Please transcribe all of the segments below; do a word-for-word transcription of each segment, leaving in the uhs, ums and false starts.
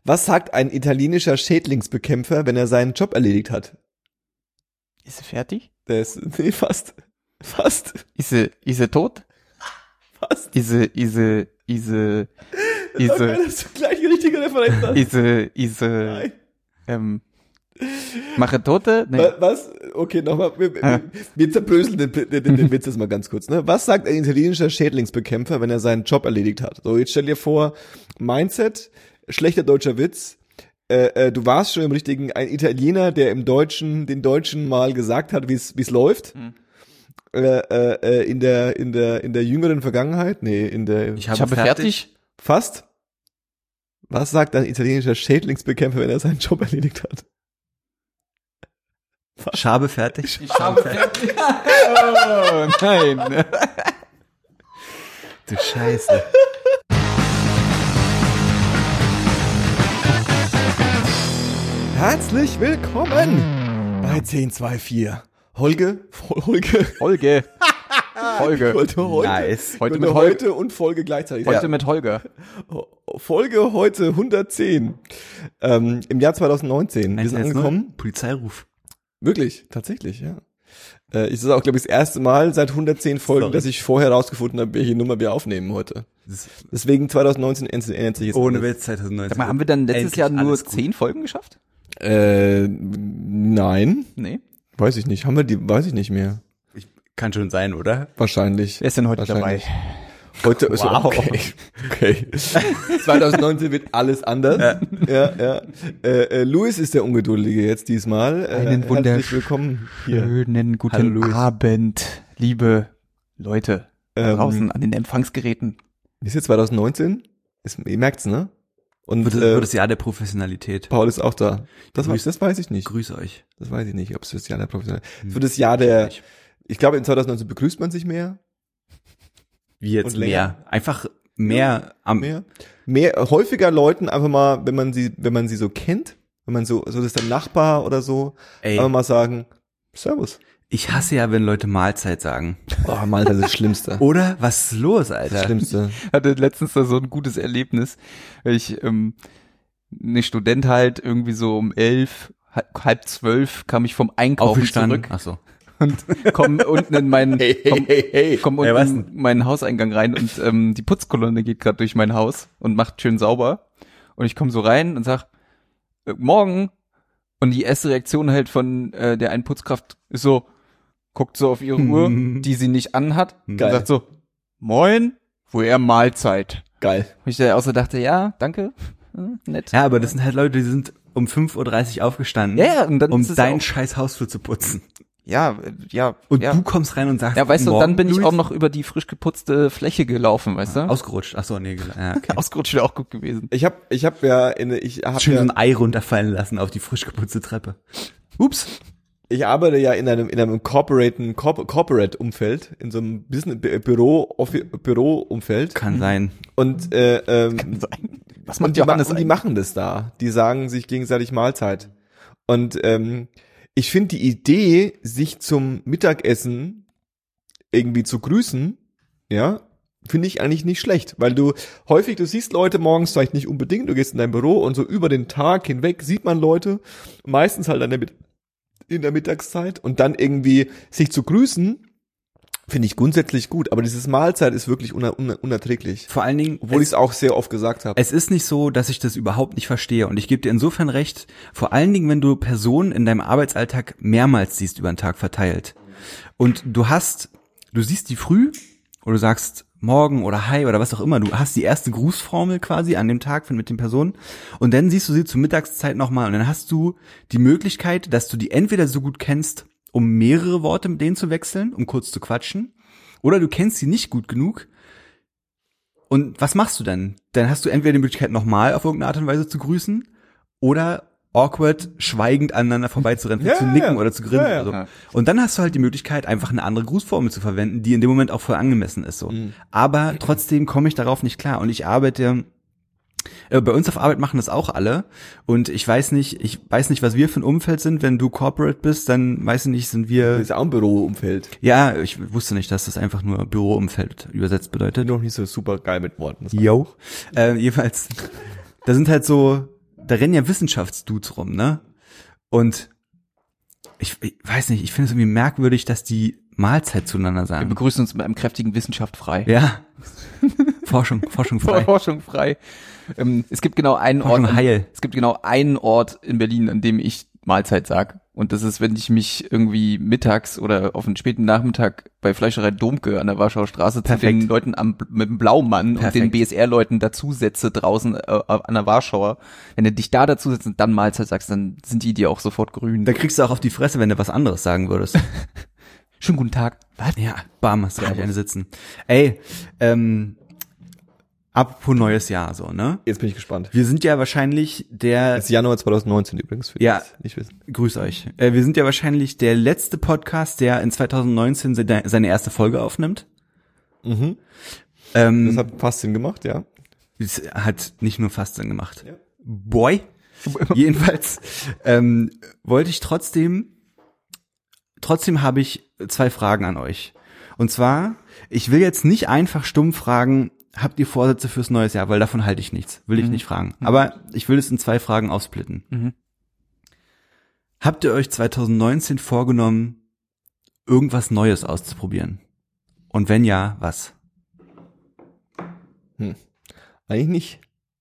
Was sagt ein italienischer Schädlingsbekämpfer, wenn er seinen Job erledigt hat? Ist sie fertig? Der ist, nee, fast. Fast. Ist sie, ist sie tot? Fast. Ist sie, ist sie, ist sie, ist sie, Das ist gleich die richtige Referenz. ist sie, ist sie, Nein. ähm, mache Tote? Nee. Wa- Was? Okay, nochmal. Wir, wir, wir zerbröseln den, den, den, den Witz jetzt mal ganz kurz. Ne? Was sagt ein italienischer Schädlingsbekämpfer, wenn er seinen Job erledigt hat? So, jetzt stell dir vor, Mindset, schlechter deutscher Witz. Äh, äh, du warst schon im richtigen, ein Italiener, der im Deutschen, den Deutschen mal gesagt hat, wie es wie es läuft. Hm. Äh, äh, in der in der in der jüngeren Vergangenheit, nee, in der Ich habe fertig. fast. Was sagt ein italienischer Schädlingsbekämpfer, wenn er seinen Job erledigt hat? Schabe fertig. Ich habe fertig. Oh, nein. Du Scheiße. Herzlich willkommen bei zehn zwei vier. Holge, Holge, Folge. Folge. heute, heute, Nice. Heute heute, mit heute und Folge gleichzeitig. Heute Ja. mit Holger. Folge heute hundertzehn. Ähm, Im Jahr zwanzig neunzehn. Wir sind angekommen. Polizeiruf. Wirklich, tatsächlich, ja. Äh, es ist auch, glaube ich, das erste Mal seit hundertzehn Folgen, Sorry. dass ich vorher rausgefunden habe, welche Nummer wir aufnehmen heute. Deswegen zwanzig neunzehn ändert sich jetzt Ohne alles. Witz zwanzig neunzehn. Sag mal, haben wir dann letztes Endlich Jahr nur alles gut. zehn Folgen geschafft? Äh, nein, Nee. weiß ich nicht. Haben wir die, weiß ich nicht mehr. Kann schon sein, oder? Wahrscheinlich. Wer ist denn heute dabei? Wahrscheinlich. Heute ist Wow. okay. Okay. zwanzig neunzehn wird alles anders. Ja, ja. Äh, äh, Luis ist der Ungeduldige jetzt diesmal. Äh, Einen herzlich willkommen hier. Schönen guten Hallo, Luis. Abend, liebe Leute Ähm, draußen an den Empfangsgeräten. Ist jetzt zwanzig neunzehn? Ist, ihr merkt's, ne? Und Wird, äh, wird das Jahr der Professionalität. Paul ist auch da. Das, Grüß- weiß, das weiß ich nicht. Grüße euch. Das weiß ich nicht, ob es das Jahr der Professionalität ist. Für das Jahr der, ich glaube, in zwanzig neunzehn begrüßt man sich mehr. Wie jetzt Und länger. mehr. Einfach mehr am, Mehr. Mehr, häufiger Leuten einfach mal, wenn man sie, wenn man sie so kennt, wenn man so, so das ist der Nachbar oder so, ey, einfach mal sagen, Servus. ich hasse ja, wenn Leute Mahlzeit sagen. Oh, Mann, das ist das Schlimmste. Oder? Was ist los, Das Alter? Schlimmste. Hatte letztens da so ein gutes Erlebnis. Ich, ähm, eine Student halt irgendwie so um elf, halb, halb zwölf kam ich vom Einkaufen Aufgestanden. zurück Ach so. und komm unten in meinen, Hey, hey, komm, hey, hey. komm Ey, was unten in meinen Hauseingang rein und ähm, die Putzkolonne geht gerade durch mein Haus und macht schön sauber. Und ich komme so rein und sag, äh, morgen. Und die erste Reaktion halt von äh, der einen Putzkraft ist so, guckt so auf ihre Uhr, die sie nicht anhat, und Geil. sagt so, moin, woher Mahlzeit. Geil. Und ich da auch so dachte, ja, danke, hm, nett. Ja, aber das sind halt Leute, die sind um fünf Uhr dreißig aufgestanden, Ja, ja, und dann um ist es deinen auch, scheiß Hausflur zu putzen. ja, äh, ja, Und ja. du kommst rein und sagst, Ja, weißt du, Morgen, dann bin ich Luis? auch noch über die frisch geputzte Fläche gelaufen, weißt du? ausgerutscht. Ach so, nee, gel- ja, okay. Ausgerutscht wäre auch gut gewesen. Ich hab, ich hab ja, in, ich hab Schön ja, so ein Ei runterfallen lassen auf die frisch geputzte Treppe. Ups. ich arbeite ja in einem, in einem Corporate, Corp, Corporate Umfeld, in so einem Business, Bü- Büro, Offi- Büro-Umfeld. Kann sein. Und, äh, ähm, Was und macht die, ma Johannes und die eigentlich? machen das da. Die sagen sich gegenseitig Mahlzeit. Und ähm, ich finde die Idee, sich zum Mittagessen irgendwie zu grüßen, ja, finde ich eigentlich nicht schlecht, weil du häufig, du siehst Leute morgens vielleicht nicht unbedingt, du gehst in dein Büro und so über den Tag hinweg sieht man Leute, meistens halt an der Mit- in der Mittagszeit und dann irgendwie sich zu grüßen, finde ich grundsätzlich gut, aber dieses Mahlzeit ist wirklich uner uner unerträglich. Vor allen Dingen, Obwohl ich es, es auch sehr oft gesagt habe. es ist nicht so, dass ich das überhaupt nicht verstehe. Und ich gebe dir insofern recht, vor allen Dingen, wenn du Personen in deinem Arbeitsalltag mehrmals siehst über den Tag verteilt. Und du hast, du siehst die früh oder du sagst morgen oder hi oder was auch immer. Du hast die erste Grußformel quasi an dem Tag mit den Personen. Und dann siehst du sie zur Mittagszeit nochmal. Und dann hast du die Möglichkeit, dass du die entweder so gut kennst, um mehrere Worte mit denen zu wechseln, um kurz zu quatschen. Oder du kennst sie nicht gut genug. Und was machst du dann? Dann hast du entweder die Möglichkeit, nochmal auf irgendeine Art und Weise zu grüßen oder awkward, schweigend aneinander vorbeizurennen, Ja, zu ja, nicken ja. oder zu grinsen. Ja, ja. Oder so. Ja. Und dann hast du halt die Möglichkeit, einfach eine andere Grußformel zu verwenden, die in dem Moment auch voll angemessen ist. So. Mhm. Aber trotzdem komme ich darauf nicht klar. Und ich arbeite, äh, bei uns auf Arbeit machen das auch alle. Und ich weiß nicht, ich weiß nicht, was wir für ein Umfeld sind. Wenn du Corporate bist, dann weiß ich nicht, sind Das wir. ist auch ein Büroumfeld. Ja, ich wusste nicht, dass das einfach nur Büroumfeld übersetzt bedeutet. Bin noch nicht so super geil mit Worten. Das Yo. Äh, jedenfalls, da sind halt so da rennen ja Wissenschaftsdudes rum, ne? Und ich, ich weiß nicht, ich finde es irgendwie merkwürdig, dass die Mahlzeit zueinander Wir sagen. begrüßen uns mit einem kräftigen Wissenschaft frei. Ja. Forschung, Forschung frei. Forschung frei. Ähm, es gibt genau einen Forschung Ort, heil. es gibt genau einen Ort in Berlin, an dem ich Mahlzeit sag. Und das ist, wenn ich mich irgendwie mittags oder auf einen späten Nachmittag bei Fleischerei Domke an der Warschauer Straße Perfekt. zu den Leuten am, mit dem Blaumann Perfekt. und den B S R-Leuten dazusetze draußen äh, an der Warschauer. Wenn du dich da dazusetzt und dann Mahlzeit sagst, dann sind die dir auch sofort grün. Da kriegst du auch auf die Fresse, wenn du was anderes sagen würdest. Schönen guten Tag. Was? Ja, bam, hast du gleich eine sitzen. Ey, ähm, apropos neues Jahr, so, ne? Jetzt bin ich gespannt. Wir sind ja wahrscheinlich der, Das ist Januar zwanzig neunzehn übrigens, für die Ja. das nicht wissen. grüß euch, äh, wir sind ja wahrscheinlich der letzte Podcast, der in zwanzig neunzehn seine, seine erste Folge aufnimmt. Mhm. Ähm, Das hat fast Sinn gemacht, ja. es hat nicht nur fast Sinn gemacht. Ja. Boy. Jedenfalls ähm, wollte ich trotzdem, trotzdem habe ich zwei Fragen an euch. Und zwar, ich will jetzt nicht einfach stumm fragen, habt ihr Vorsätze fürs neue Jahr? Weil davon halte ich nichts. Will ich Mhm. nicht fragen. Aber ich will es in zwei Fragen aufsplitten. Mhm. Habt ihr euch zwanzig neunzehn vorgenommen, irgendwas Neues auszuprobieren? Und wenn ja, was? Eigentlich nicht.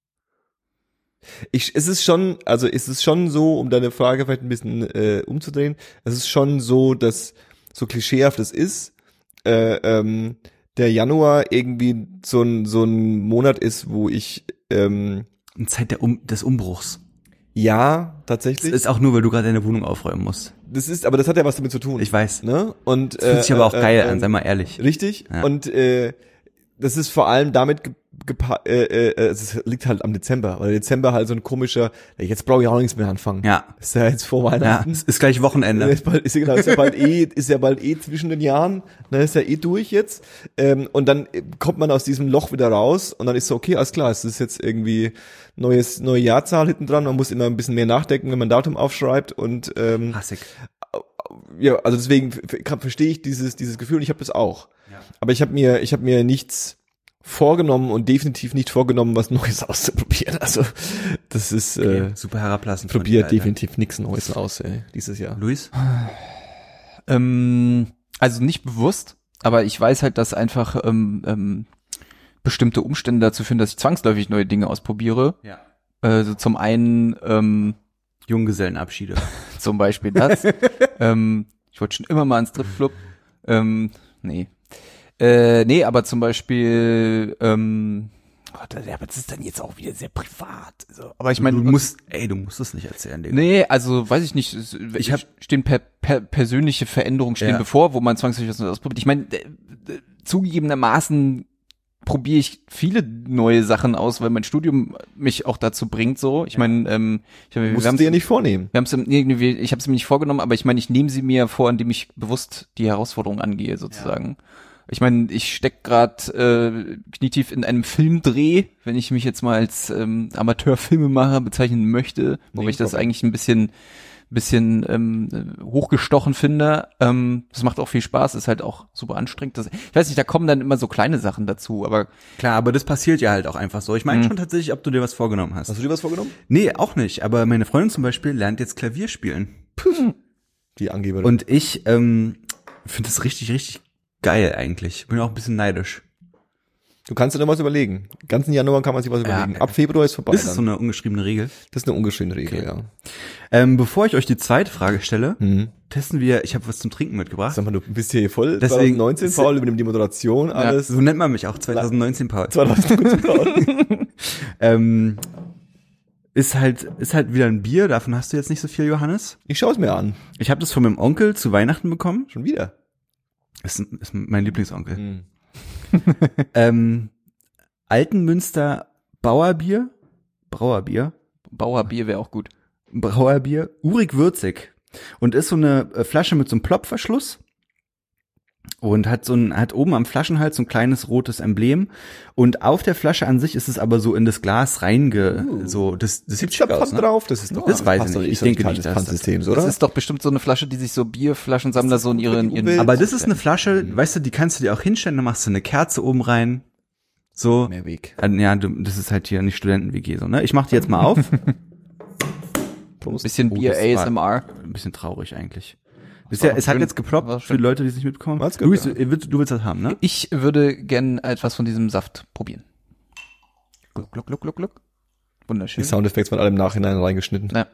Ich, es ist schon, also es ist schon so, um deine Frage vielleicht ein bisschen äh, umzudrehen, es ist schon so, dass so klischeehaft es ist, äh, ähm, der Januar irgendwie so ein so ein Monat ist, wo ich ähm, Eine Zeit der um des Umbruchs. ja Das tatsächlich. ist auch nur, weil du gerade deine Wohnung aufräumen musst. Das ist, aber das hat ja was damit zu tun. Ich weiß. Ne? Und Das fühlt sich aber auch äh, geil äh, an, sei mal ehrlich. Richtig. Ja. Und äh, das ist vor allem damit ge gepa- äh, äh, es liegt halt am Dezember, weil Dezember halt so ein komischer, ja, jetzt brauche ich auch nichts mehr anfangen. Ja. Ist ja jetzt vor Ja, Weihnachten. es ist gleich Wochenende. Ist, bald, ist, ja genau, ist ja bald eh, ist ja bald eh zwischen den Jahren, ne, ist ja eh durch jetzt. Ähm, und dann kommt man aus diesem Loch wieder raus und dann ist so, okay, alles klar, es ist jetzt irgendwie neues, neue Jahrzahl hinten dran, man muss immer ein bisschen mehr nachdenken, wenn man Datum aufschreibt und ähm, Hassig. ja, also deswegen f- f- verstehe ich dieses dieses Gefühl und ich habe das auch. Ja. Aber ich habe mir ich habe mir nichts vorgenommen und definitiv nicht vorgenommen, was Neues auszuprobieren. Also das ist Okay, äh, super herablassend. von dir, probiert Alter. definitiv nichts Neues aus ey, dieses Jahr. Luis? Ähm, also nicht bewusst, aber ich weiß halt, dass einfach ähm, ähm, bestimmte Umstände dazu führen, dass ich zwangsläufig neue Dinge ausprobiere. Ja. Also zum einen ähm, Junggesellenabschiede. zum Beispiel das. ähm, ich wollte schon immer mal ins Stripclub. Ähm, nee. Äh, nee, aber zum Beispiel, ähm, Gott, aber das ist dann jetzt auch wieder sehr privat. So. Aber ich meine, du musst, ey, du musst es nicht erzählen, Digga. nee, also weiß ich nicht. Es- Ich hab- stehen per, per, persönliche Veränderungen stehen Ja. bevor, wo man zwangsläufig was Neues ausprobiert. Ich meine, äh, äh, zugegebenermaßen probiere ich viele neue Sachen aus, weil mein Studium mich auch dazu bringt. So, ich meine, ähm, ich hab, wir Musst du haben's- dir ja nicht vornehmen. wir haben es irgendwie, ich habe es mir nicht vorgenommen, aber ich meine, ich nehme sie mir vor, indem ich bewusst die Herausforderung angehe, sozusagen. Ich meine, ich steck gerade äh, knietief in einem Filmdreh, wenn ich mich jetzt mal als ähm, Amateurfilmemacher bezeichnen möchte, wobei Nee, ich das Problem. eigentlich ein bisschen bisschen ähm, äh, hochgestochen finde. Ähm, das macht auch viel Spaß, ist halt auch super anstrengend. Das, ich weiß nicht, da kommen dann immer so kleine Sachen dazu, aber Klar, aber das passiert ja halt auch einfach so. Ich meine Mhm. schon tatsächlich, ob du dir was vorgenommen hast. Hast du dir was vorgenommen? Nee, auch nicht. Aber meine Freundin zum Beispiel lernt jetzt Klavier spielen. Die Angeberin. Und ich ähm, finde das richtig, richtig geil eigentlich. Bin auch ein bisschen neidisch. du kannst dir noch was überlegen. Ganzen Januar kann man sich was Ja. überlegen. Ab Februar ist vorbei. Ist es so dann. eine ungeschriebene Regel? Das ist eine ungeschriebene Regel, Okay. ja. Ähm, bevor ich euch die zweite Frage stelle, Mhm. testen wir, ich habe was zum Trinken mitgebracht. Sag mal, du bist hier voll Deswegen- zwanzig neunzehn, Paul, übernimm die Moderation, alles. So nennt man mich auch, zwanzig neunzehn, Paul. zwanzig neunzehn, Paul. Ähm, ist halt, ist halt wieder ein Bier, davon hast du jetzt nicht so viel, Johannes. Ich schaue es mir an. Ich habe das von meinem Onkel zu Weihnachten bekommen. Schon wieder. Ist, ist mein Lieblingsonkel. Mhm. Ähm, Altenmünster Bauerbier, Brauerbier, Bauerbier wäre auch gut. Brauerbier, urig würzig. Und ist so eine äh, Flasche mit so einem Plopverschluss. Und hat so ein, hat oben am Flaschenhals so ein kleines rotes Emblem. Und auf der Flasche an sich ist es aber so in das Glas reinge, Uh. so, das, das sieht Gibt's da schick aus, Pfand ne? drauf? Das ist doch, Das weiß ich passt doch nicht. Ich so ein denke Teil nicht, des dass das- Pfandsystems, Das oder? ist doch bestimmt so eine Flasche, die sich so Bierflaschensammler so in ihren, für die ihren Umwelt? Aber das ist eine Flasche, weißt du, die kannst du dir auch hinstellen, dann machst du eine Kerze oben rein. So. Mehr Weg. Äh, Ja, du, das ist halt hier nicht Studenten-W G so, ne? Ich mach die jetzt mal auf. Prost. Bisschen Oh, Bier das A war S M R. Ein bisschen traurig eigentlich. Ist ja, es hat schön. jetzt geploppt War für schön. die Leute, die es nicht mitbekommen. War's gut, Luis, ja. du, du willst das haben, ne? Ich würde gern etwas von diesem Saft probieren. Gluck, gluck, gluck, gluck, gluck. Die Wunderschön. Soundeffekte waren alle im Nachhinein reingeschnitten. Ja.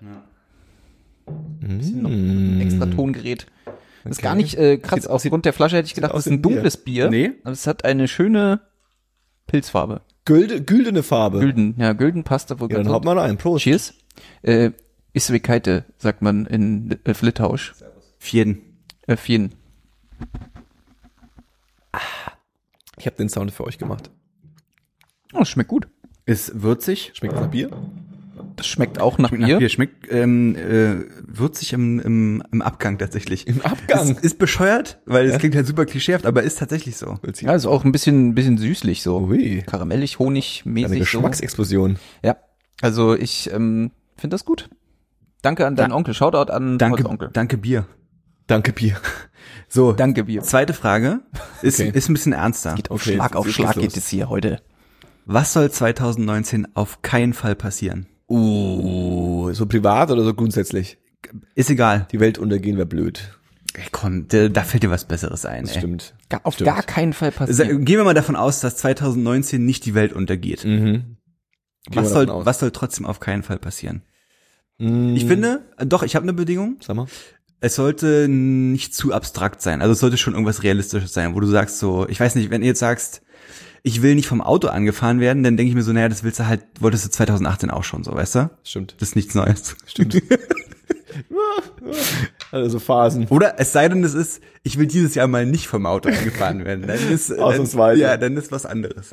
Mm. Noch ein extra Tongerät. Das ist Okay. gar nicht äh, krass. Sieht- Aufgrund der Flasche hätte ich gedacht, aus das ist ein wie Bier. dunkles Bier. Nee. Aber es hat eine schöne Pilzfarbe. Gülde, güldene Farbe. Gülden. Ja, Gülden passt da wohl Ja, ganz dann haut gut. mal rein. Prost. Cheers. Äh, Iswekaite, sagt man in äh, Litauisch. Vielen. Äh, Fien. Ich habe den Sound für euch gemacht. Oh, das schmeckt gut. Ist würzig. Schmeckt das nach Bier? Das schmeckt auch nach Schmeckt nach Bier. Bier. Schmeckt ähm, äh, würzig im, im, im Abgang tatsächlich. Im Abgang? Ist, ist bescheuert, weil es klingt halt super klischeehaft, aber ist tatsächlich so. Ja, ist auch ein bisschen, bisschen süßlich so. Ui. Karamellig, Eine honigmäßig so. Geschmacksexplosion. Ja, also ich ähm, finde das gut. Danke an deinen Da- Onkel. Shoutout an Danke, Pauls Onkel. danke Bier. Danke, Bier. So, Danke, Bier. zweite Frage ist, Okay. ist ein bisschen ernster. Geht auf Okay, Schlag jetzt- auf jetzt Schlag geht's geht los. es hier heute. Was soll zwanzig neunzehn auf keinen Fall passieren? Uh, so privat oder so grundsätzlich? Ist egal. Die Welt untergehen wäre blöd. Ey, komm, da, da fällt dir was Besseres ein. Das ey. stimmt. Gar, auf Stimmt. gar keinen Fall Sa- passieren. Gehen wir mal davon aus, dass zwanzig neunzehn nicht die Welt untergeht. Mhm. Gehen wir Was soll, davon aus. was soll trotzdem auf keinen Fall passieren? Mm, Ich finde, äh, doch, ich habe eine Bedingung. Sag mal. Es sollte nicht zu abstrakt sein. Also es sollte schon irgendwas Realistisches sein, wo du sagst so, ich weiß nicht, wenn ihr jetzt sagst, ich will nicht vom Auto angefahren werden, dann denke ich mir so, naja, das willst du halt, wolltest du zwanzig achtzehn auch schon so, weißt du? Stimmt. Das ist nichts Neues. Stimmt. Also Phasen. Oder es sei denn, es ist, ich will dieses Jahr mal nicht vom Auto angefahren werden. Dann ist, dann, Ausnahmsweise. ja, dann ist was anderes.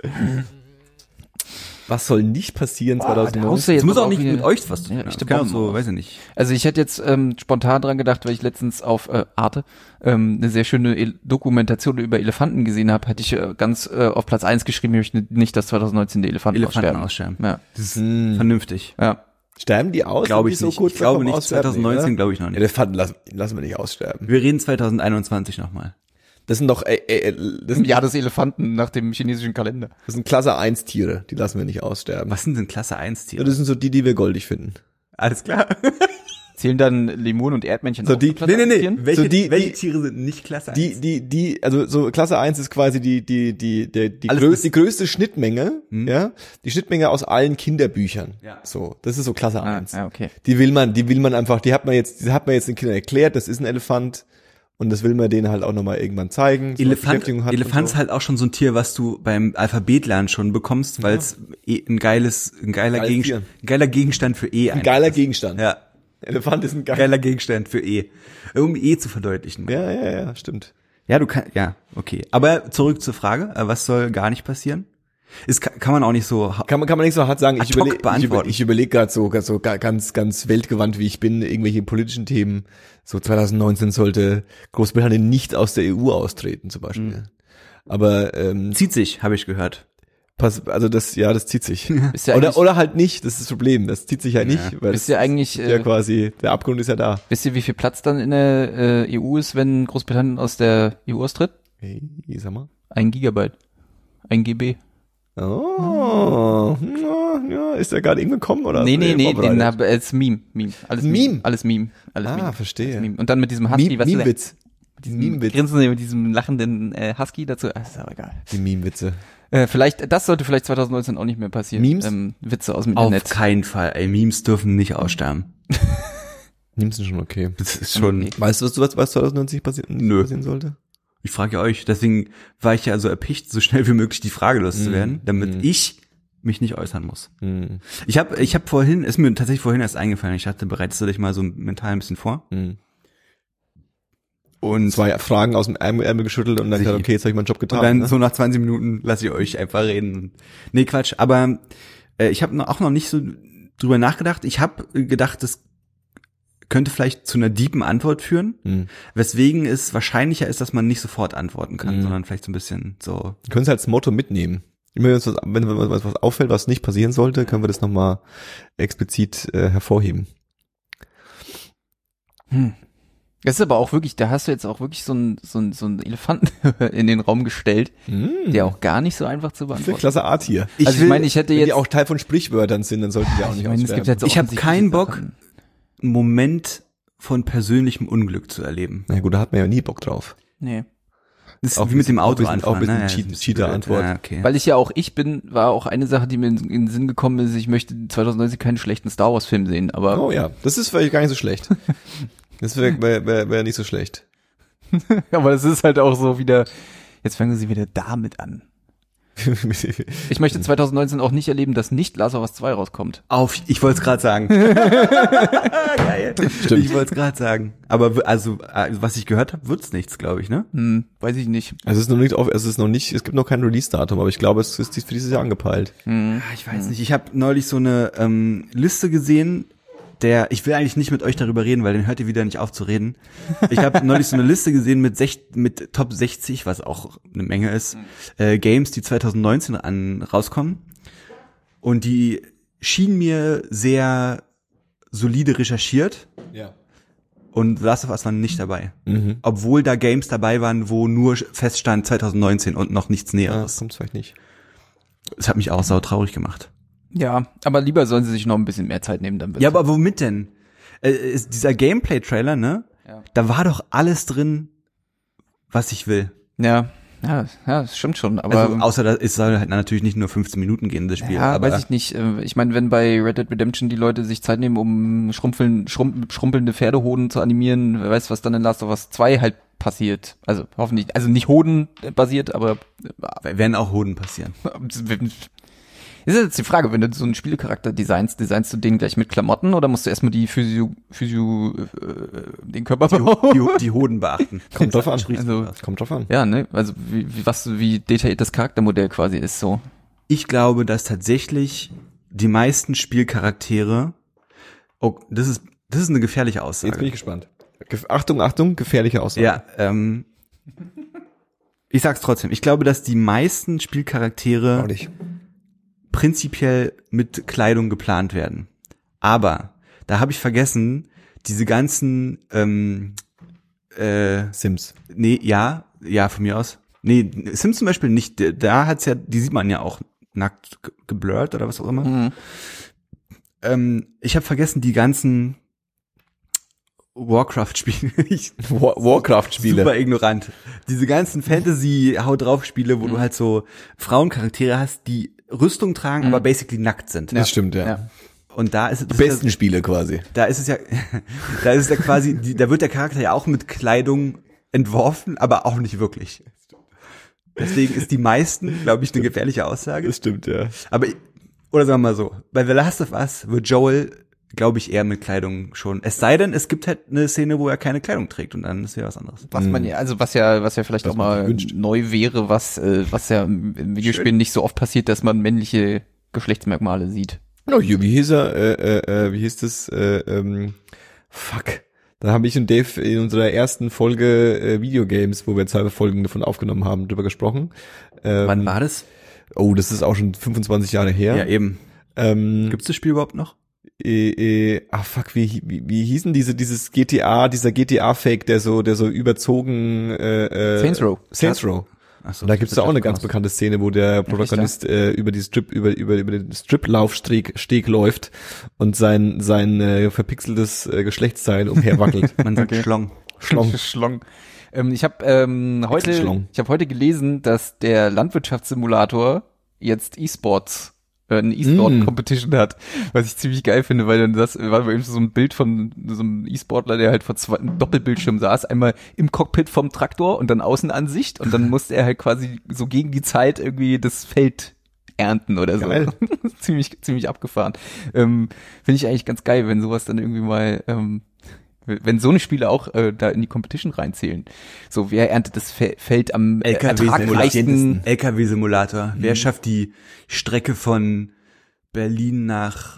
Was soll nicht passieren da haust du zweitausendneunzehn? jetzt Es muss aber auch nicht wieder- mit euch was zu tun Ja, haben. echte Das kann auch Bomben so, raus. weiß ich nicht. Also ich hätte jetzt ähm, spontan dran gedacht, weil ich letztens auf äh, Arte ähm, eine sehr schöne El- Dokumentation über Elefanten gesehen habe, hätte ich äh, ganz äh, auf Platz eins geschrieben, ich möchte nicht, dass zwanzig neunzehn die Elefanten, Elefanten aussterben. aussterben. Ja, Das ist Hm. vernünftig. ja. Sterben die aus? Glaube wenn ich die nicht. kurz Ich glaube davor nicht. aussterben? zwanzig neunzehn Nee, glaube ich noch nicht. Elefanten lassen, lassen wir nicht aussterben. Wir reden zwanzig einundzwanzig nochmal. Das sind doch, äh, äh, das Im sind, Jahr des Elefanten nach dem chinesischen Kalender. das sind Klasse eins Tiere. Die lassen wir nicht aussterben. Was sind denn Klasse eins Ja, Tiere? das sind so die, die wir goldig finden. Alles klar. Zählen dann Limonen und Erdmännchen So auch die- zu Platz Nee, nee, nee. eins? Welche, So die- welche die- Tiere sind nicht Klasse eins? Die, die, die, also so Klasse eins ist quasi die, die, die, der, die, Alles grö bis- die größte Schnittmenge, ja, die Schnittmenge aus allen Kinderbüchern. Ja. So, das ist so Klasse Ah, eins. ja, okay. Die will man, die will man einfach, die hat man jetzt, die hat man jetzt den Kindern erklärt, das ist ein Elefant und das will man denen halt auch nochmal irgendwann zeigen. so als Elefant, Beschäftigung hat und Elefant so. ist halt auch schon so ein Tier, was du beim Alphabetlernen schon bekommst, weil es eh ein geiles, ein geiler, Geiles Gegenstand, Tier. ein geiler Gegenstand für E. Ein geiler Gegenstand. Ja, Elefant ist ein ein geiler. geiler Gegenstand für E. Um E zu verdeutlichen. Ja, ja, ja, stimmt. Ja, du kannst, ja, okay. Aber zurück zur Frage, äh, was soll gar nicht passieren? Ist, kann, kann man auch nicht so, Kann man, kann man nicht so hart sagen. Ich Ad hoc überlege, ich, über, beantworten. ich überlege gerade so, ganz- so ga- ganz, ganz weltgewandt, wie ich bin, irgendwelche politischen Themen. So zwanzig neunzehn sollte Großbritannien nicht aus der E U austreten, zum Beispiel. Mhm. Aber ähm, zieht sich, habe ich gehört. pass, also das, ja, das zieht sich. Ist ja Oder, eigentlich- oder halt nicht. Das ist das Problem. Das zieht sich halt nicht, weil Wisst das ihr eigentlich, ist ja äh, quasi der Abgrund ist ja da. wisst ihr, wie viel Platz dann in der äh, E U ist, wenn Großbritannien aus der E U austritt? Hey, sag mal. Ein Gigabyte. Ein G B. Oh, ja, ja, ist der gerade irgendwann gekommen oder? Nee, hast du nee, den nee, den vorbereitet? hab, als Meme, Meme. Alles Ein Meme. Meme? Alles Meme. Alles Ah, Meme. verstehe. Alles Meme. Und dann mit diesem Husky, Meme- was du da- Meme-Witz. diesen Meme-Witz. Grinsen mit diesem lachenden äh, Husky dazu. Ah, ist aber egal. Die Meme-Witze. Äh, vielleicht, das sollte vielleicht zwanzig neunzehn auch nicht mehr passieren. Memes? Ähm, Witze aus dem Auf Internet. keinen Fall. Ey, Memes dürfen nicht aussterben. Memes sind schon okay. Das ist schon, Okay. Weißt du, was, was, was zwanzig neunzehn passieren, Nö. passieren sollte? ich frage ja euch, deswegen war ich ja so erpicht, so schnell wie möglich die Frage loszuwerden, damit Mhm. ich mich nicht äußern muss. Hm. Ich habe ich hab vorhin, ist mir tatsächlich vorhin erst eingefallen, ich dachte, bereitest du dich mal so mental ein bisschen vor? Hm. Und, Zwei Fragen aus dem Ärmel, Ärmel geschüttelt und dann Sicher. gesagt, okay, jetzt habe ich meinen Job getan. und dann ne? so nach zwanzig Minuten lasse ich euch einfach reden. Nee, Quatsch, aber äh, ich habe auch noch nicht so drüber nachgedacht. Ich habe gedacht, das könnte vielleicht zu einer deepen Antwort führen, Hm. weswegen es wahrscheinlicher ist, dass man nicht sofort antworten kann, Mhm. sondern vielleicht so ein bisschen so. Wir können es als Motto mitnehmen. Immer wenn uns was, wenn uns was, was auffällt, was nicht passieren sollte, können wir das nochmal explizit äh, hervorheben. Hm. Das ist aber auch wirklich, da hast du jetzt auch wirklich so einen so einen, so einen Elefanten in den Raum gestellt, Hm. der auch gar nicht so einfach zu Das ist eine beantworten. klasse Art hier. Also ich will- meine, ich hätte Wenn jetzt die auch Teil von Sprichwörtern sind, dann sollten die auch nicht ich meine, es gibt aussterben. jetzt auch Ich hab offensichtliche keinen Bock, Sachen. einen Moment von persönlichem Unglück zu erleben. Na gut, da hat man ja nie Bock drauf. Nee. Das ist Auch wie mit dem auch Auto bisschen- auch anfahren. ein bisschen ne? Cheat- Ja, das ist Cheater-Antwort. Ja, okay. Weil ich ja auch ich bin, war auch eine Sache, die mir in, in den Sinn gekommen ist, ich möchte zwanzig neunzehn keinen schlechten Star Wars Film sehen, aber Oh ja, das ist vielleicht gar nicht so schlecht. Das wäre wär, wär, wär nicht so schlecht. aber es ist halt auch so wieder, jetzt fangen sie wieder damit an. Ich möchte zwanzig neunzehn auch nicht erleben, dass nicht Last of Us zwei rauskommt. Auf, ich wollte es gerade sagen. Geil. Stimmt. Ich wollte es gerade sagen. Aber w- also, äh, was ich gehört habe, wird's nichts, glaube ich, ne? Hm, weiß ich nicht. Also es ist noch nicht auf, es ist noch nicht, es gibt noch kein Release-Datum, aber ich glaube, es ist für dieses Jahr angepeilt. Hm. Ah, Ich weiß nicht. Ich habe neulich so eine ähm, Liste gesehen, der, ich will eigentlich nicht mit euch darüber reden, weil dann hört ihr wieder nicht auf zu reden. Ich habe neulich so eine Liste gesehen mit sech, mit Top sechzig, was auch eine Menge ist, äh, Games, die zwanzig neunzehn an rauskommen. Und die schien mir sehr solide recherchiert. Ja. Und Last of Us war nicht dabei. Mhm. Obwohl da Games dabei waren, wo nur feststand zwanzig neunzehn und noch nichts Ja, Näheres. das kommt vielleicht nicht. Das hat mich auch sautraurig gemacht. Ja, aber lieber sollen sie sich noch ein bisschen mehr Zeit nehmen, dann bitte. Ja, aber womit denn? Äh, ist dieser Gameplay-Trailer, ne? Ja. Da war doch alles drin, was ich will. Ja, ja, ja, das stimmt schon, aber Also außer da, es soll halt natürlich nicht nur fünfzehn Minuten gehen, das Spiel. ja, aber weiß ich nicht. Äh, Ich meine, wenn bei Red Dead Redemption die Leute sich Zeit nehmen, um schrumpfeln, schrumpf, schrumpelnde Pferdehoden zu animieren, wer weiß, was dann in Last of Us zwei halt passiert. Also hoffentlich, also nicht Hoden basiert, aber werden auch Hoden passieren. ist jetzt die Frage, wenn du so einen Spielcharakter designst, designst du den gleich mit Klamotten oder musst du erstmal die Physio, Physio, äh, den Körper Die, bauen? die, die Hoden beachten. Kommt drauf an. Also, Kommt drauf an. ja, ne, also wie, wie was, wie detailliert das Charaktermodell quasi ist, so. Ich glaube, dass tatsächlich die meisten Spielcharaktere, oh, das ist, das ist eine gefährliche Jetzt bin Aussage. ich gespannt. Gef- Achtung, Achtung, gefährliche Aussage. Ja, ähm, ich sag's trotzdem. Ich glaube, dass die meisten Spielcharaktere Auch nicht. prinzipiell mit Kleidung geplant werden. Aber da habe ich vergessen, diese ganzen ähm, äh, Sims. nee, ja, ja, von mir aus. Nee, Sims zum Beispiel nicht. Da hat's ja, die sieht man ja auch nackt ge- geblurrt oder was auch immer. Mhm. Ähm, ich habe vergessen, die ganzen Warcraft-Spiele. Ich- War Warcraft-Spiele. Super ignorant. Diese ganzen Fantasy-Haut-drauf-Spiele, wo du halt so Frauencharaktere hast, die Rüstung tragen, aber basically nackt sind. Das stimmt, ja. Ja. Und da ist es Die das ist besten ja, Spiele quasi. da ist es ja, da ist es ja quasi, die, da wird der Charakter ja auch mit Kleidung entworfen, aber auch nicht wirklich. Deswegen ist die meisten, glaube ich, eine gefährliche Aussage. Das stimmt, ja. Aber, oder sagen wir mal so, bei The Last of Us wird Joel, glaube ich, eher mit Kleidung schon. Es sei denn, es gibt halt eine Szene, wo er keine Kleidung trägt und dann ist ja was anderes. Was man ja, also was ja, was ja vielleicht Was auch man mal sich wünscht. neu wäre, was, äh, was ja im Videospielen nicht so oft passiert, dass man männliche Geschlechtsmerkmale sieht. Oh, hier, wie hieß er, äh, äh, äh, wie hieß das, äh, ähm, fuck. Da habe ich und Dave in unserer ersten Folge äh, Videogames, wo wir zwei Folgen davon aufgenommen haben, drüber gesprochen. Ähm, Wann war das? Oh, das ist auch schon fünfundzwanzig Jahre her. Ja, eben. Ähm, Gibt's das Spiel überhaupt noch? äh, äh, ach fuck, wie, wie, wie hießen diese, dieses G T A, dieser G T A-Fake, der so, der so überzogen, äh, äh, Saints Row. Saints Row. Ach so, Und da gibt's da auch eine ganz bekannte. bekannte Szene, wo der Protagonist äh, über die Strip, über, über, über den Strip-Laufsteg Steg läuft und sein, sein äh, verpixeltes äh, Geschlechtsteil umherwackelt. Man sagt Okay. Schlong. Schlong. Schlong. Ähm, ich habe ähm, heute, Schlong. ich habe heute gelesen, dass der Landwirtschaftssimulator jetzt E-Sports, äh, eine E-Sport-Competition hat, was ich ziemlich geil finde, weil dann das war eben so ein Bild von so einem E-Sportler, der halt vor zwei einem Doppelbildschirm saß, einmal im Cockpit vom Traktor und dann Außenansicht und dann musste er halt quasi so gegen die Zeit irgendwie das Feld ernten oder so. Geil. ziemlich, ziemlich abgefahren. Ähm, finde ich eigentlich ganz geil, wenn sowas dann irgendwie mal, ähm, wenn so eine Spiele auch äh, da in die Competition reinzählen. So, wer erntet das Fe- Feld am äh, L K W ertragreichsten? L K W-Simulator. Wer schafft die Strecke von Berlin nach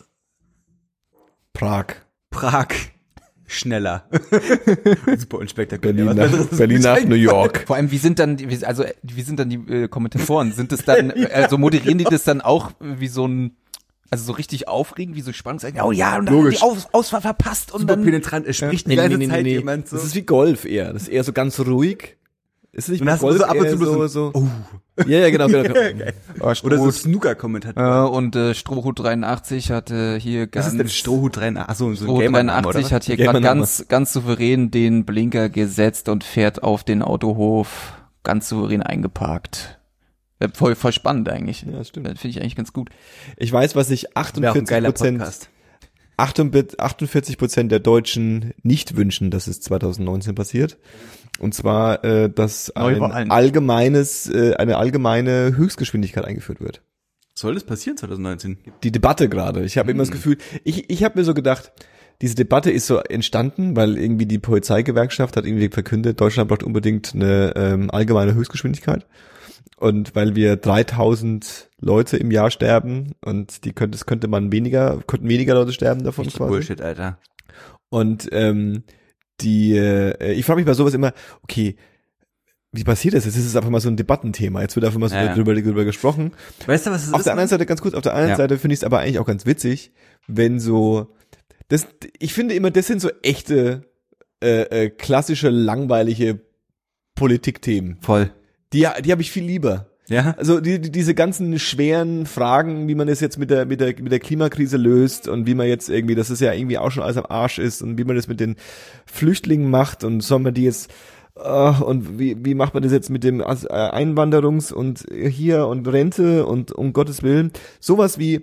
Prag. Prag schneller? Super unspektakulär. Berlin Was nach, anderes ist Berlin mir nach nicht New York. Vor allem, wie sind dann, die- wie, also äh, wie sind dann die äh, Kommentatoren? Sind es dann, äh, also moderieren die das dann auch wie so ein, also so richtig aufregend, wie so spannend sagen, oh ja, und dann haben Logisch. die Aus, Auswahl verpasst und super dann penetrant. Es spricht die ganze Zeit jemand so. Das ist wie Golf eher. Das ist eher so ganz ruhig. ist nicht Und hast du Golf so ab und eher zu so, so, so, oh. ja, ja, genau, genau. genau. Oh, Oder so Snooker-Kommentator. Äh, und äh, Strohhut dreiundachtzig hatte hier ganz... Was ist denn Strohhut dreiundachtzig? Achso, so ein Strohhut Gamer-Name, oder dreiundachtzig was? hat hier Gamer-Name. gerade ganz, ganz souverän den Blinker gesetzt und fährt auf den Autohof ganz souverän eingeparkt. Äh, Voll, voll spannend eigentlich. Ja, das stimmt. Das finde ich eigentlich ganz gut. Ich weiß, was sich Wäre auch ein achtundvierzig geiler Prozent, Podcast. achtundvierzig Prozent der Deutschen nicht wünschen, dass es zwanzig neunzehn passiert. Und zwar, äh, dass ein Neuwahlen. allgemeines, äh, eine allgemeine Höchstgeschwindigkeit eingeführt wird. Soll das passieren zwanzig neunzehn? Die Debatte gerade. Ich habe immer das Gefühl, ich, ich habe mir so gedacht, diese Debatte ist so entstanden, weil irgendwie die Polizeigewerkschaft hat irgendwie verkündet, Deutschland braucht unbedingt eine ähm, allgemeine Höchstgeschwindigkeit. Und weil wir dreitausend Leute im Jahr sterben und die könnte, es könnte man weniger, könnten weniger Leute sterben davon Richtig quasi. Bullshit, Alter. Und ähm, die, äh, ich frage mich bei sowas immer, okay, wie passiert das? Jetzt ist es einfach mal so ein Debattenthema. Jetzt wird einfach mal so Ja, ja. drüber, drüber gesprochen. Weißt du, was es Auf ist? der anderen Seite, ganz kurz, auf der anderen Ja. Seite finde ich es aber eigentlich auch ganz witzig, wenn so, das, ich finde immer, das sind so echte, äh, äh, klassische, langweilige Politikthemen. Voll. Die, die habe ich viel lieber. Ja? Also die, die, diese ganzen schweren Fragen, wie man das jetzt mit der mit der mit der Klimakrise löst und wie man jetzt irgendwie, dass es ja irgendwie auch schon alles am Arsch ist und wie man das mit den Flüchtlingen macht und soll man die jetzt uh, und wie wie macht man das jetzt mit dem As- äh, Einwanderungs- und hier und Rente und um Gottes Willen sowas wie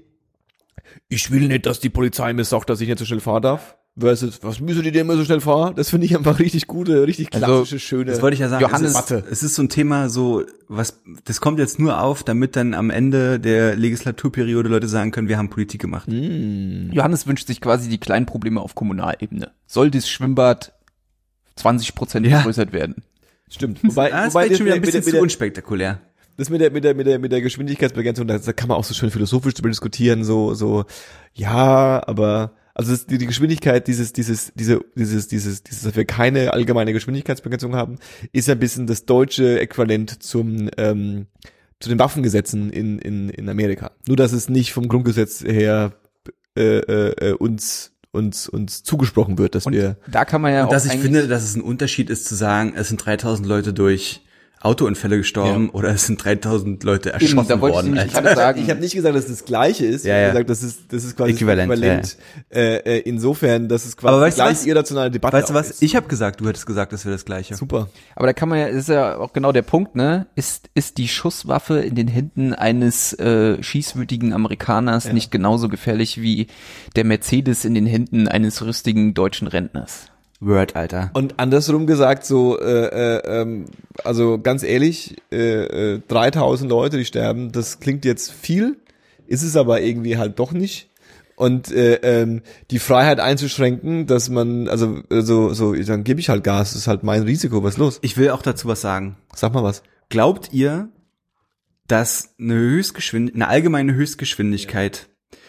ich will nicht, dass die Polizei mir sagt, dass ich nicht so schnell fahren darf. Versus, was müssen die denn immer so schnell fahren? Das finde ich einfach richtig gute, richtig klassische, schöne. Das wollte ich ja sagen. Johannes- es, ist, es ist so ein Thema, so was. Das kommt jetzt nur auf, damit dann am Ende der Legislaturperiode Leute sagen können, wir haben Politik gemacht. Mm. Johannes wünscht sich quasi die kleinen Probleme auf Kommunalebene. Soll das Schwimmbad zwanzig Prozent Ja. vergrößert werden? Stimmt. Wobei, Ah, das wobei ist vielleicht schon wieder ein mit der- bisschen mit zu der- unspektakulär. Das mit der, mit der, mit der, mit der Geschwindigkeitsbegrenzung, da, da kann man auch so schön philosophisch drüber diskutieren, so, so, ja, aber, also das, die, die Geschwindigkeit, dieses, dieses, diese, dieses, dieses, dieses, dass wir keine allgemeine Geschwindigkeitsbegrenzung haben, ist ein bisschen das deutsche Äquivalent zum, ähm, zu den Waffengesetzen in, in, in Amerika. Nur, dass es nicht vom Grundgesetz her, äh, äh, uns, uns, uns zugesprochen wird, dass Und wir, da kann man ja Und auch dass ich eigentlich- finde, dass es ein Unterschied ist zu sagen, es sind dreitausend Leute durch Autounfälle gestorben oder es sind dreitausend Leute erschossen da wollte ich worden. nämlich Alter. gerade sagen. ich habe nicht gesagt, dass es das Gleiche ist. Ja, ich ja. habe gesagt, das ist, das ist quasi Äquivalent, äquivalent äh, äh, insofern, dass es quasi Aber weißt du gleich was? irrationale Debatte Weißt du auch was? ist. Ich habe gesagt, du hättest gesagt, das wäre das Gleiche. Super. Aber da kann man ja, ist ja auch genau der Punkt, ne? Ist, ist die Schusswaffe in den Händen eines äh, schießwütigen Amerikaners Ja. nicht genauso gefährlich wie der Mercedes in den Händen eines rüstigen deutschen Rentners? Word, Alter. Und andersrum gesagt, so, äh, äh, ähm, also ganz ehrlich, äh, äh, dreitausend Leute, die sterben, das klingt jetzt viel, ist es aber irgendwie halt doch nicht. Und äh, ähm, die Freiheit einzuschränken, dass man, also äh, so, so, dann gebe ich halt Gas, das ist halt mein Risiko, was ist los? Ich will auch dazu was sagen. Sag mal was. Glaubt ihr, dass eine Höchstgeschwindigkeit, eine allgemeine Höchstgeschwindigkeit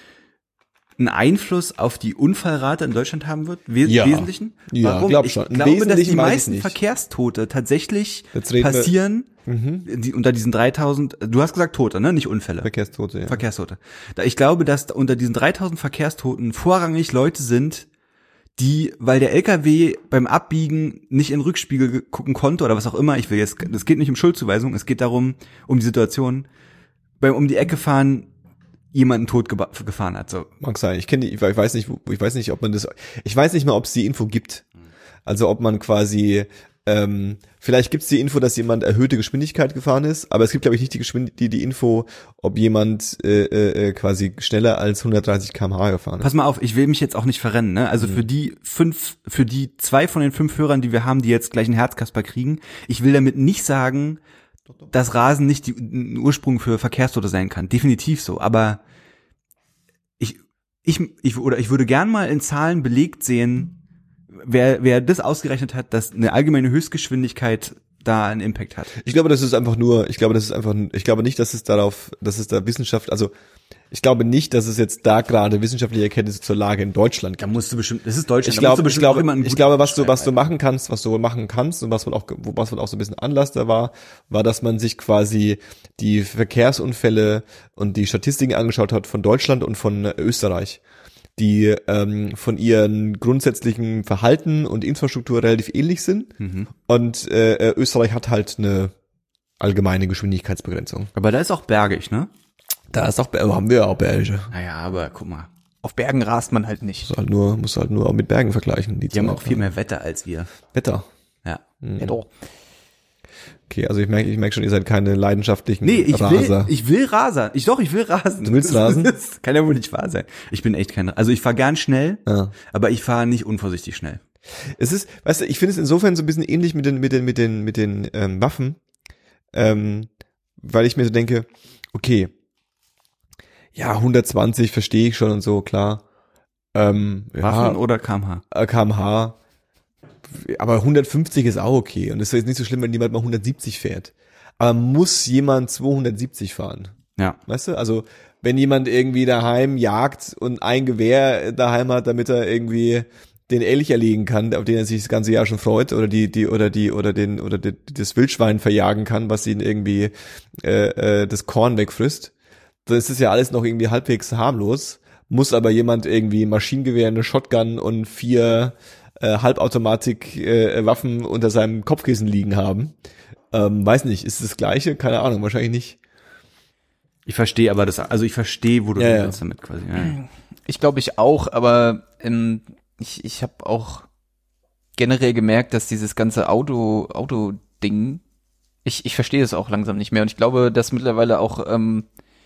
einen Einfluss auf die Unfallrate in Deutschland haben wird? We Ja. Wesentlichen? Ja, Warum? glaub ich schon. Im glaube, dass Wesentlichen die weiß ich meisten nicht. Verkehrstote tatsächlich Jetzt reden wir- passieren Mhm. die, unter diesen dreitausend, du hast gesagt Tote, ne? Nicht Unfälle. Verkehrstote, ja. Verkehrstote. Da ich glaube, dass unter diesen dreitausend Verkehrstoten vorrangig Leute sind, die, weil der L K W beim Abbiegen nicht in den Rückspiegel ge- gucken konnte oder was auch immer, ich will jetzt, es geht nicht um Schuldzuweisung, es geht darum, um die Situation, beim um die Ecke fahren, jemanden tot geba- gefahren hat, so. Mag sein. Ich kenne die, ich weiß nicht, wo- ich weiß nicht, ob man das, ich weiß nicht mal, ob es die Info gibt. Also ob man quasi, ähm, vielleicht gibt es die Info, dass jemand erhöhte Geschwindigkeit gefahren ist, aber es gibt, glaube ich, nicht die, Geschwind die, die Info, ob jemand äh, äh, quasi schneller als hundertdreißig Kilometer pro Stunde gefahren ist. Pass mal auf, ich will mich jetzt auch nicht verrennen, ne? Also für die fünf, für die zwei von den fünf Hörern, die wir haben, die jetzt gleich einen Herzkasper kriegen, ich will damit nicht sagen, dass Rasen nicht die, ein Ursprung für Verkehrstote sein kann. Definitiv so. Aber ich, ich, ich, oder ich würde gern mal in Zahlen belegt sehen, wer, wer das ausgerechnet hat, dass eine allgemeine Höchstgeschwindigkeit da einen Impact hat. Ich glaube, das ist einfach nur, ich glaube, das ist einfach, ich glaube nicht, dass es darauf, dass es da Wissenschaft, also ich glaube nicht, dass es jetzt da gerade wissenschaftliche Erkenntnisse zur Lage in Deutschland Da gibt. musst du bestimmt, das ist Deutschland, Ich da musst du glaube, ich bestimmt glaube, auch immer einen ich guten glaube, was du, was du schreiben. machen kannst, was du machen kannst und was man auch, wo- was man auch so ein bisschen Anlass da war, war, dass man sich quasi die Verkehrsunfälle und die Statistiken angeschaut hat von Deutschland und von Österreich. die ähm, von ihren grundsätzlichen Verhalten und Infrastruktur relativ ähnlich sind. Mhm. Und äh, Österreich hat halt eine allgemeine Geschwindigkeitsbegrenzung. Aber da ist auch bergig, ne? Da ist auch, haben wir auch Berge. Naja, aber guck mal. Auf Bergen rast man halt nicht. Muss halt nur, muss halt nur auch mit Bergen vergleichen. Die haben auch viel mehr Wetter als wir. Wetter. Ja. Mhm. Ja, doch. Okay, also ich merke, ich merke schon, ihr seid keine leidenschaftlichen Nee, ich Raser. will, ich will rasen. Ich doch, ich will rasen. Du willst rasen? Das kann ja wohl nicht wahr sein. Ich bin echt kein, also ich fahre gern schnell, Ja. aber ich fahre nicht unvorsichtig schnell. Es ist, weißt du, ich finde es insofern so ein bisschen ähnlich mit den, mit den, mit den, mit den ähm, Waffen, ähm, weil ich mir so denke, okay, ja, hundertzwanzig verstehe ich schon und so, klar. Ähm, Waffen ja, oder K M H? äh, K M H, aber hundertfünfzig ist auch okay und es ist jetzt nicht so schlimm, wenn jemand mal hundertsiebzig fährt. Aber muss jemand zweihundertsiebzig fahren? Ja. Weißt du, also wenn jemand irgendwie daheim jagt und ein Gewehr daheim hat, damit er irgendwie den Elch erlegen kann, auf den er sich das ganze Jahr schon freut, oder die die oder die oder den oder die, das Wildschwein verjagen kann, was ihn irgendwie äh, äh, das Korn wegfrisst, dann ist das ja alles noch irgendwie halbwegs harmlos. Muss aber jemand irgendwie ein Maschinengewehr, eine Shotgun und vier äh, Halbautomatik äh, Waffen unter seinem Kopfkissen liegen haben? Ähm, weiß nicht, ist das Gleiche? Keine Ahnung, wahrscheinlich nicht. Ich verstehe aber das, also ich verstehe, wo du Ja, hin ja. willst damit quasi. Ja. Ich glaube ich auch, aber ähm, ich, ich habe auch generell gemerkt, dass dieses ganze Auto, Auto-Ding, ich, ich verstehe es auch langsam nicht mehr. Und ich glaube, dass mittlerweile auch ähm,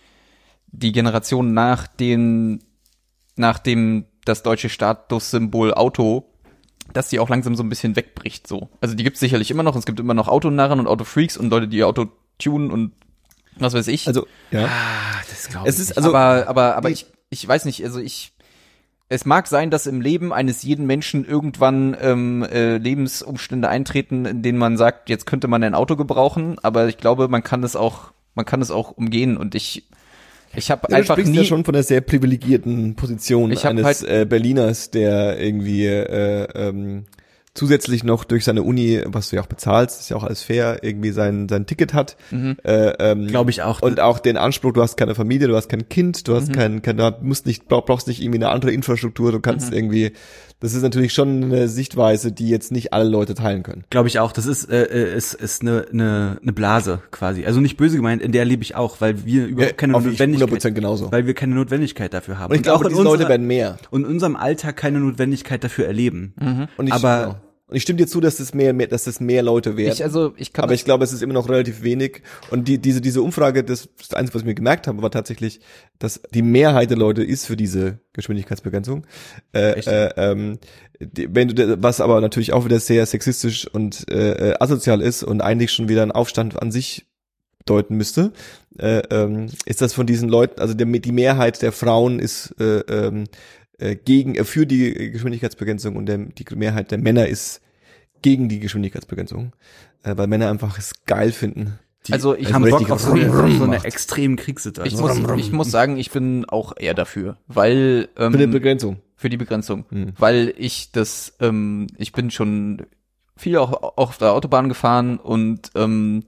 die Generation nach den, nach dem das deutsche Statussymbol Auto, dass die auch langsam so ein bisschen wegbricht so. Also die gibt es sicherlich immer noch. Es gibt immer noch Autonarren und Autofreaks und Leute, die Auto tunen und was weiß ich. Also, ja. Ah, das glaube Es ist, also, aber aber aber ich ich weiß nicht, also ich es mag sein, dass im Leben eines jeden Menschen irgendwann ähm, äh, Lebensumstände eintreten, in denen man sagt, jetzt könnte man ein Auto gebrauchen, aber ich glaube, man kann es auch man kann es auch umgehen und ich ich habe ja, einfach du sprichst nie ja schon von einer sehr privilegierten Position Ich hab eines halt- äh, Berliners, der irgendwie äh, ähm, zusätzlich noch durch seine Uni, was du ja auch bezahlst, ist ja auch alles fair, irgendwie sein sein Ticket hat. Mhm. Äh, ähm, Glaube ich auch. Und auch den Anspruch, du hast keine Familie, du hast kein Kind, du hast Mhm. kein, kein, du musst nicht, brauch- brauchst nicht irgendwie eine andere Infrastruktur, du kannst Mhm. irgendwie, das ist natürlich schon eine Sichtweise, die jetzt nicht alle Leute teilen können. Glaube ich auch. Das ist äh, äh, ist ist eine eine eine Blase quasi. Also nicht böse gemeint, in der lebe ich auch, weil wir überhaupt keine auf hundert Notwendigkeit, Prozent genauso. weil wir keine Notwendigkeit dafür haben. Und ich glaube, auch in diese Leute unserer- werden mehr. und in unserem Alltag keine Notwendigkeit dafür erleben. Mhm. Und ich, Aber- genau. und ich stimme dir zu, dass das mehr, mehr, dass das mehr Leute werden. ich also ich kann Aber ich glaube, es ist immer noch relativ wenig. Und die, diese, diese Umfrage, das, das Einzige, was ich mir gemerkt habe, war tatsächlich, dass die Mehrheit der Leute ist für diese Geschwindigkeitsbegrenzung. Äh, Echt? äh, ähm, die, wenn du, was aber natürlich auch wieder sehr sexistisch und äh, asozial ist und eigentlich schon wieder einen Aufstand an sich deuten müsste, äh, ähm, ist das von diesen Leuten, also der, die Mehrheit der Frauen ist äh, ähm, äh, gegen, äh, für die Geschwindigkeitsbegrenzung und der, die Mehrheit der Männer ist gegen die Geschwindigkeitsbegrenzung, äh, weil Männer einfach es geil finden. Die Also ich haben richtig Bock auf so rum, eine, rum so eine macht. extremen ich Kriegssituation. muss ich muss sagen, ich bin auch eher dafür, weil ähm, Für die Begrenzung. für die Begrenzung, Hm. weil ich das, ähm, ich bin schon viel auch, auch auf der Autobahn gefahren und ähm,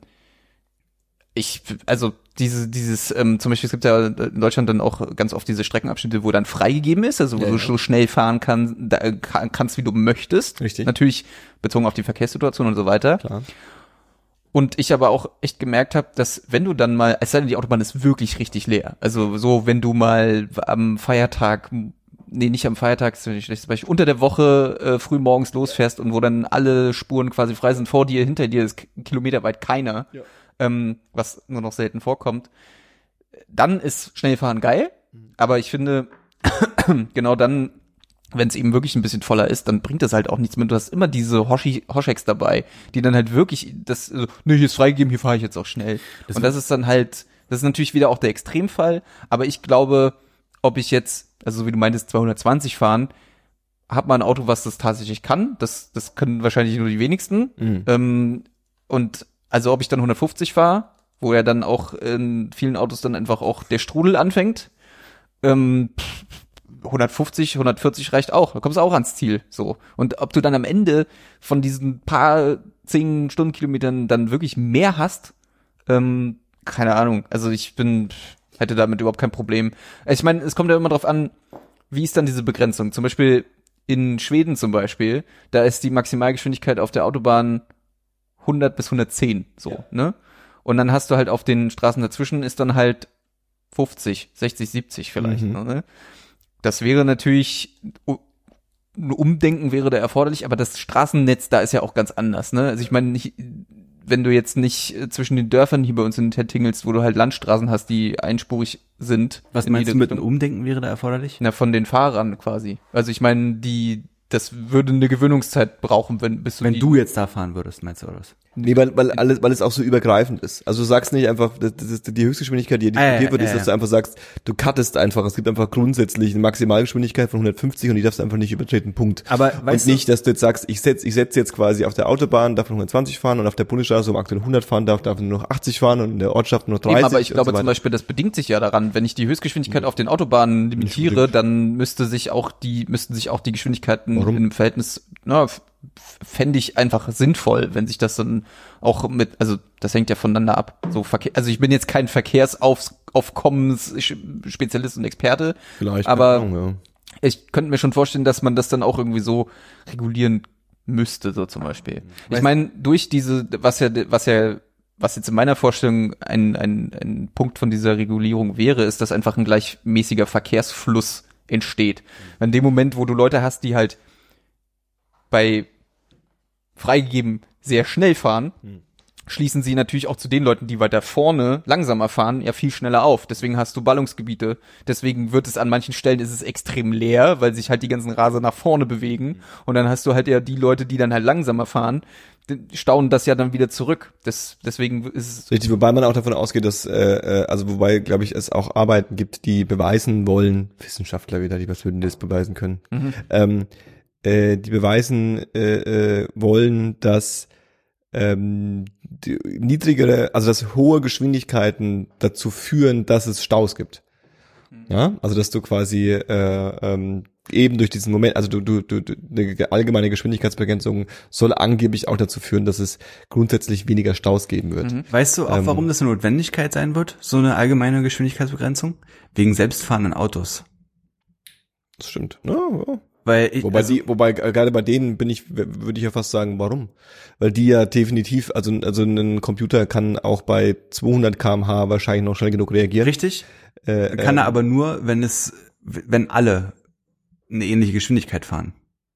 ich, also diese, dieses, ähm, zum Beispiel es gibt ja in Deutschland dann auch ganz oft diese Streckenabschnitte, wo dann freigegeben ist, also wo Ja, du ja. so schnell fahren kannst, da, äh, kann, kannst, wie du möchtest. Richtig. Natürlich bezogen auf die Verkehrssituation und so weiter. Klar. Und ich aber auch echt gemerkt habe, dass wenn du dann mal, es sei denn, die Autobahn ist wirklich richtig leer. Also so, wenn du mal am Feiertag, nee, nicht am Feiertag, das ist ein schlechtes Beispiel, unter der Woche äh, früh morgens losfährst und wo dann alle Spuren quasi frei sind, vor dir, hinter dir ist k- kilometerweit keiner, Ja. ähm, was nur noch selten vorkommt, dann ist Schnellfahren geil. Aber ich finde, genau dann, wenn es eben wirklich ein bisschen voller ist, dann bringt das halt auch nichts mehr. Du hast immer diese Hoschi, Hoscheks dabei, die dann halt wirklich, das, so, ne, hier ist freigegeben, hier fahre ich jetzt auch schnell. Das und das ist dann halt, das ist natürlich wieder auch der Extremfall, aber ich glaube, ob ich jetzt, also so wie du meintest, zweihundertzwanzig fahren, hat man ein Auto, was das tatsächlich kann. Das, das können wahrscheinlich nur die wenigsten. Mhm. Ähm, und also ob ich dann hundertfünfzig fahre, wo ja dann auch in vielen Autos dann einfach auch der Strudel anfängt, ähm, pff, hundertfünfzig, hundertvierzig reicht auch. Da kommst du auch ans Ziel, so. Und ob du dann am Ende von diesen paar zehn Stundenkilometern dann wirklich mehr hast, ähm, keine Ahnung. Also ich bin, hätte damit überhaupt kein Problem. Ich meine, es kommt ja immer drauf an, wie ist dann diese Begrenzung? Zum Beispiel in Schweden zum Beispiel, da ist die Maximalgeschwindigkeit auf der Autobahn hundert bis hundertzehn, so, ja. ne? Und dann hast du halt auf den Straßen dazwischen ist dann halt fünfzig, sechzig, siebzig vielleicht, mhm. ne? Das wäre natürlich, ein Umdenken wäre da erforderlich, aber das Straßennetz da ist ja auch ganz anders, ne? Also ich meine, nicht, wenn du jetzt nicht zwischen den Dörfern hier bei uns in der tingelst, wo du halt Landstraßen hast, die einspurig sind. Was meinst du mit einem Umdenken wäre da erforderlich? Na, von den Fahrern quasi. Also ich meine, die, das würde eine Gewöhnungszeit brauchen, wenn bis du Wenn die, du jetzt da fahren würdest, meinst du, oder was? Nee, weil, weil alles, weil es auch so übergreifend ist. Also du sagst nicht einfach, das, das ist die Höchstgeschwindigkeit, die diskutiert äh, wird, äh, ist, dass äh. du einfach sagst, du cuttest einfach. Es gibt einfach grundsätzlich eine Maximalgeschwindigkeit von hundertfünfzig und die darfst du einfach nicht übertreten. Punkt. Aber weißt und nicht, dass du jetzt sagst, ich setz, ich setz jetzt quasi auf der Autobahn, darf nur hundertzwanzig fahren und auf der Bundesstraße um aktuell hundert fahren, darf, darf nur noch achtzig fahren und in der Ortschaft nur noch dreißig. Eben, aber ich glaube so zum Beispiel, das bedingt sich ja daran, wenn ich die Höchstgeschwindigkeit mhm. auf den Autobahnen limitiere, dann müsste sich auch die, müssten sich auch die Geschwindigkeiten Warum? in einem Verhältnis, na, fände ich einfach sinnvoll, wenn sich das dann auch mit, also das hängt ja voneinander ab. So Verkehr, also ich bin jetzt kein Verkehrsaufkommensspezialist und Experte, Vielleicht, aber Ahnung, ja. ich könnte mir schon vorstellen, dass man das dann auch irgendwie so regulieren müsste, so zum Beispiel. Ich meine, durch diese, was ja, was ja, was jetzt in meiner Vorstellung ein, ein, ein Punkt von dieser Regulierung wäre, ist, dass einfach ein gleichmäßiger Verkehrsfluss entsteht. In dem Moment, wo du Leute hast, die halt bei freigegeben sehr schnell fahren, hm. schließen sie natürlich auch zu den Leuten, die weiter vorne langsamer fahren, ja viel schneller auf. Deswegen hast du Ballungsgebiete. Deswegen wird es an manchen Stellen ist es extrem leer, weil sich halt die ganzen Raser nach vorne bewegen. Und dann hast du halt ja die Leute, die dann halt langsamer fahren, stauen das ja dann wieder zurück. Das, deswegen ist es richtig, wobei man auch davon ausgeht, dass, äh, also wobei, glaube ich, es auch Arbeiten gibt, die beweisen wollen, Wissenschaftler wieder, die was würden das beweisen können, mhm. ähm, äh, die beweisen äh, äh, wollen, dass ähm, die niedrigere, also dass hohe Geschwindigkeiten dazu führen, dass es Staus gibt. Mhm. Ja, also dass du quasi äh, ähm, eben durch diesen Moment, also du, du, du, eine allgemeine Geschwindigkeitsbegrenzung soll angeblich auch dazu führen, dass es grundsätzlich weniger Staus geben wird. Mhm. Weißt du auch, ähm, warum das eine Notwendigkeit sein wird, so eine allgemeine Geschwindigkeitsbegrenzung? Wegen selbstfahrenden Autos. Das stimmt. Ja, ja. Weil ich, wobei also, die, wobei gerade bei denen bin ich, würde ich ja fast sagen, warum? Weil die ja definitiv, also also ein Computer kann auch bei zweihundert Kilometer pro Stunde wahrscheinlich noch schnell genug reagieren. Richtig. Äh, kann er ähm, aber nur, wenn es, wenn alle eine ähnliche Geschwindigkeit fahren.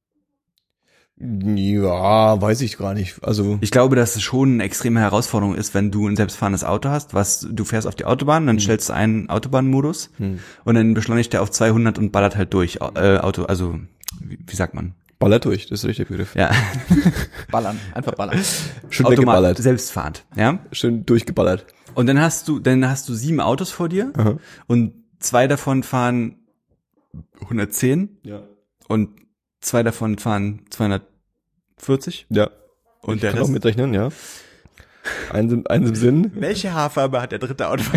Ja, weiß ich gar nicht. Also ich glaube, dass es schon eine extreme Herausforderung ist, wenn du ein selbstfahrendes Auto hast, was du fährst auf die Autobahn, dann hm. stellst du einen Autobahnmodus hm. und dann beschleunigt der auf zweihundert und ballert halt durch. Äh, Auto, also wie, wie sagt man? Ballert durch, das ist der richtige Begriff. Ja. Ballern, einfach ballern. Schön Automat, weggeballert. Selbstfahrend, ja. Schön durchgeballert. Und dann hast du, dann hast du sieben Autos vor dir. Aha. Und zwei davon fahren hundertzehn. Ja. Und zwei davon fahren zweihundertvierzig. Ja. Und ich der kann Rest auch mitrechnen, ja. Eins im, eins im Sinn. Welche Haarfarbe hat der dritte Auto?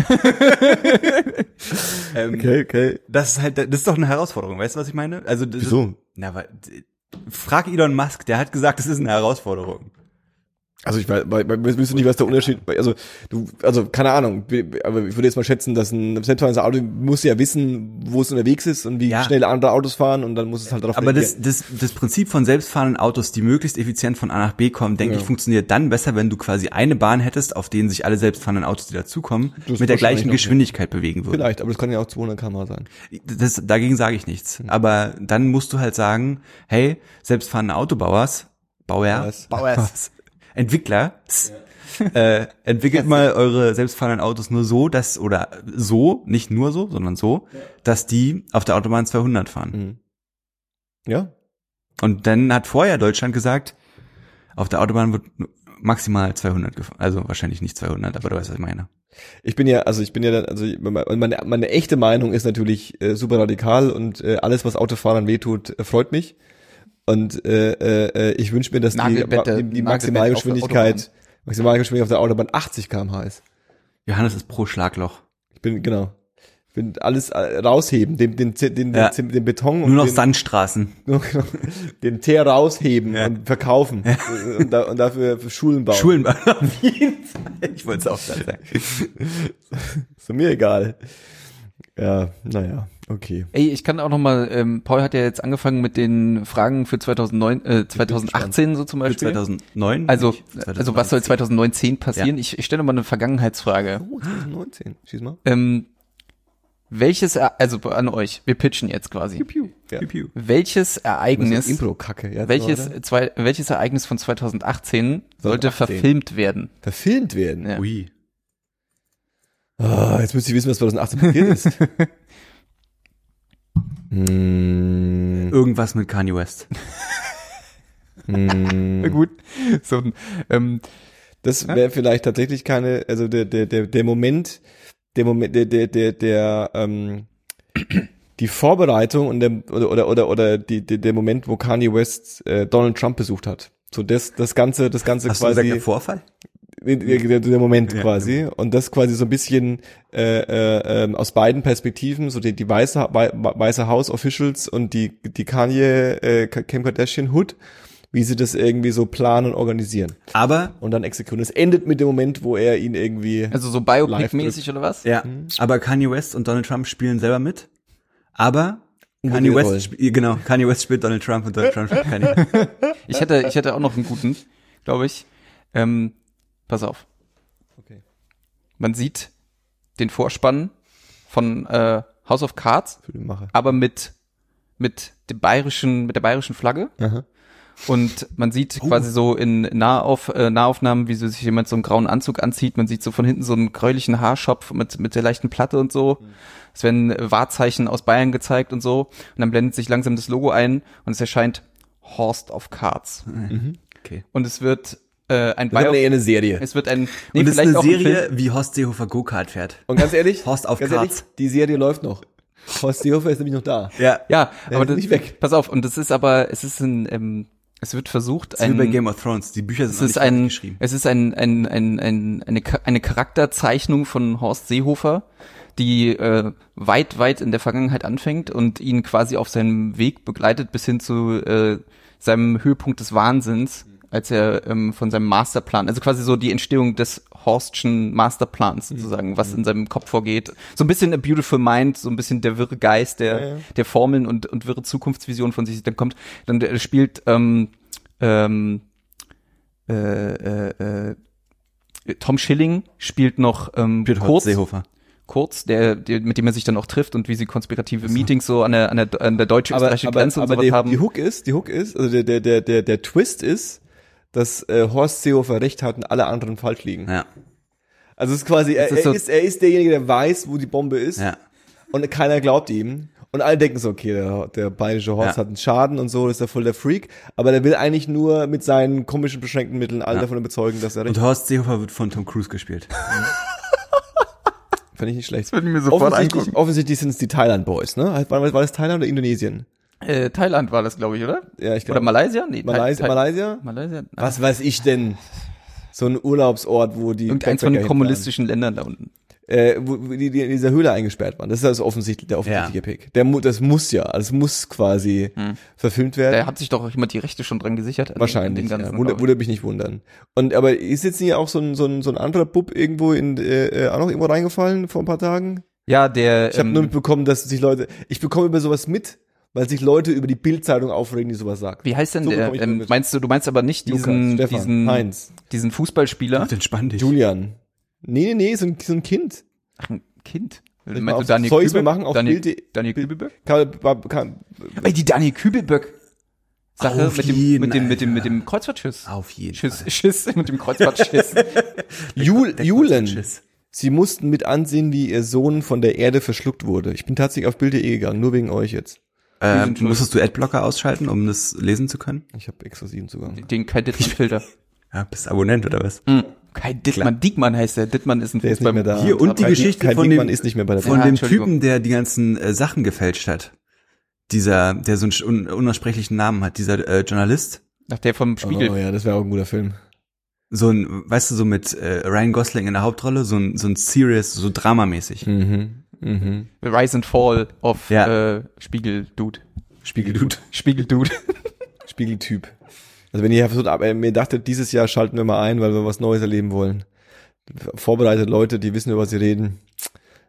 ähm, okay, okay. Das ist halt, das ist doch eine Herausforderung, weißt du, was ich meine? Also das Wieso? Ist, na, weil, frag Elon Musk, der hat gesagt, das ist eine Herausforderung. Also ich weiß, weil, weil wüsste nicht, was der Unterschied, also du, also keine Ahnung, aber ich würde jetzt mal schätzen, dass ein selbstfahrendes Auto muss ja wissen, wo es unterwegs ist und wie ja. schnell andere Autos fahren und dann muss es halt darauf Aber das, das, das Prinzip von selbstfahrenden Autos, die möglichst effizient von A nach B kommen, denke ja. ich, funktioniert dann besser, wenn du quasi eine Bahn hättest, auf denen sich alle selbstfahrenden Autos, die dazukommen, das mit der gleichen Geschwindigkeit nicht. bewegen würden. Vielleicht, aber das kann ja auch zweihundert Kilometer pro Stunde sein. Das, dagegen sage ich nichts. Mhm. Aber dann musst du halt sagen, hey, selbstfahrende Autobauers, Bauer, Bauers. Entwickler, ja. äh, entwickelt mal eure selbstfahrenden Autos nur so, dass, oder so, nicht nur so, sondern so, ja. dass die auf der Autobahn zweihundert fahren. Mhm. Ja. Und dann hat vorher Deutschland gesagt, auf der Autobahn wird maximal zweihundert gefahren. Also wahrscheinlich nicht zweihundert, aber du weißt, was ich meine. Ich bin ja, also ich bin ja dann, also meine, meine echte Meinung ist natürlich äh, super radikal und äh, alles, was Autofahrern wehtut, äh, freut mich. Und äh, äh, ich wünsche mir, dass die, die, die Maximalgeschwindigkeit, Maximalgeschwindigkeit auf der Autobahn achtzig Kilometer pro Stunde ist. Johannes ist pro Schlagloch. Ich bin, genau. Ich bin alles rausheben, den, den, den, ja. den, den Beton. Nur noch den, Sandstraßen. Den Teer rausheben ja. und verkaufen. Ja. Und, da, und dafür für Schulen bauen. Schulen bauen, auf jeden Fall. Ich wollte es auch gerade sagen. Ist mir egal. Ja, naja. Okay. Ey, ich kann auch noch mal, ähm, Paul hat ja jetzt angefangen mit den Fragen für zweitausendneun, äh, zweitausendachtzehn so zum Für Beispiel. zweitausendneun? Also, nicht also zweitausendneunzehn. was soll zweitausendneunzehn passieren? Ich, ich stelle noch mal eine Vergangenheitsfrage. Oh, zwanzig neunzehn. Schieß mal. Ähm, welches, E- also an euch, wir pitchen jetzt quasi. Ja. Piu, piu. Welches Ereignis, Impro-Kacke. Ja, welches, oder? zwei, welches Ereignis von zweitausendachtzehn sollte zweitausendachtzehn. verfilmt werden? Verfilmt werden. Ja. Ui. Ah, jetzt müsst ihr wissen, was zweitausendachtzehn passiert ist. hm, Irgendwas mit Kanye West. hm. Na gut. So, ein, ähm, Das wäre vielleicht tatsächlich keine, also der, der, der, der Moment, der Moment, der, der, der, der, ähm, die Vorbereitung und der, oder, oder, oder, oder die, der, der Moment, wo Kanye West äh, Donald Trump besucht hat. So das, das ganze, das ganze Hast du quasi. gesagt, der Vorfall? Der, der, der Moment Ja, quasi und das quasi so ein bisschen äh, äh, ähm, aus beiden Perspektiven, so die, die weiße Wei- weiße House Officials und die die Kanye äh, Kim Kardashian Hood, wie sie das irgendwie so planen und organisieren Aber, und dann exekutieren. Es endet mit dem Moment, wo er ihn irgendwie also so Live Biopic-mäßig oder was? ja, aber Kanye West und Donald Trump spielen selber mit. Aber Kanye Rollen. West, sp- genau, Kanye West spielt Donald Trump und Donald Trump spielt Kanye. Ich hätte, ich hätte auch noch einen guten, glaube ich. Ähm, pass auf. Okay. Man sieht den Vorspann von äh, House of Cards, für den Macher. aber mit mit dem bayerischen, mit der bayerischen Flagge. Aha. Und man sieht quasi so in Nahauf, äh, Nahaufnahmen, wie so sich jemand so einen grauen Anzug anzieht. Man sieht so von hinten so einen gräulichen Haarschopf mit mit der leichten Platte und so. Es werden Wahrzeichen aus Bayern gezeigt und so. Und dann blendet sich langsam das Logo ein und es erscheint Horst of Cards. Okay. Und es wird äh, ein Das ist aber Bio eher eine Serie. es wird ein nee, Und das ist vielleicht eine auch ein Serie, Film. wie Horst Seehofer Go-Kart fährt. Und ganz ehrlich, Horst auf ganz Karts. ehrlich, die Serie läuft noch. Horst Seehofer ist nämlich noch da. Ja. Ja, Der aber ist das, nicht weg. pass auf, und das ist aber, es ist ein, ähm, es wird versucht, Das ist wie ein, bei Game of Thrones. Die Bücher sind es noch ist nicht fertig ein, geschrieben. es ist ein, ein, ein, ein eine, Cha- eine Charakterzeichnung von Horst Seehofer, die äh, weit, weit in der Vergangenheit anfängt und ihn quasi auf seinem Weg begleitet bis hin zu äh, seinem Höhepunkt des Wahnsinns, als er ähm, von seinem Masterplan, also quasi so die Entstehung des Horstschen Masterplans sozusagen, was in seinem Kopf vorgeht. So ein bisschen A Beautiful Mind, so ein bisschen der wirre Geist der, Ja, ja. der Formeln und, und wirre Zukunftsvision von sich dann kommt. Dann äh, spielt ähm, ähm, äh, äh, äh, Tom Schilling spielt noch ähm, Spielt Horst Kurz, Seehofer. Kurz, der, der, mit dem er sich dann auch trifft und wie sie konspirative Meetings so an der, an der, an der deutsch-österreichischen Grenze und aber sowas die, haben. die Hook ist, die Hook ist, also der, der, der, der, der Twist ist, dass äh, Horst Seehofer recht hat und alle anderen falsch liegen. Ja. Also es ist quasi, er, Das ist er, so- ist, er ist derjenige, der weiß, wo die Bombe ist Ja. und keiner glaubt ihm. Und alle denken so, okay, der, der bayerische Horst Ja. hat einen Schaden und so, ist er voll der Freak. Aber der will eigentlich nur mit seinen komischen, beschränkten Mitteln alle Ja. davon überzeugen, dass er recht Und Horst Seehofer wird von Tom Cruise gespielt. Fand ich nicht schlecht. würde ich mir Offensichtlich, offensichtlich sind es die Thailand Boys, ne? War, war das Thailand oder Indonesien? Äh, Thailand war das, glaube ich, oder? Ja, ich Oder glaube. Malaysia? Nee, Malaysia, Thai- Thai- Malaysia? Malaysia? Was weiß ich denn? So ein Urlaubsort, wo die Irgendeins von den Backpacker kommunistischen Ländern da unten. hinfahren. äh, wo, wo die, die in dieser Höhle eingesperrt waren. Das ist also offensichtlich der offensichtliche Ja. Pick. Der mu das muss ja, das muss quasi Hm. verfilmt werden. Da hat sich doch jemand die Rechte schon dran gesichert. an- an Wahrscheinlich, den ganzen, ja. Wunder, glaub würde mich nicht wundern. Und aber ist jetzt nicht auch so ein so ein so ein anderer Bub irgendwo in äh, äh, auch noch irgendwo reingefallen vor ein paar Tagen? ich. Ja, der, Ich habe ähm, nur mitbekommen, dass sich Leute, ich bekomme über sowas mit, weil sich Leute über die Bild-Zeitung aufregen, die sowas sagt. wie heißt denn So der? bekomme ich Ähm, mit. meinst du, du meinst aber nicht diesen, Lukas, Stefan, diesen, Heinz, diesen Fußballspieler? Entspann dich. Julian. Nee, nee, nee, so ein, so ein Kind. Ach, ein Kind. mal Meinst du auf- Daniel soll ich's Kübel? mal machen auf Daniel, Bild.de? Daniel Kübelböck? Kann, kann, Ey, die Daniel Kübelböck Sache Auf mit dem, jeden, mit dem, mit dem, Alter. mit dem Kreuzfahrtschiss. Auf jeden Schiss, Fall. Schiss, mit dem Kreuzfahrtschiss. Jul, Der Julen. Kreuzfahrtschiss. Sie mussten mit ansehen, wie ihr Sohn von der Erde verschluckt wurde. Ich bin tatsächlich auf Bild Punkt de gegangen, nur wegen euch jetzt. Ähm, sind schuld. musstest du Adblocker ausschalten, um das lesen zu können? Ich habe exklusiven Zugang. Den Kai Dittmann-Filter. Ja, bist Abonnent oder was? Mhm. Kai Dittmann, Diekmann heißt der. Dittmann ist ein Der ist nicht mehr da. Hier, und die Kein- Geschichte kein von Diekmann dem- ist nicht mehr bei der Von Ja, dem Entschuldigung. Typen, der die ganzen äh, Sachen gefälscht hat. Dieser, der so einen sch- un unaussprechlichen Namen hat, dieser äh, Journalist. Ach, der vom Spiegel. Oh ja, das wäre auch ein guter Film. So ein, weißt du, so mit äh, Ryan Gosling in der Hauptrolle, so ein, so ein Serious, so dramamäßig. Mhm. Mhm. The Rise and Fall of Ja. äh, Spiegel-Dude. Spiegeldude. Spiegel-Dude. Spiegeltyp. Also wenn ihr versucht, aber mir dachtet, dieses Jahr schalten wir mal ein, weil wir was Neues erleben wollen. Vorbereitet Leute, die wissen, über was sie reden.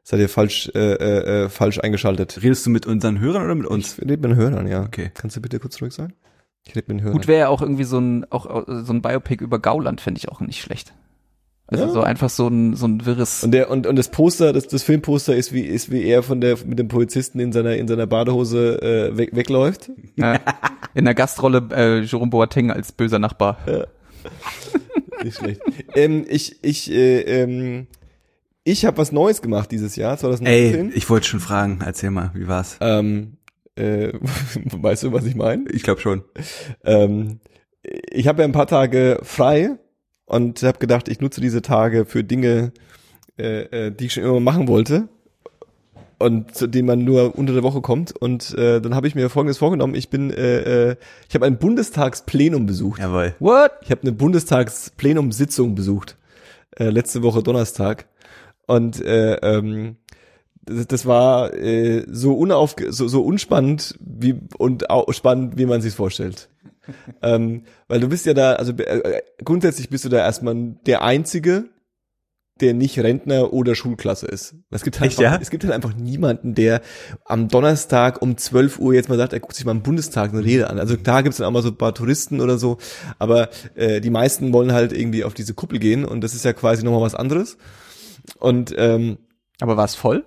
Seid ihr falsch, äh, äh, falsch eingeschaltet. Redest du mit unseren Hörern oder mit uns? Ich rede mit den Hörern, ja. Okay. Kannst du bitte kurz zurück sein? Ich rede mit den Hörern. Gut wäre ja auch irgendwie so ein, auch, auch so ein Biopic über Gauland, fände ich auch nicht schlecht. Also Ja. so einfach so ein, so ein wirres. Und der, und, und das Poster, das, das Filmposter ist wie, ist wie er von der, mit dem Polizisten in seiner, in seiner Badehose, äh, weg, wegläuft. äh, in der Gastrolle äh, Jerome Boateng als böser Nachbar. Ja. Nicht schlecht. ähm, ich, ich, äh, ähm, ich habe was Neues gemacht dieses Jahr, zwanzig neunzehn. Ey, ich wollte schon fragen, erzähl mal, wie war's? Ähm, äh, weißt du, was ich meine? Ich glaube schon. Ähm, ich habe ja ein paar Tage frei und habe gedacht, ich nutze diese Tage für Dinge, äh, äh, die ich schon immer machen wollte und zu denen man nur unter der Woche kommt. Und äh, dann habe ich mir Folgendes vorgenommen. Ich bin, äh, äh, ich habe ein Bundestagsplenum besucht. Jawohl. What? Ich habe eine Bundestagsplenumssitzung besucht, äh, letzte Woche Donnerstag. Und äh, ähm, das, das war äh, so unauf so, so unspannend wie und auch spannend, wie man sich's vorstellt. ähm, weil du bist ja da, also äh, grundsätzlich bist du da erstmal der Einzige, der nicht Rentner oder Schulklasse ist. Es gibt halt, Echt, einfach, ja? es gibt halt einfach niemanden, der am Donnerstag um zwölf Uhr jetzt mal sagt, er guckt sich mal im Bundestag eine Rede an. Also da gibt's dann auch mal so ein paar Touristen oder so, aber äh, die meisten wollen halt irgendwie auf diese Kuppel gehen und das ist ja quasi nochmal was anderes. Und ähm, Aber war es voll?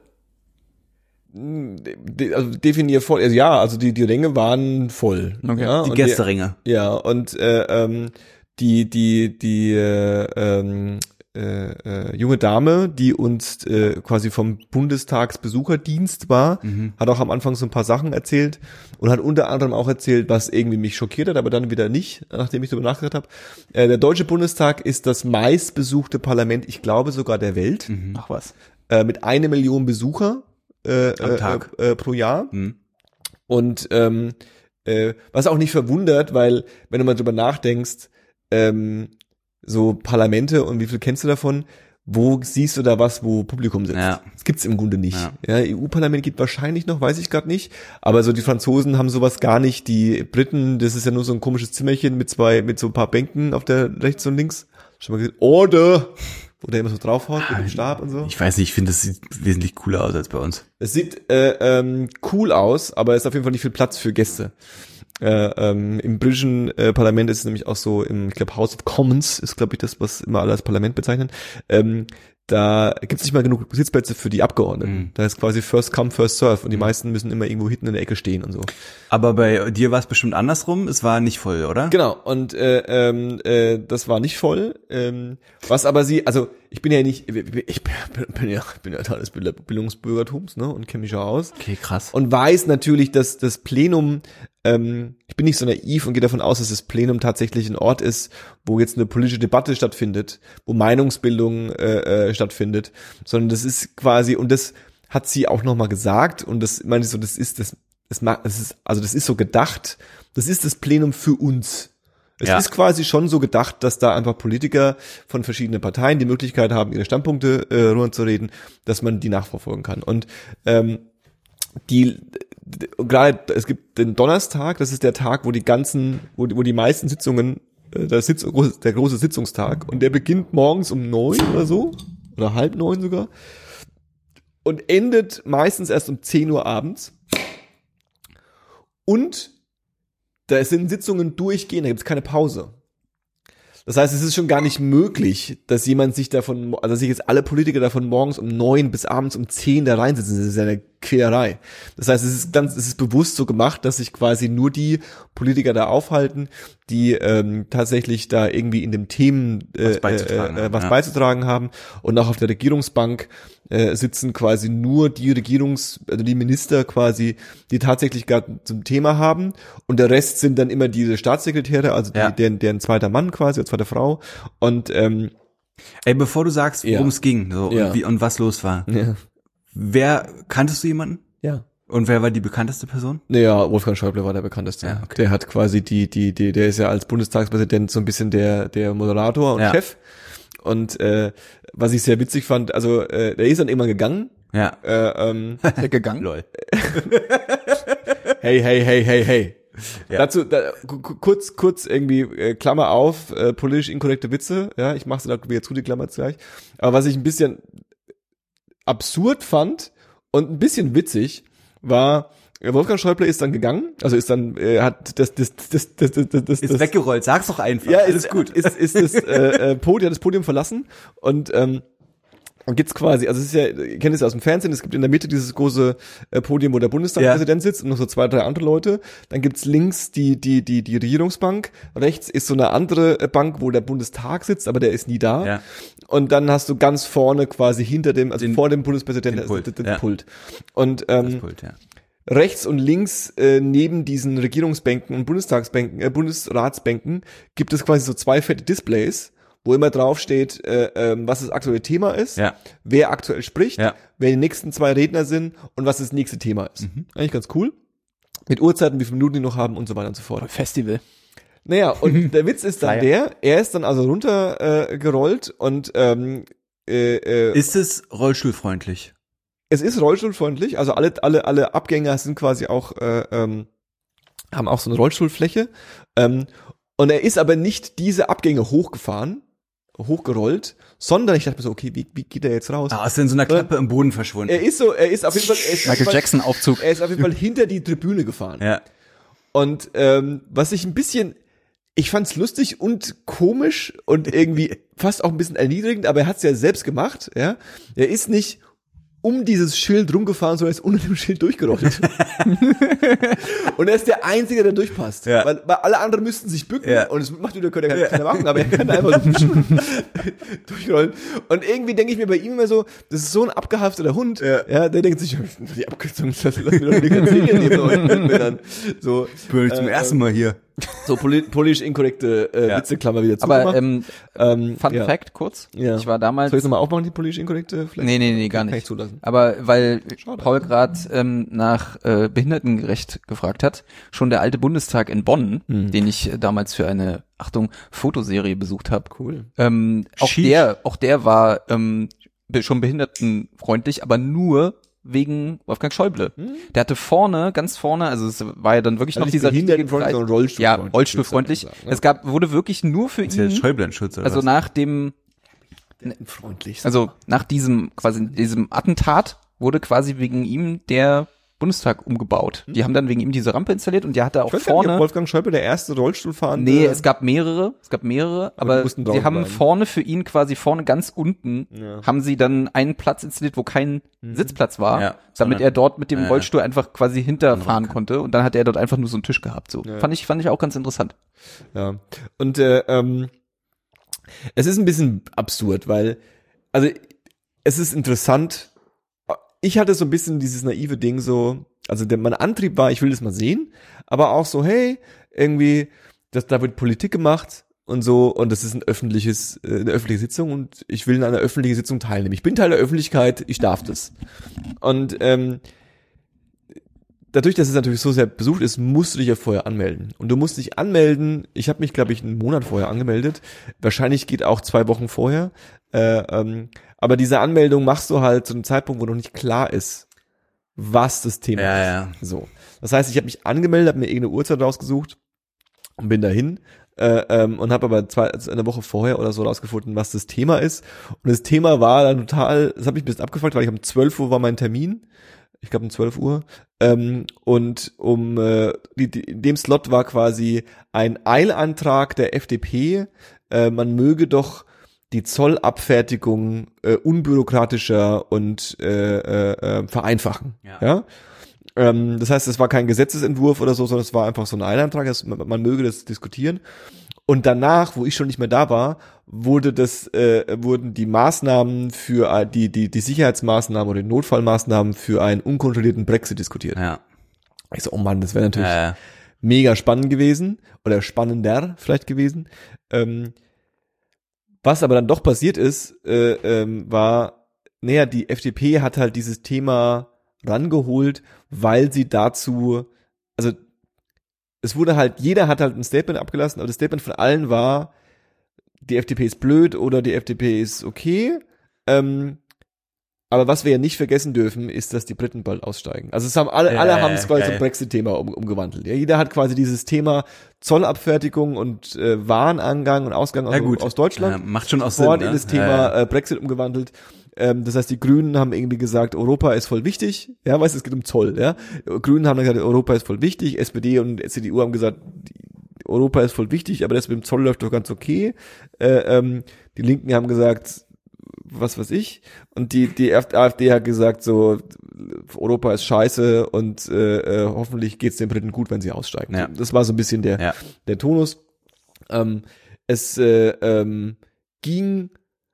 de, also definier voll, also ja, also die die Ränge waren voll. Okay. Ja, Die und Gästeränge. Die, ja, und äh, ähm, die die die äh, ähm, äh, äh, junge Dame, die uns äh, quasi vom Bundestagsbesucherdienst war, Mhm. hat auch am Anfang so ein paar Sachen erzählt und hat unter anderem auch erzählt, was irgendwie mich schockiert hat, aber dann wieder nicht, nachdem ich darüber nachgedacht habe. Äh, der Deutsche Bundestag ist das meistbesuchte Parlament, ich glaube sogar der Welt, Mhm. Ach was. äh, mit einer Million Besucher äh, Am Tag. Äh, äh, pro Jahr. Mhm. Und ähm, äh, was auch nicht verwundert, weil wenn du mal drüber nachdenkst, ähm, so Parlamente und wie viel kennst du davon? Wo siehst du da was, wo Publikum sitzt? Ja. Das gibt's im Grunde nicht. Ja. Ja, E U-Parlament gibt wahrscheinlich noch, weiß ich gerade nicht. Aber so die Franzosen haben sowas gar nicht. Die Briten, das ist ja nur so ein komisches Zimmerchen mit zwei, mit so ein paar Bänken auf der rechts und links. Schon mal gesehen? Order! Wo der immer so draufhaut mit dem Stab und so. Ich weiß nicht, ich finde, das sieht wesentlich cooler aus als bei uns. Es sieht äh, ähm, cool aus, aber es ist auf jeden Fall nicht viel Platz für Gäste. Äh, ähm, Im britischen äh, Parlament ist es nämlich auch so, im, ich glaube House of Commons ist, glaube ich, das, was immer alle als Parlament bezeichnen. Ähm, da gibt es nicht mal genug Sitzplätze für die Abgeordneten. Mhm. Da ist quasi First Come, First Serve und die meisten müssen immer irgendwo hinten in der Ecke stehen und so. Aber bei dir war es bestimmt andersrum, es war nicht voll, oder? Genau, und äh, ähm, äh, das war nicht voll. Ähm, was aber sie, also ich bin ja nicht, ich bin, bin ja, ich bin ja Teil des Bildungsbürgertums, ne, und kenne mich ja aus. Okay, krass. Und weiß natürlich, dass das Plenum, ähm, ich bin nicht so naiv und gehe davon aus, dass das Plenum tatsächlich ein Ort ist, wo jetzt eine politische Debatte stattfindet, wo Meinungsbildung äh, äh, stattfindet, sondern das ist quasi, und das hat sie auch nochmal gesagt, und das meine ich so, das ist das, das, das ist, also das ist so gedacht, das ist das Plenum für uns. Es Ja. ist quasi schon so gedacht, dass da einfach Politiker von verschiedenen Parteien die Möglichkeit haben, ihre Standpunkte äh, runterzureden, dass man die nachverfolgen kann. Und ähm, die d- gerade es gibt den Donnerstag, das ist der Tag, wo die ganzen, wo, die- wo die meisten Sitzungen, äh, der, Sitz, der große Sitzungstag, und der beginnt morgens um neun oder so oder halb neun sogar und endet meistens erst um zehn Uhr abends. Und da sind Sitzungen durchgehend, da gibt es keine Pause. Das heißt, es ist schon gar nicht möglich, dass jemand sich davon, also dass sich jetzt alle Politiker davon morgens um neun bis abends um zehn da reinsitzen. Das ist ja eine Quälerei. Das heißt, es ist ganz, es ist bewusst so gemacht, dass sich quasi nur die Politiker da aufhalten, die ähm, tatsächlich da irgendwie in dem Themen äh, Was beizutragen äh, äh, haben, was ja. beizutragen haben. Und auch auf der Regierungsbank äh, sitzen quasi nur die Regierungs, also die Minister quasi, die tatsächlich gerade zum Thema haben. Und der Rest sind dann immer diese Staatssekretäre, also die, Ja. deren, deren zweiter Mann quasi, oder zweite Frau. Und ähm, Ey, bevor du sagst, worum Ja. es ging so, Ja. und, wie, und was los war, ja, wer, kanntest du jemanden? ja. Und wer war die bekannteste Person? Naja, Wolfgang Schäuble war der bekannteste. Ja, okay. Der hat quasi die, die, die, der ist ja als Bundestagspräsident so ein bisschen der, der Moderator und Ja. Chef. Und äh, was ich sehr witzig fand, also äh, der ist dann immer gegangen. Ja. Äh, ähm, Ist der gegangen? Lol. hey, hey, hey, hey, hey. Ja. Dazu da, ku- ku- kurz, kurz irgendwie äh, Klammer auf, äh, politisch inkorrekte Witze. Ja, ich mache sie da wieder zu, die Klammer gleich. Aber was ich ein bisschen absurd fand und ein bisschen witzig, war, Wolfgang Schäuble ist dann gegangen, also ist dann, äh, hat das, das, das, das, das, das, Ist das weggerollt, sag's doch einfach. Ja, ist gut. Ist, ist das äh, äh, Podium, das Podium verlassen und ähm, und gibt's quasi, also es ist ja, ihr kennt es ja aus dem Fernsehen, es gibt in der Mitte dieses große äh, Podium, wo der Bundestagspräsident ja. sitzt und noch so zwei, drei andere Leute. Dann gibt's links die die die die Regierungsbank, rechts ist so eine andere Bank, wo der Bundestag sitzt, aber der ist nie da. Ja. Und dann hast du ganz vorne quasi hinter dem, also den, vor dem Bundespräsidenten den Pult. das, das Ja. Pult. Und ähm, das Pult, ja. rechts und links äh, neben diesen Regierungsbänken und Bundestagsbänken, äh, Bundesratsbänken gibt es quasi so zwei fette Displays, wo immer drauf steht, äh, ähm, was das aktuelle Thema ist, Ja. wer aktuell spricht, Ja. wer die nächsten zwei Redner sind und was das nächste Thema ist. Mhm. Eigentlich ganz cool. Mit Uhrzeiten, wie viele Minuten die noch haben und so weiter und so fort. Festival. Naja, und der Witz ist dann Flyer. der, er ist dann also runtergerollt äh, gerollt und ähm, äh, äh, Ist es rollstuhlfreundlich? es ist rollstuhlfreundlich, also alle alle alle Abgänger sind quasi auch äh, ähm, haben auch so eine Rollstuhlfläche ähm, und er ist aber nicht diese Abgänge hochgefahren, hochgerollt, sondern ich dachte mir so, okay, wie, wie geht er jetzt raus? Ah, ist in so einer Klappe im Boden verschwunden. Er ist so, er ist auf jeden Fall, er ist auf jeden Michael Fall, Jackson Aufzug. er ist auf jeden Fall hinter die Tribüne gefahren. Ja. Und ähm, was ich ein bisschen, ich fand's lustig und komisch und irgendwie fast auch ein bisschen erniedrigend, aber er hat's ja selbst gemacht, ja. Er ist nicht um dieses Schild rumgefahren, sondern er ist unter dem Schild durchgerollt. Und er ist der Einzige, der durchpasst. Ja. Weil, weil alle anderen müssten sich bücken Ja. und es macht wieder keiner, keiner machen, aber er kann einfach so durchrollen. Und irgendwie denke ich mir bei ihm immer so, das ist so ein abgehafteter Hund, ja, Ja. der denkt sich, die Abkürzung, das lass mir doch nicht erzählen, die Leute, dann so, Bin ich zum äh, ersten Mal hier. so poli politisch inkorrekte äh, Ja. Witzeklammer wieder Aber zugemacht. ähm, ähm, Fun ja. Fact kurz. Ja. Ich war damals. Soll ich nochmal aufmachen, die politisch inkorrekte? Vielleicht? Nee, nee, nee, gar Kann ich nicht. zulassen. Aber weil Schade. Paul gerade ähm, nach äh, Behindertengerecht gefragt hat, schon der alte Bundestag in Bonn, Hm. den ich äh, damals für eine, Achtung, Fotoserie besucht habe. Cool. Ähm, auch Sheesh. der, auch der war ähm, be- schon behindertenfreundlich, aber nur wegen Wolfgang Schäuble. Der hatte vorne, ganz vorne, also es war ja dann wirklich Also noch nicht dieser behindertenfreundlich, Kreis- sondern rollstuhlfreundlich, Ja, rollstuhlfreundlich. würde ich sagen, ne? Es gab, wurde wirklich nur für Ist ja ihn, Schäuble ein Schutz, oder also was? nach dem, Freundlich. also nach diesem, quasi diesem Attentat wurde quasi wegen ihm der Bundestag umgebaut. Die haben dann wegen ihm diese Rampe installiert und der hatte auch ich weiß gar nicht, ob vorne. Wolfgang Schäuble der erste Rollstuhlfahrende. Nee, es gab mehrere, es gab mehrere, Aber die aber mussten die draußen haben bleiben. vorne für ihn quasi vorne ganz unten Ja. haben sie dann einen Platz installiert, wo kein Sitzplatz war, Ja, damit sondern- er dort mit dem Ja, ja. Rollstuhl einfach quasi hinterfahren konnte und dann hat er dort einfach nur so einen Tisch gehabt. So Ja. fand ich fand ich auch ganz interessant. Ja. Und äh, ähm, es ist ein bisschen absurd, weil, also es ist interessant. Ich hatte so ein bisschen dieses naive Ding so, also der, mein Antrieb war, ich will das mal sehen, aber auch so, hey, irgendwie, das, da wird Politik gemacht und so und das ist ein öffentliches, äh, eine öffentliche Sitzung und ich will in einer öffentlichen Sitzung teilnehmen. Ich bin Teil der Öffentlichkeit, ich darf das. Und ähm, dadurch, dass es natürlich so sehr besucht ist, musst du dich ja vorher anmelden. Und du musst dich anmelden, ich habe mich, glaube ich, einen Monat vorher angemeldet. Wahrscheinlich geht auch zwei Wochen vorher. Äh, ähm, aber diese Anmeldung machst du halt zu einem Zeitpunkt, wo noch nicht klar ist, was das Thema Ja, ist. ja. So. Das heißt, ich habe mich angemeldet, habe mir irgendeine Uhrzeit rausgesucht und bin dahin. Äh, ähm, und habe aber zwei, also eine Woche vorher oder so rausgefunden, was das Thema ist. Und das Thema war dann total, das habe ich ein bisschen abgefragt, weil ich um zwölf Uhr war mein Termin. Ich glaube um zwölf Uhr. Ähm, und um äh, die, die, in dem Slot war quasi ein Eilantrag der F D P, äh, man möge doch die Zollabfertigung äh, unbürokratischer und äh, äh, äh, vereinfachen. Ja. Ja? Ähm, das heißt, es war kein Gesetzesentwurf oder so, sondern es war einfach so ein Eilantrag, dass man, man möge das diskutieren. Und danach, wo ich schon nicht mehr da war, wurde das, äh, wurden die Maßnahmen für äh, die die die Sicherheitsmaßnahmen oder die Notfallmaßnahmen für einen unkontrollierten Brexit diskutiert. Ja. Ich so, oh Mann, das wäre natürlich Ja, ja. mega spannend gewesen oder spannender vielleicht gewesen. Ähm, was aber dann doch passiert ist, äh, ähm, war, naja, die F D P hat halt dieses Thema rangeholt, weil sie dazu, also es wurde halt, jeder hat halt ein Statement abgelassen, aber das Statement von allen war, die F D P ist blöd oder die F D P ist okay. Ähm, Aber was wir ja nicht vergessen dürfen, ist, dass die Briten bald aussteigen. Also es haben alle, Ja, alle ja, haben es quasi geil. zum Brexit-Thema um, umgewandelt. Ja, jeder hat quasi dieses Thema Zollabfertigung und äh, Warenangang und Ausgang aus, Ja, gut. aus Deutschland Ja, macht schon auch sofort Sinn, in ne? das Thema Ja, ja. Äh, Brexit umgewandelt. Ähm, das heißt, die Grünen haben irgendwie gesagt, Europa ist voll wichtig. Ja, weißt du, es geht um Zoll. Ja, Grünen haben dann gesagt, Europa ist voll wichtig. S P D und C D U haben gesagt, die, Europa ist voll wichtig, aber das mit dem Zoll läuft doch ganz okay. Äh, ähm, die Linken haben gesagt, was weiß ich. Und die die AfD hat gesagt, so Europa ist scheiße und äh, äh, hoffentlich geht's den Briten gut, wenn sie aussteigen. Ja. Das war so ein bisschen der Ja. der Tonus. Ähm, es äh, ähm, ging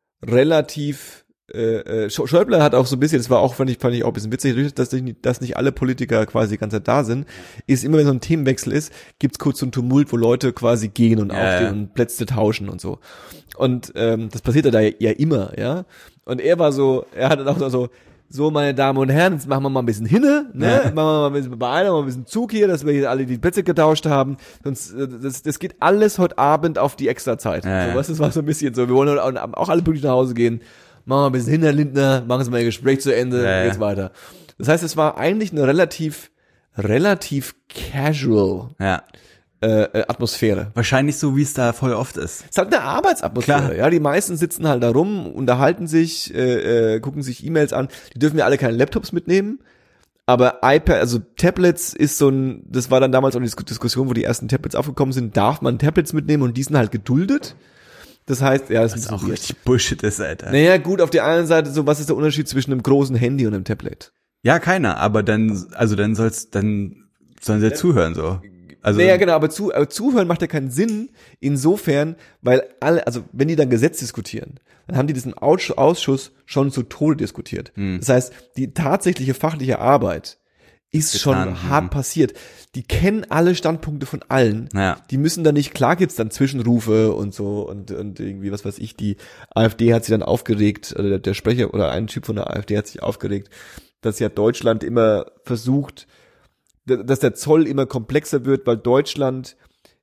relativ äh, äh, Schäuble hat auch so ein bisschen, das war auch, fand ich, fand ich auch ein bisschen witzig, dass nicht, dass nicht alle Politiker quasi die ganze Zeit da sind, ist immer, wenn so ein Themenwechsel ist, gibt's kurz so einen Tumult, wo Leute quasi gehen und Ja, aufstehen ja. und Plätze tauschen und so. Und ähm, das passiert ja da ja immer, ja. Und er war so, er hat dann auch so, so, meine Damen und Herren, jetzt machen wir mal ein bisschen hinne, ne? Ja. Machen wir mal ein bisschen beeilen, mal ein bisschen Zug hier, dass wir hier alle die Plätze getauscht haben. Sonst, äh, das, das geht alles heute Abend auf die Extrazeit. Ja, so, ja. was, das war so ein bisschen so. Wir wollen heute auch, auch alle pünktlich nach Hause gehen. Machen wir ein bisschen hin, Herr Lindner, machen Sie mal Ihr Gespräch zu Ende, Ja, ja. geht's weiter. Das heißt, es war eigentlich eine relativ, relativ casual Ja. äh, äh, Atmosphäre. Wahrscheinlich so, wie es da voll oft ist. Es ist halt eine Arbeitsatmosphäre. Klar. Ja, die meisten sitzen halt da rum, unterhalten sich, äh, äh, gucken sich E-Mails an. Die dürfen ja alle keine Laptops mitnehmen. Aber iPad, also Tablets ist so ein, das war dann damals auch die Dis- Diskussion, wo die ersten Tablets aufgekommen sind, darf man Tablets mitnehmen und die sind halt geduldet. Das heißt, ja, das, Was ist auch weird. richtig Bullshit ist, Alter. Naja, gut, auf der einen Seite, so, was ist der Unterschied zwischen einem großen Handy und einem Tablet? Ja, keiner, aber dann, also dann soll's, dann sollen sie zuhören, so. Also, Naja, genau, aber, zu, aber zuhören macht ja keinen Sinn, insofern, weil alle, also wenn die dann Gesetz diskutieren, dann haben die diesen Aus- Ausschuss schon zu Tode diskutiert. Hm. Das heißt, die tatsächliche fachliche Arbeit ist Getan, schon hart mhm. passiert. Die kennen alle Standpunkte von allen. Ja. Die müssen dann nicht, klar gibt's dann Zwischenrufe und so und, und irgendwie, was weiß ich, die AfD hat sich dann aufgeregt, oder der, der Sprecher oder ein Typ von der AfD hat sich aufgeregt, dass ja Deutschland immer versucht, dass der Zoll immer komplexer wird, weil Deutschland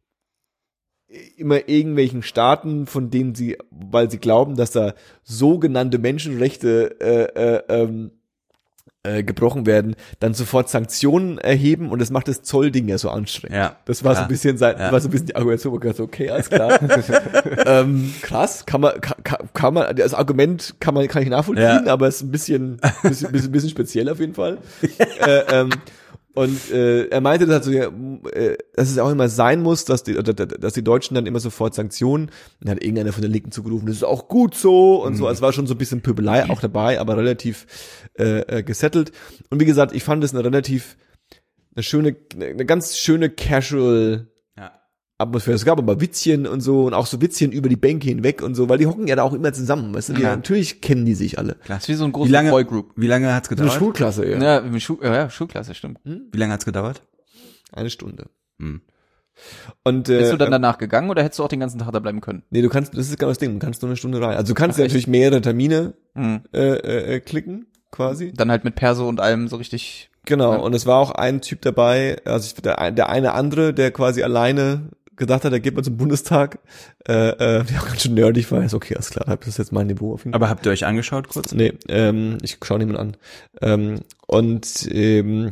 immer irgendwelchen Staaten, von denen sie, weil sie glauben, dass da sogenannte Menschenrechte äh, äh, ähm, äh, gebrochen werden, dann sofort Sanktionen erheben und das macht das Zollding ja so anstrengend. Ja, Das war so ein klar. bisschen sein, Ja. war so ein bisschen die Argumentation, wo ich dachte, okay, alles klar. ähm, krass, kann man, kann, kann man, das Argument kann man, kann ich nachvollziehen, Ja. aber es ist ein bisschen, bisschen, bisschen, bisschen speziell auf jeden Fall. äh, ähm, und äh, er meinte dazu, ja, äh, dass es auch immer sein muss, dass die, oder, dass die Deutschen dann immer sofort Sanktionen, dann hat irgendeiner von der Linken zugerufen, das ist auch gut so und so, also es war schon so ein bisschen Pöbelei auch dabei, aber relativ äh, äh, gesettelt. Und wie gesagt, ich fand es eine relativ, eine schöne, eine ganz schöne casual Ja. Atmosphäre. Es gab aber Witzchen und so und auch so Witzchen über die Bänke hinweg und so, weil die hocken ja da auch immer zusammen, weißt du, die, Ja. natürlich kennen die sich alle. Das ist wie so ein Wie großes lange, Boygroup. wie lange hat's Eine gedauert? Schulklasse, ja. Ja, ja, Schu ja, Schulklasse, stimmt. Wie lange hat's gedauert? Eine Stunde. Hm. Und äh, Bist du dann danach gegangen oder hättest du auch den ganzen Tag da bleiben können? nee, du kannst, das ist genau das Ding, du kannst nur eine Stunde rein. Also du kannst ja natürlich mehrere Termine Mhm. äh, äh, äh, klicken, quasi. Dann halt mit Perso und allem so richtig. Genau, Ja. und es war auch ein Typ dabei, also ich, der, ein- der eine andere, der quasi alleine gedacht hat, er geht mal zum Bundestag, äh, äh, der auch ganz schön nerdig war. Ist okay, alles klar, das ist jetzt mein Niveau auf jeden Fall. Aber habt ihr euch angeschaut kurz? Nee, ähm, ich schaue niemand an. Ähm, und ähm,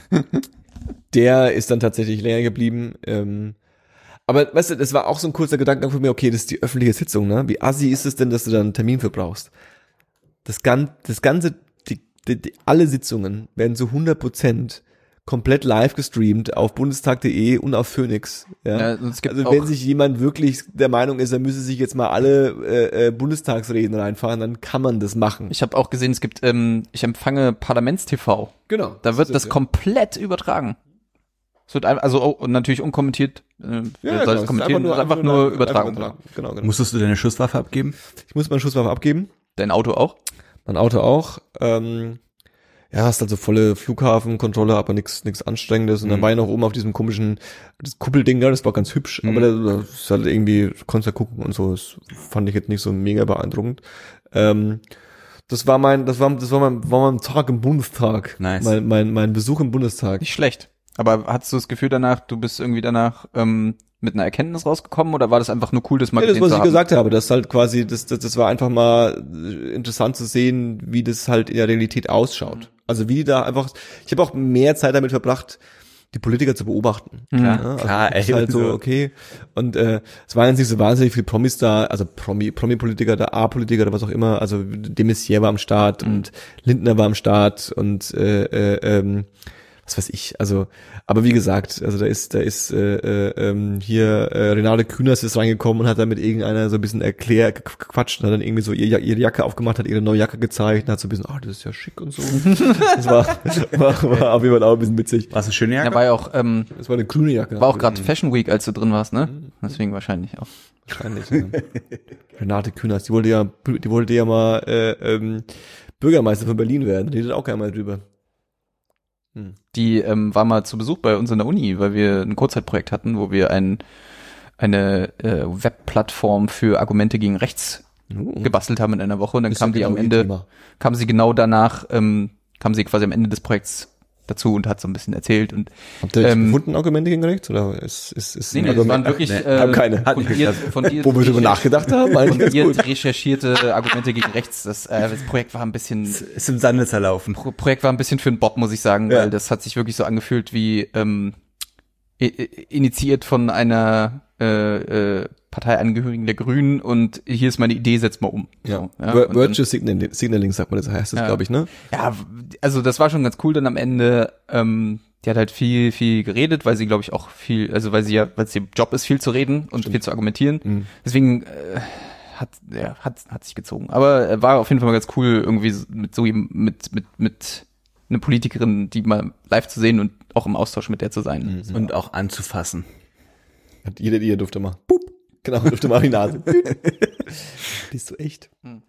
der ist dann tatsächlich länger geblieben. Ähm, aber weißt du, das war auch so ein kurzer Gedankengang von mir, okay, das ist die öffentliche Sitzung, ne? Wie assi ist es denn, dass du da einen Termin für brauchst? Das, Gan das ganze, die, die, die, alle Sitzungen werden zu hundert Prozent komplett live gestreamt auf bundestag punkt de und auf Phoenix. Ja? Ja, und es gibt Also auch, wenn sich jemand wirklich der Meinung ist, er müsse sich jetzt mal alle äh, äh, Bundestagsreden reinfahren, dann kann man das machen. ich habe auch gesehen, es gibt, ähm, ich empfange Parlaments-T V. Genau. Da wird ist das ja. komplett übertragen. Es wird einfach, also oh, und natürlich unkommentiert. Äh, Ja, wer genau, soll es es ist kommentieren? Einfach, einfach nur übertragen. Einfach Genau, genau. Musstest du deine Schusswaffe abgeben? Ich muss meine Schusswaffe abgeben, Dein Auto auch? mein Auto auch. Ähm, ja, hast also volle Flughafenkontrolle, aber nichts nichts Anstrengendes. Und dann Mhm. war ich noch oben auf diesem komischen das Kuppelding da, das war ganz hübsch, Mhm. aber das ist halt irgendwie, du konntest da gucken und so, das fand ich jetzt nicht so mega beeindruckend. Ähm, das war mein, das war, das war mein, war mein Tag im Bundestag. Nice. Mein, mein, mein Besuch im Bundestag. Nicht schlecht. Aber hattest du das Gefühl danach, du bist irgendwie danach ähm, mit einer Erkenntnis rausgekommen oder war das einfach nur cool, das mal Ja, das, gesehen was zu ich haben? gesagt habe, das halt quasi, das, das, das war einfach mal interessant zu sehen, wie das halt in der Realität ausschaut. Also wie die da einfach, ich habe auch mehr Zeit damit verbracht, die Politiker zu beobachten. Mhm. Ja, also Klar, ist ey, halt so, so. okay. Und äh, es waren jetzt nicht so wahnsinnig viele Promis da, also Promi, Promi-Politiker, der A-Politiker oder was auch immer, also de Maizière war am Start Mhm. und Lindner war am Start und äh, äh, ähm, was weiß ich, also, aber wie gesagt, also da ist, da ist äh, äh, ähm, hier äh, Renate Künast ist reingekommen und hat da mit irgendeiner so ein bisschen erklärt, gequatscht und hat dann irgendwie so ihr, ihre Jacke aufgemacht, hat ihre neue Jacke gezeigt und hat so ein bisschen, ah, das ist ja schick und so. Das war, war, war auf jeden Fall auch ein bisschen witzig. War es eine schöne Jacke? Ja, war ja auch, ähm, Das war eine grüne Jacke. war auch gerade Fashion Week, als du drin warst, ne? Deswegen wahrscheinlich auch. Wahrscheinlich, ja. Renate Künast, die wollte ja, die wollte ja mal äh, ähm, Bürgermeister von Berlin werden, die redet auch gerne mal drüber. Die ähm, war mal zu Besuch bei uns in der Uni, weil wir ein Kurzzeitprojekt hatten, wo wir ein, eine äh, Webplattform für Argumente gegen rechts Uh, gebastelt haben in einer Woche und dann ist kam ja die genau am ihr Ende, Thema. kam sie genau danach, ähm, kam sie quasi am Ende des Projekts dazu und hat so ein bisschen erzählt und Habt ihr ähm, gefunden Argumente gegen rechts oder ist ist ist nee, ein nee, das Argument? waren wirklich nee, äh, hab keine. Hat nicht fundiert, fundiert, Wo wir drüber nachgedacht haben, eigentlich ganz fundiert gut. recherchierte Argumente gegen rechts. Das, äh, das Projekt war ein bisschen Ist im Sande zerlaufen. Pro Projekt war ein bisschen für einen Bob, muss ich sagen, Ja. weil das hat sich wirklich so angefühlt wie ähm, i- i- initiiert von einer äh, äh, Parteiangehörigen der Grünen und hier ist meine Idee, setz mal um. Ja, So, ja, Vir- und Virtual Signaling, Signaling sagt man das heißt das, Ja. glaube ich, ne? dann, ja, also das war schon ganz cool dann am Ende. Ähm, die hat halt viel, viel geredet, weil sie, glaube ich, auch viel, also weil sie ja, weil es ihr Job ist, viel zu reden und viel zu argumentieren. Mhm. Deswegen äh, hat, ja, hat, hat sich gezogen. Aber äh, war auf jeden Fall mal ganz cool, irgendwie so- mit so jem- mit, mit, mit einer Politikerin, die mal live zu sehen und auch im Austausch mit der zu sein. Mhm. Und auch anzufassen. Hat jeder, ihr durfte mal. Boop. Genau, durfte mal in die Nase. Bist du echt? Hm.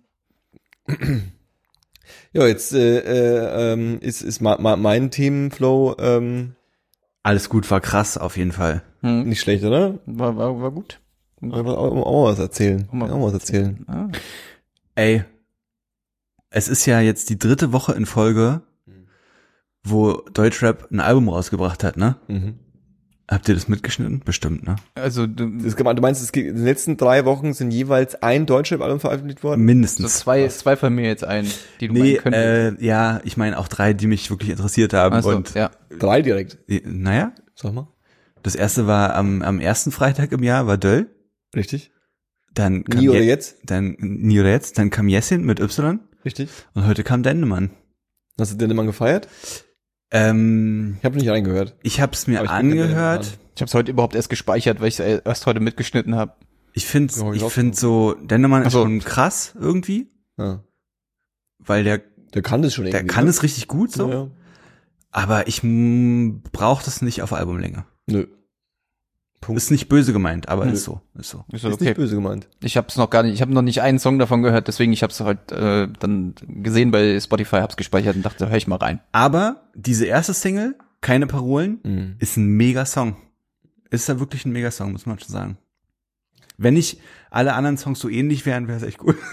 Ja, jetzt äh, äh, ähm, ist ist ma, ma, mein Themenflow ähm, Alles gut, war krass auf jeden Fall. Hm. nicht schlecht, oder? War, war, war gut. Aber auch, auch, auch was erzählen. Auch mal Auch was erzählen. Ah. Ey, es ist ja jetzt die dritte Woche in Folge, wo Deutschrap ein Album rausgebracht hat, ne? Mhm. Habt ihr das mitgeschnitten? Bestimmt, ne? Also du, Das kann man, du meinst, es geht, in den letzten drei Wochen sind jeweils ein Deutschrap-Album veröffentlicht worden? so Mindestens. zwei, zwei von mir jetzt ein, die du Nee, meinen könntest. äh, ja, ich meine auch drei, die mich wirklich interessiert haben. Also, und ja. Drei direkt. äh, naja, Sag mal. das erste war am, am ersten Freitag im Jahr, war Döll. Richtig? Dann kam Nie oder Je- jetzt? Dann Nie oder jetzt, dann kam Jessin mit Y Richtig? und heute kam Dendemann. Hast du den immer gefeiert? Ähm, Ich habe nicht reingehört. ich hab's mir Aber ich bin kein angehört. Dendemann. Ich habe es heute überhaupt erst gespeichert, weil ich es erst heute mitgeschnitten habe. Ich finde, Ja, hab ich ich auch finde gemacht. so, Dendemann ist Ach so. schon krass irgendwie, Ja. weil der, Der kann das schon der irgendwie. kann ne? es richtig gut so, Ja, ja. aber ich brauche das nicht auf Albumlänge. Nö. Punkt. Ist nicht böse gemeint, aber Nö. ist so, ist so. Ist Ist okay. nicht böse gemeint. Ich habe es noch gar nicht, ich habe noch nicht einen Song davon gehört, deswegen ich habe es halt äh, dann gesehen bei Spotify, habe es gespeichert und dachte, hör ich mal rein. Aber diese erste Single, Keine Parolen, Mhm. ist ein Mega-Song. Ist da wirklich ein Mega-Song, muss man schon sagen. Wenn nicht alle anderen Songs so ähnlich wären, wäre es echt gut.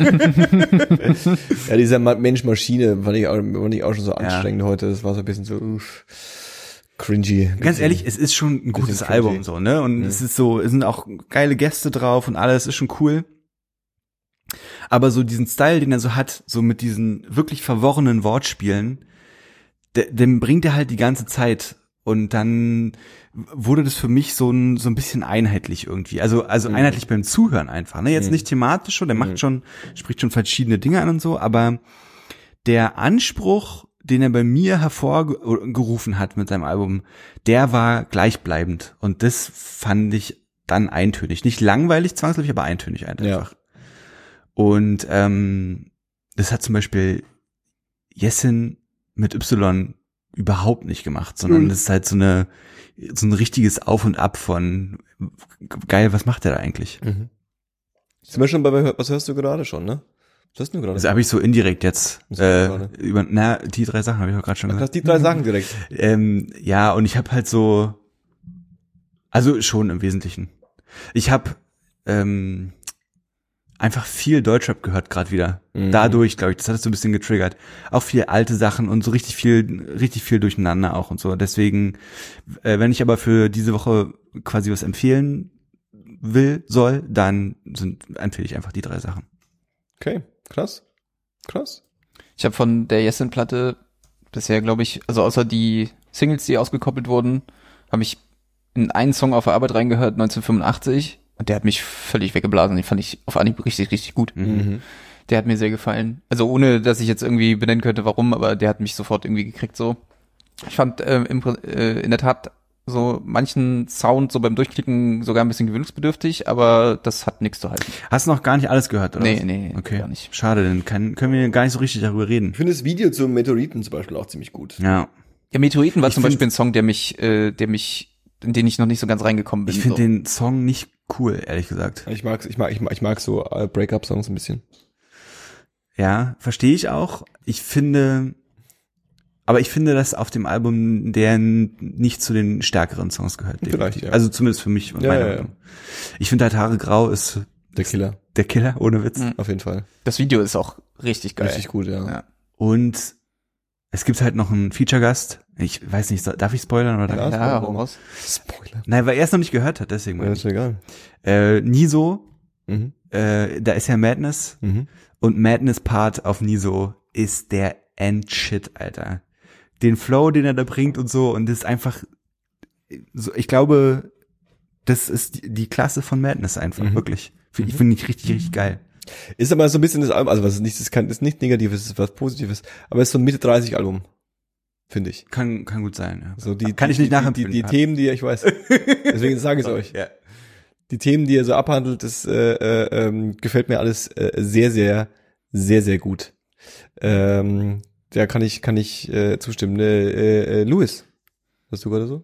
Ja, dieser Ma- Mensch-Maschine fand ich, auch, fand ich auch schon so anstrengend heute. Das war so ein bisschen so uff, cringy. Ganz ehrlich, es ist schon ein gutes cringy. Album so, ne? Und Mhm. es ist so, es sind auch geile Gäste drauf und alles, ist schon cool. Aber so diesen Style, den er so hat, so mit diesen wirklich verworrenen Wortspielen, de, dem bringt er halt die ganze Zeit. Und dann wurde das für mich so ein, so ein bisschen einheitlich irgendwie. Also, also Mhm. einheitlich beim Zuhören einfach, ne? Jetzt Mhm. nicht thematisch schon, der macht Mhm. schon, spricht schon verschiedene Dinge an und so, aber der Anspruch, den er bei mir hervorgerufen hat mit seinem Album, der war gleichbleibend. Und das fand ich dann eintönig. Nicht langweilig zwangsläufig, aber eintönig einfach. Ja. Und ähm, das hat zum Beispiel Jessin mit Y überhaupt nicht gemacht, sondern Mhm. das ist halt so eine so ein richtiges Auf und Ab von geil, was macht der da eigentlich? Mhm. Sind wir schon bei, was hörst du gerade schon, ne? Was hörst du gerade? Das habe ich so indirekt jetzt Was äh, hast du über na die drei Sachen habe ich auch gerade schon Ach, gesagt. das die drei Sachen direkt. Ähm, ja, und ich habe halt so, also schon im Wesentlichen. Ich habe ähm, einfach viel Deutschrap gehört gerade wieder. Mhm. Dadurch, glaube ich, das hat es so ein bisschen getriggert. Auch viel alte Sachen und so richtig viel, richtig viel durcheinander auch und so. Deswegen, äh, wenn ich aber für diese Woche quasi was empfehlen will, soll, dann sind, empfehle ich einfach die drei Sachen. Okay, krass. Krass. Ich habe von der Jessin-Platte bisher, glaube ich, also außer die Singles, die ausgekoppelt wurden, habe ich in einen Song auf der Arbeit reingehört, neunzehnhundertfünfundachtzig. Und der hat mich völlig weggeblasen. Den fand ich auf Anhieb richtig, richtig gut. Mhm. Der hat mir sehr gefallen. Also ohne, dass ich jetzt irgendwie benennen könnte, warum, aber der hat mich sofort irgendwie gekriegt so. Ich fand äh, im, äh, in der Tat so manchen Sound so beim Durchklicken sogar ein bisschen gewöhnungsbedürftig, aber das hat nichts zu halten. Hast du noch gar nicht alles gehört, oder? Nee, was? nee, okay. gar nicht. Schade, dann kann, können wir gar nicht so richtig darüber reden. Ich finde das Video zu Meteoriten zum Beispiel auch ziemlich gut. Ja. Ja, Meteoriten war Ich zum find- Beispiel ein Song, der mich, äh, der mich, in den ich noch nicht so ganz reingekommen bin. Ich finde so. den Song nicht cool, ehrlich gesagt. Ich mag, ich mag, ich mag, ich mag so äh, Break-up-Songs ein bisschen. Ja, verstehe ich auch. Ich finde, aber ich finde, dass auf dem Album der n- nicht zu den stärkeren Songs gehört. Vielleicht, definitiv. ja. Also zumindest für mich und Ja, meine ja, ja. Meinung. Ich finde halt Haare Grau ist Der Killer. der Killer, ohne Witz. Mhm. Auf jeden Fall. Das Video ist auch richtig geil. Richtig gut, ja. Ja. Und es gibt halt noch einen Feature-Gast. Ich weiß nicht, so- darf ich spoilern oder? Ja. Ja. Ja, Spoiler. hau raus. Spoiler. Nein, weil er es noch nicht gehört hat, deswegen. Ja, meine ist mir egal. ich. Äh, Niso, Mhm. äh, da ist ja Madness. Mhm. Und Madness-Part auf Niso ist der Endshit, Alter. Den Flow, den er da bringt und so, und das ist einfach, so, ich glaube, das ist die, die Klasse von Madness einfach, Mhm. wirklich. Finde ich, finde ich richtig, richtig geil. Ist aber so ein bisschen das Album, also was ist nicht, das kann, ist nicht Negatives, ist was Positives, aber es ist so ein Mitte dreißig Album, finde ich. Kann, kann gut sein, ja. So die, Kann die, ich nicht die, nachempfinden. Die, die Themen, die, ich weiß, deswegen sage ich es euch. Ja. Die Themen, die er so abhandelt, das äh, äh, ähm, gefällt mir alles äh, sehr, sehr, sehr, sehr gut. Ähm, da kann ich, kann ich äh, zustimmen. Äh, äh, Louis, hast du gerade so?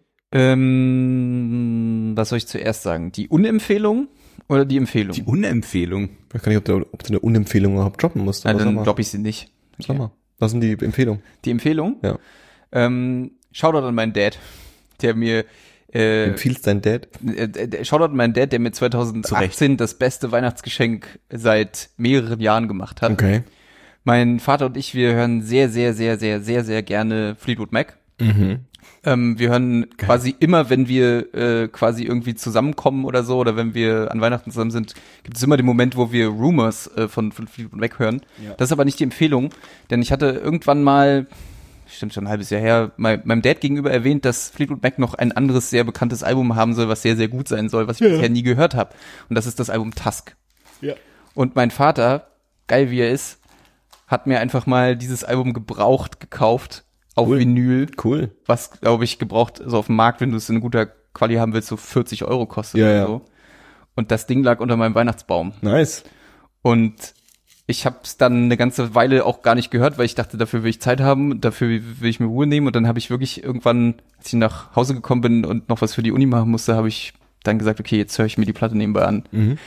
Ähm, was soll ich zuerst sagen? Die Unempfehlung oder die Empfehlung? Die Unempfehlung. Ich weiß gar nicht, ob du, ob du eine Unempfehlung überhaupt droppen musst. Nein, aber sag dann mal. glaube ich sie nicht. Sag mal. Was ist denn die Empfehlung? Die Empfehlung? Ja. Ähm, Shoutout an meinen Dad, der mir äh, Empfiehlst dein Dad? äh, äh, Shoutout an meinen Dad, der mir zweitausendachtzehn das beste Weihnachtsgeschenk seit mehreren Jahren gemacht hat. Okay. Mein Vater und ich, wir hören sehr, sehr, sehr, sehr, sehr, sehr gerne Fleetwood Mac. Mhm. Ähm, wir hören quasi immer, wenn wir äh, quasi irgendwie zusammenkommen oder so, oder wenn wir an Weihnachten zusammen sind, gibt es immer den Moment, wo wir Rumors äh, von, von Fleetwood Mac hören. Ja. Das ist aber nicht die Empfehlung, denn ich hatte irgendwann mal, stimmt schon ein halbes Jahr her, mein, meinem Dad gegenüber erwähnt, dass Fleetwood Mac noch ein anderes sehr bekanntes Album haben soll, was sehr, sehr gut sein soll, was ich Ja. bisher nie gehört habe. Und das ist das Album Tusk. Ja. Und mein Vater, geil wie er ist, hat mir einfach mal dieses Album gebraucht gekauft auf Cool. Vinyl, Cool. was, glaube ich, gebraucht, also auf dem Markt, wenn du es in guter Quali haben willst, so vierzig Euro kostet Ja, oder ja. so. Und das Ding lag unter meinem Weihnachtsbaum. Nice. Und ich habe es dann eine ganze Weile auch gar nicht gehört, weil ich dachte, dafür will ich Zeit haben, dafür will ich mir Ruhe nehmen. Und dann habe ich wirklich irgendwann, als ich nach Hause gekommen bin und noch was für die Uni machen musste, habe ich dann gesagt, okay, jetzt höre ich mir die Platte nebenbei an. Mhm.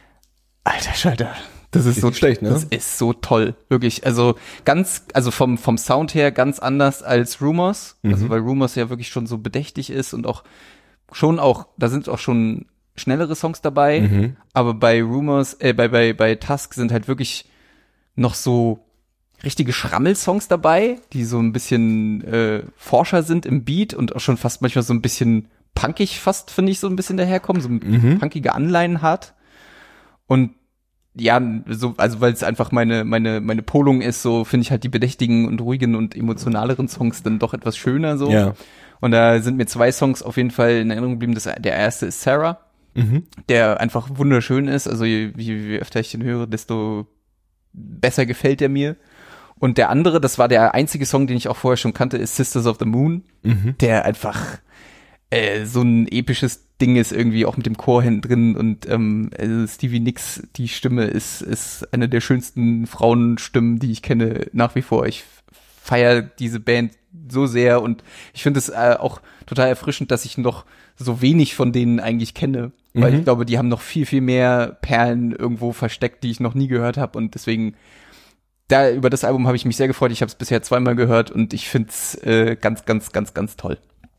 Alter Schalter. Das ist Ist so nicht schlecht, ne? Das ist so toll, wirklich. Also ganz, also vom vom Sound her ganz anders als Rumors, also Mhm. weil Rumors ja wirklich schon so bedächtig ist und auch schon auch, da sind auch schon schnellere Songs dabei, Mhm. aber bei Rumors, äh, bei bei bei Tusk sind halt wirklich noch so richtige Schrammelsongs dabei, die so ein bisschen äh, forscher sind im Beat und auch schon fast manchmal so ein bisschen punkig fast, finde ich, so ein bisschen daherkommen, so Mhm. punkige Anleihen hat. Und ja, so, also weil es einfach meine, meine, meine Polung ist, so finde ich halt die bedächtigen und ruhigen und emotionaleren Songs dann doch etwas schöner so. Ja. Und da sind mir zwei Songs auf jeden Fall in Erinnerung geblieben. Das, der erste ist Sarah, Mhm. der einfach wunderschön ist. Also je, je, je öfter ich den höre, desto besser gefällt er mir. Und der andere, das war der einzige Song, den ich auch vorher schon kannte, ist Sisters of the Moon, Mhm. der einfach äh, so ein episches Ding ist, irgendwie auch mit dem Chor hinten drin. Und ähm, also Stevie Nicks, die Stimme ist ist eine der schönsten Frauenstimmen, die ich kenne nach wie vor. Ich feiere diese Band so sehr und ich finde es äh, auch total erfrischend, dass ich noch so wenig von denen eigentlich kenne, weil Mhm. ich glaube, die haben noch viel, viel mehr Perlen irgendwo versteckt, die ich noch nie gehört habe und deswegen da über das Album habe ich mich sehr gefreut. Ich habe es bisher zweimal gehört und ich finde es äh, ganz, ganz, ganz, ganz toll.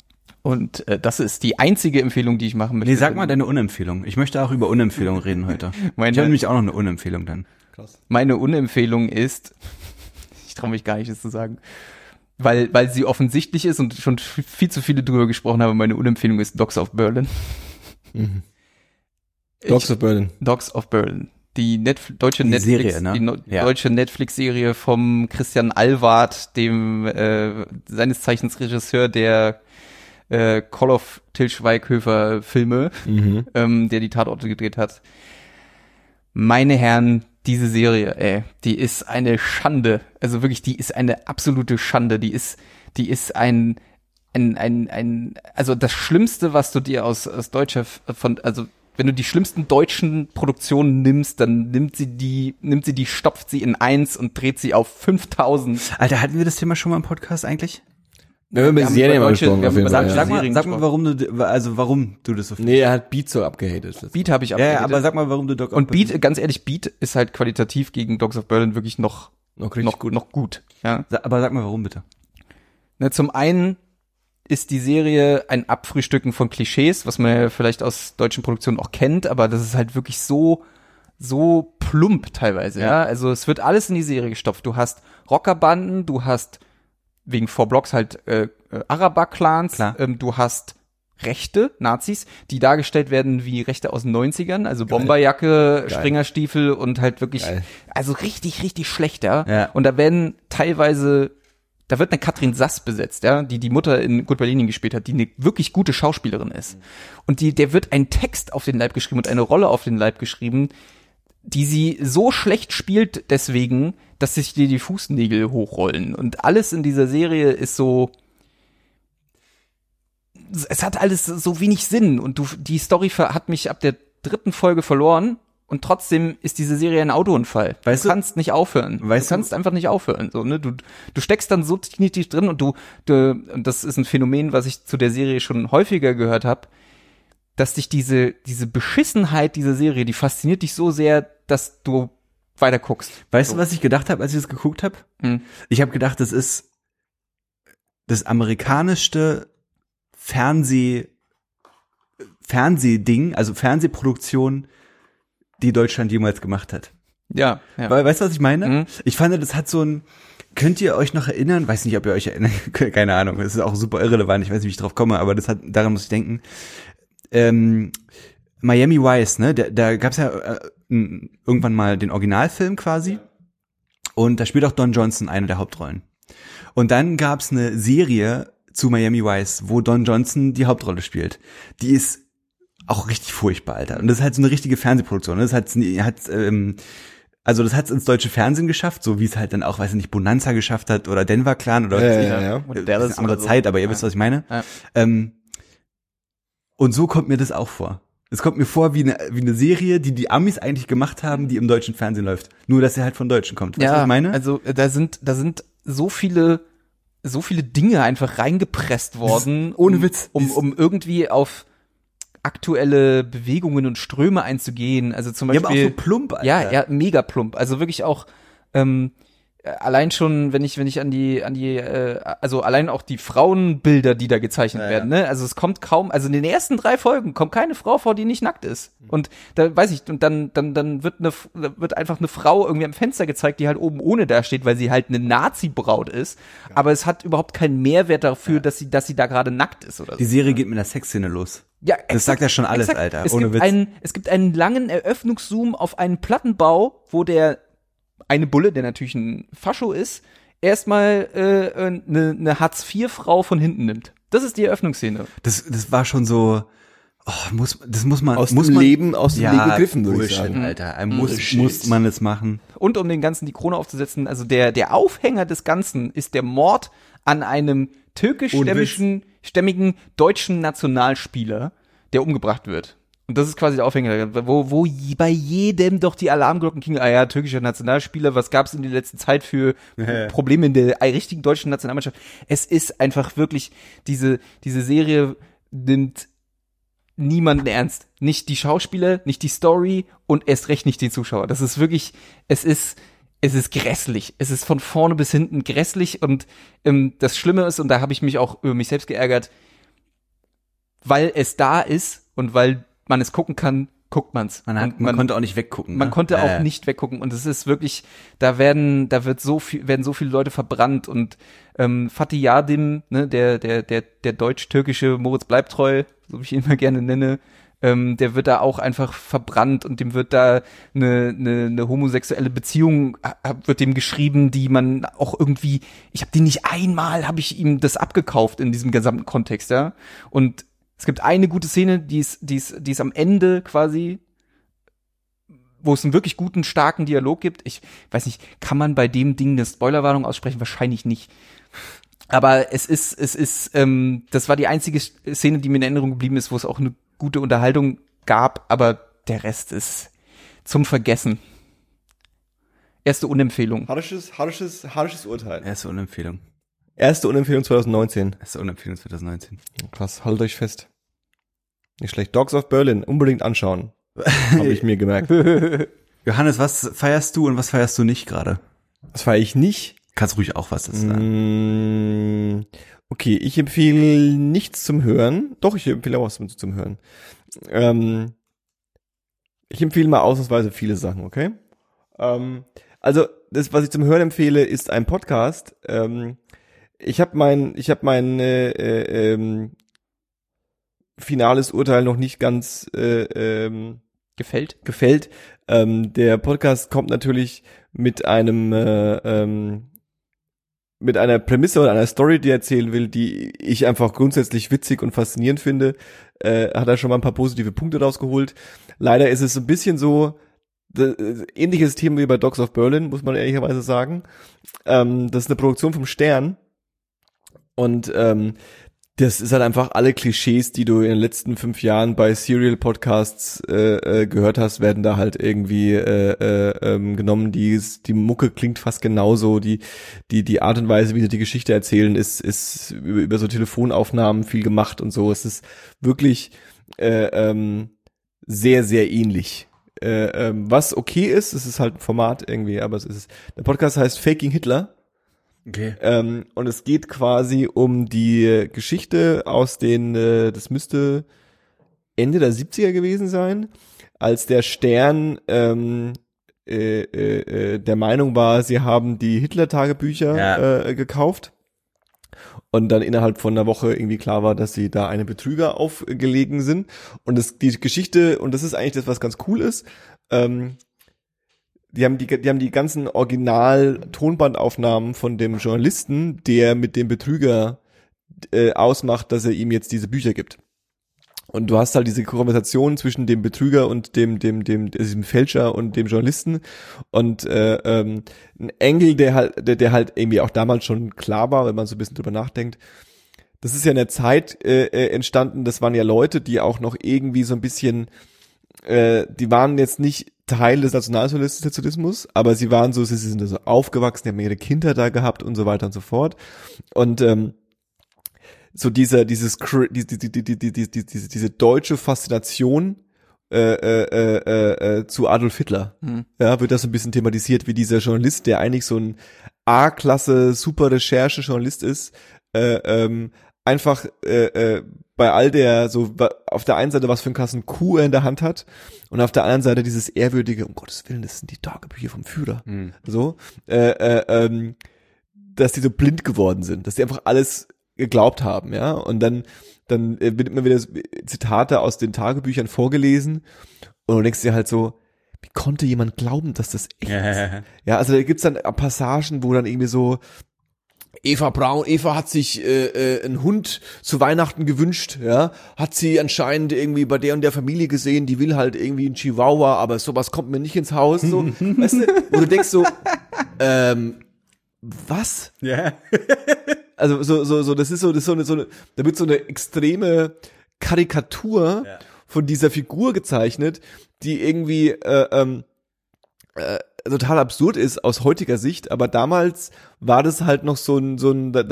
Und äh, das ist die einzige Empfehlung, die ich machen möchte. Nee, sag mal deine Unempfehlung. Ich möchte auch über Unempfehlungen reden heute. Meine, ich habe nämlich auch noch eine Unempfehlung dann. Krass. Meine Unempfehlung ist, ich traue mich gar nicht, das zu sagen, weil weil sie offensichtlich ist und schon viel zu viele drüber gesprochen haben. Meine Unempfehlung ist Dogs of Berlin. Mhm. Dogs ich, of Berlin. Dogs of Berlin. Die Netf- deutsche Die Netflix, Serie, ne? die no- Ja. deutsche Netflix-Serie vom Christian Alward, dem äh, seines Zeichens Regisseur der äh, Call of Til Schweighöfer Filme, Mhm. ähm, der die Tatorte gedreht hat. Meine Herren, diese Serie, ey, die ist eine Schande. Also wirklich, die ist eine absolute Schande. Die ist, die ist ein, ein, ein, ein, also das Schlimmste, was du dir aus, aus deutscher, von, also wenn du die schlimmsten deutschen Produktionen nimmst, dann nimmt sie die, nimmt sie die, stopft sie in eins und dreht sie auf fünftausend. Alter, hatten wir das Thema schon mal im Podcast eigentlich? Wir haben über Wir haben Serien über mal deutsche- gesprochen, wir auf haben jeden über Fall. deutsche Ja. Sag mal, Serien sag mal, gesprochen. warum du, also warum du das so Nee, er hat Beat so abgehatet. Beat habe ich Ja, ja, abgehatet. aber sag mal, warum du Doc Und Beat, ganz ehrlich, Beat ist halt qualitativ gegen Dogs of Berlin wirklich noch, Noch richtig noch, gut. noch gut. Ja. Sa- Aber sag mal, warum bitte? Ne, zum einen ist die Serie ein Abfrühstücken von Klischees, was man ja vielleicht aus deutschen Produktionen auch kennt, aber das ist halt wirklich so, so plump teilweise, ja. Ja. Also es wird alles in die Serie gestopft. Du hast Rockerbanden, du hast wegen Four Blocks halt äh, äh, Araber-Clans, Klar. ähm, du hast Rechte, Nazis, die dargestellt werden wie Rechte aus den neunzigern, also Bomberjacke, Geil. Springerstiefel und halt wirklich, Geil. also richtig, richtig schlecht, ja. Ja. Und da werden teilweise, da wird eine Katrin Sass besetzt, ja, die die Mutter in Good Berlin gespielt hat, die eine wirklich gute Schauspielerin ist. Und die, der wird ein Text auf den Leib geschrieben und eine Rolle auf den Leib geschrieben, die sie so schlecht spielt deswegen, dass sich dir die Fußnägel hochrollen. Und alles in dieser Serie ist so, es hat alles so wenig Sinn und du, die Story ver- hat mich ab der dritten Folge verloren und trotzdem ist diese Serie ein Autounfall. Weißt du du- kannst nicht aufhören. weißt du kannst einfach nicht aufhören. So, ne? Du, du steckst dann so tief drin und du, du, und das ist ein Phänomen, was ich zu der Serie schon häufiger gehört habe, dass dich diese, diese Beschissenheit dieser Serie, die fasziniert dich so sehr, dass du weiter guckst. Weißt So. du, was ich gedacht habe, als ich das geguckt habe? Hm. Ich habe gedacht, das ist das amerikanischste Fernseh Fernsehding, also Fernsehproduktion, die Deutschland jemals gemacht hat. Ja, ja. Weil, weißt du, was ich meine? Mhm. Ich fand, das hat so ein, könnt ihr euch noch erinnern? Weiß nicht, ob ihr euch erinnert, keine Ahnung, das ist auch super irrelevant, ich weiß nicht, wie ich drauf komme, aber das hat, daran muss ich denken. Ähm, Miami Vice, ne, da, da gab's ja äh, n- irgendwann mal den Originalfilm quasi und da spielt auch Don Johnson eine der Hauptrollen. Und dann gab's eine Serie zu Miami Vice, wo Don Johnson die Hauptrolle spielt. Die ist auch richtig furchtbar, Alter. Und das ist halt so eine richtige Fernsehproduktion. Das hat, hat ähm, also das hat's ins deutsche Fernsehen geschafft, so wie es halt dann auch, weiß ich nicht, Bonanza geschafft hat oder Denver Clan oder Ja, was weiß ja, ich. ja. Oder Das Dallas ist eine andere oder so. Zeit, aber ihr Ja. wisst, was ich meine. Ja. Ähm, und so kommt mir das auch vor. Es kommt mir vor wie eine, wie eine Serie, die die Amis eigentlich gemacht haben, die im deutschen Fernsehen läuft. Nur, dass sie halt von Deutschen kommt. Weißt du, was ich meine? Also äh, da sind da sind so viele so viele Dinge einfach reingepresst worden, ohne um, Witz. um Dieses- um irgendwie auf aktuelle Bewegungen und Ströme einzugehen. Also zum Ja, aber auch Beispiel so plump, Alter. ja, ja, mega plump. Also wirklich auch ähm, äh, allein schon, wenn ich wenn ich an die an die äh, also allein auch die Frauenbilder, die da gezeichnet Ja, werden, ne? Also es kommt kaum, also in den ersten drei Folgen kommt keine Frau vor, die nicht nackt ist. Und da weiß ich, und dann dann dann wird eine da wird einfach eine Frau irgendwie am Fenster gezeigt, die halt oben ohne da steht, weil sie halt eine Nazi-Braut ist. Aber es hat überhaupt keinen Mehrwert dafür, dass sie dass sie da gerade nackt ist oder so. Die Serie geht mit einer Sexszene los. Ja, Das sagt ja schon alles, Alter, Es ohne gibt Witz. Einen, es gibt einen langen Eröffnungszoom auf einen Plattenbau, wo der eine Bulle, der natürlich ein Fascho ist, erstmal äh, eine, eine Hartz vier Frau von hinten nimmt. Das ist die Eröffnungsszene. Das, das war schon so, oh, muss, das muss man, Aus muss dem man, Leben, aus dem ja, Leben gegriffen, würde ich Bullshit, sagen. Alter. Ein muss, Bullshit. muss man es machen. Und um den Ganzen die Krone aufzusetzen, also der, der Aufhänger des Ganzen ist der Mord an einem türkischstämmigen stämmigen deutschen Nationalspieler, der umgebracht wird. Und das ist quasi der Aufhänger, wo, wo je- bei jedem doch die Alarmglocken klingen. Ah ja, türkischer Nationalspieler, was gab es in der letzten Zeit für Probleme in der richtigen deutschen Nationalmannschaft? Es ist einfach wirklich, diese, diese Serie nimmt niemanden ernst. Nicht die Schauspieler, nicht die Story und erst recht nicht den Zuschauer. Das ist wirklich, es ist, es ist grässlich. Es ist von vorne bis hinten grässlich und ähm, das Schlimme ist, und da habe ich mich auch über mich selbst geärgert, weil es da ist und weil man es gucken kann, guckt man's. Man, hat, Und man, man konnte auch nicht weggucken. Man ne? konnte äh. auch nicht weggucken und es ist wirklich, da werden, da wird so viel, werden so viele Leute verbrannt und ähm, Fatih Yardim, ne, der, der, der, der deutsch-türkische Moritz Bleibtreu, so wie ich ihn immer gerne nenne, ähm, der wird da auch einfach verbrannt und dem wird da eine, eine, eine homosexuelle Beziehung, wird dem geschrieben, die man auch irgendwie, ich habe die nicht einmal, habe ich ihm das abgekauft in diesem gesamten Kontext, ja. Und es gibt eine gute Szene, die ist, die ist, die ist am Ende quasi, wo es einen wirklich guten, starken Dialog gibt. Ich weiß nicht, kann man bei dem Ding eine Spoilerwarnung aussprechen? Wahrscheinlich nicht. Aber es ist, es ist, ähm, das war die einzige Szene, die mir in Erinnerung geblieben ist, wo es auch eine gute Unterhaltung gab, aber der Rest ist zum Vergessen. Erste Unempfehlung. Harsches, harsches, harsches Urteil. Erste Unempfehlung. Erste Unempfehlung zwanzig neunzehn. Erste Unempfehlung zwanzig neunzehn. Krass, haltet euch fest. Nicht schlecht. Dogs of Berlin, unbedingt anschauen. Habe ich mir gemerkt. Johannes, was feierst du und was feierst du nicht gerade? Das feiere ich nicht. Kannst ruhig auch was dazu sagen. Mm, okay, ich empfehle nichts zum Hören. Doch, ich empfehle auch was zum, zum Hören. Ähm, ich empfehle mal ausnahmsweise viele Sachen, okay? Ähm, also, das, was ich zum Hören empfehle, ist ein Podcast. Ähm, ich habe mein, ich habe mein äh, äh, ähm, finales Urteil noch nicht ganz äh, ähm, Gefällt? gefällt. Ähm, der Podcast kommt natürlich mit einem äh, ähm, mit einer Prämisse oder einer Story, die er erzählen will, die ich einfach grundsätzlich witzig und faszinierend finde. Äh, hat er schon mal ein paar positive Punkte rausgeholt. Leider ist es ein bisschen so das, ähnliches Thema wie bei Dogs of Berlin, muss man ehrlicherweise sagen. Ähm, das ist eine Produktion vom Stern und ähm, das ist halt einfach alle Klischees, die du in den letzten fünf Jahren bei Serial-Podcasts äh, äh, gehört hast, werden da halt irgendwie äh, äh, ähm, genommen. Die, die Mucke klingt fast genauso. Die, die, die Art und Weise, wie sie die Geschichte erzählen, ist, ist über, über so Telefonaufnahmen viel gemacht und so. Es ist wirklich äh, ähm, sehr, sehr ähnlich. Äh, ähm, was okay ist, es ist halt ein Format irgendwie, aber es ist, der Podcast heißt Faking Hitler. Okay. Ähm, und es geht quasi um die Geschichte aus den, äh, das müsste Ende der siebziger gewesen sein, als der Stern ähm, äh, äh, der Meinung war, sie haben die Hitler-Tagebücher Ja. äh, gekauft. Und dann innerhalb von einer Woche irgendwie klar war, dass sie da eine Betrüger aufgelegen sind. Und das, die Geschichte, und das ist eigentlich das, was ganz cool ist, ähm, Die haben die, die haben die ganzen Original-Tonbandaufnahmen von dem Journalisten, der mit dem Betrüger äh, ausmacht, dass er ihm jetzt diese Bücher gibt. Und du hast halt diese Konversation zwischen dem Betrüger und dem, dem, dem, diesem Fälscher und dem Journalisten. Und äh, ähm, ein Engel, der halt, der, der halt irgendwie auch damals schon klar war, wenn man so ein bisschen drüber nachdenkt. Das ist ja in der Zeit äh, entstanden. Das waren ja Leute, die auch noch irgendwie so ein bisschen Äh, die waren jetzt nicht Teil des Nationalsozialismus, aber sie waren so, sie sind so aufgewachsen, die haben ihre Kinder da gehabt und so weiter und so fort. Und ähm, so dieser, dieses, die, die, die, die, die, die, die, diese, diese deutsche Faszination äh, äh, äh, äh, zu Adolf Hitler, Hm. ja, wird das so ein bisschen thematisiert, wie dieser Journalist, der eigentlich so ein A-Klasse, super Recherche-Journalist ist, äh, ähm, einfach äh, äh, bei all der, so auf der einen Seite was für einen krassen Coup er in der Hand hat und auf der anderen Seite dieses ehrwürdige, um Gottes Willen, das sind die Tagebücher vom Führer. Mhm. So, äh, äh, ähm, dass die so blind geworden sind, dass die einfach alles geglaubt haben, ja, und dann dann äh, wird immer wieder Zitate aus den Tagebüchern vorgelesen und du denkst dir halt so, wie konnte jemand glauben, dass das echt ist? Ja, also da gibt's dann Passagen, wo dann irgendwie so Eva Braun, Eva hat sich äh, äh, einen Hund zu Weihnachten gewünscht, ja, hat sie anscheinend irgendwie bei der und der Familie gesehen, die will halt irgendwie einen Chihuahua, aber sowas kommt mir nicht ins Haus, so, weißt du, wo du denkst so, ähm, was? Ja. Also so so so das ist so das ist so eine so eine da wird so eine extreme Karikatur Ja. von dieser Figur gezeichnet, die irgendwie äh, ähm, äh, total absurd ist aus heutiger Sicht, aber damals war das halt noch so ein, so ein,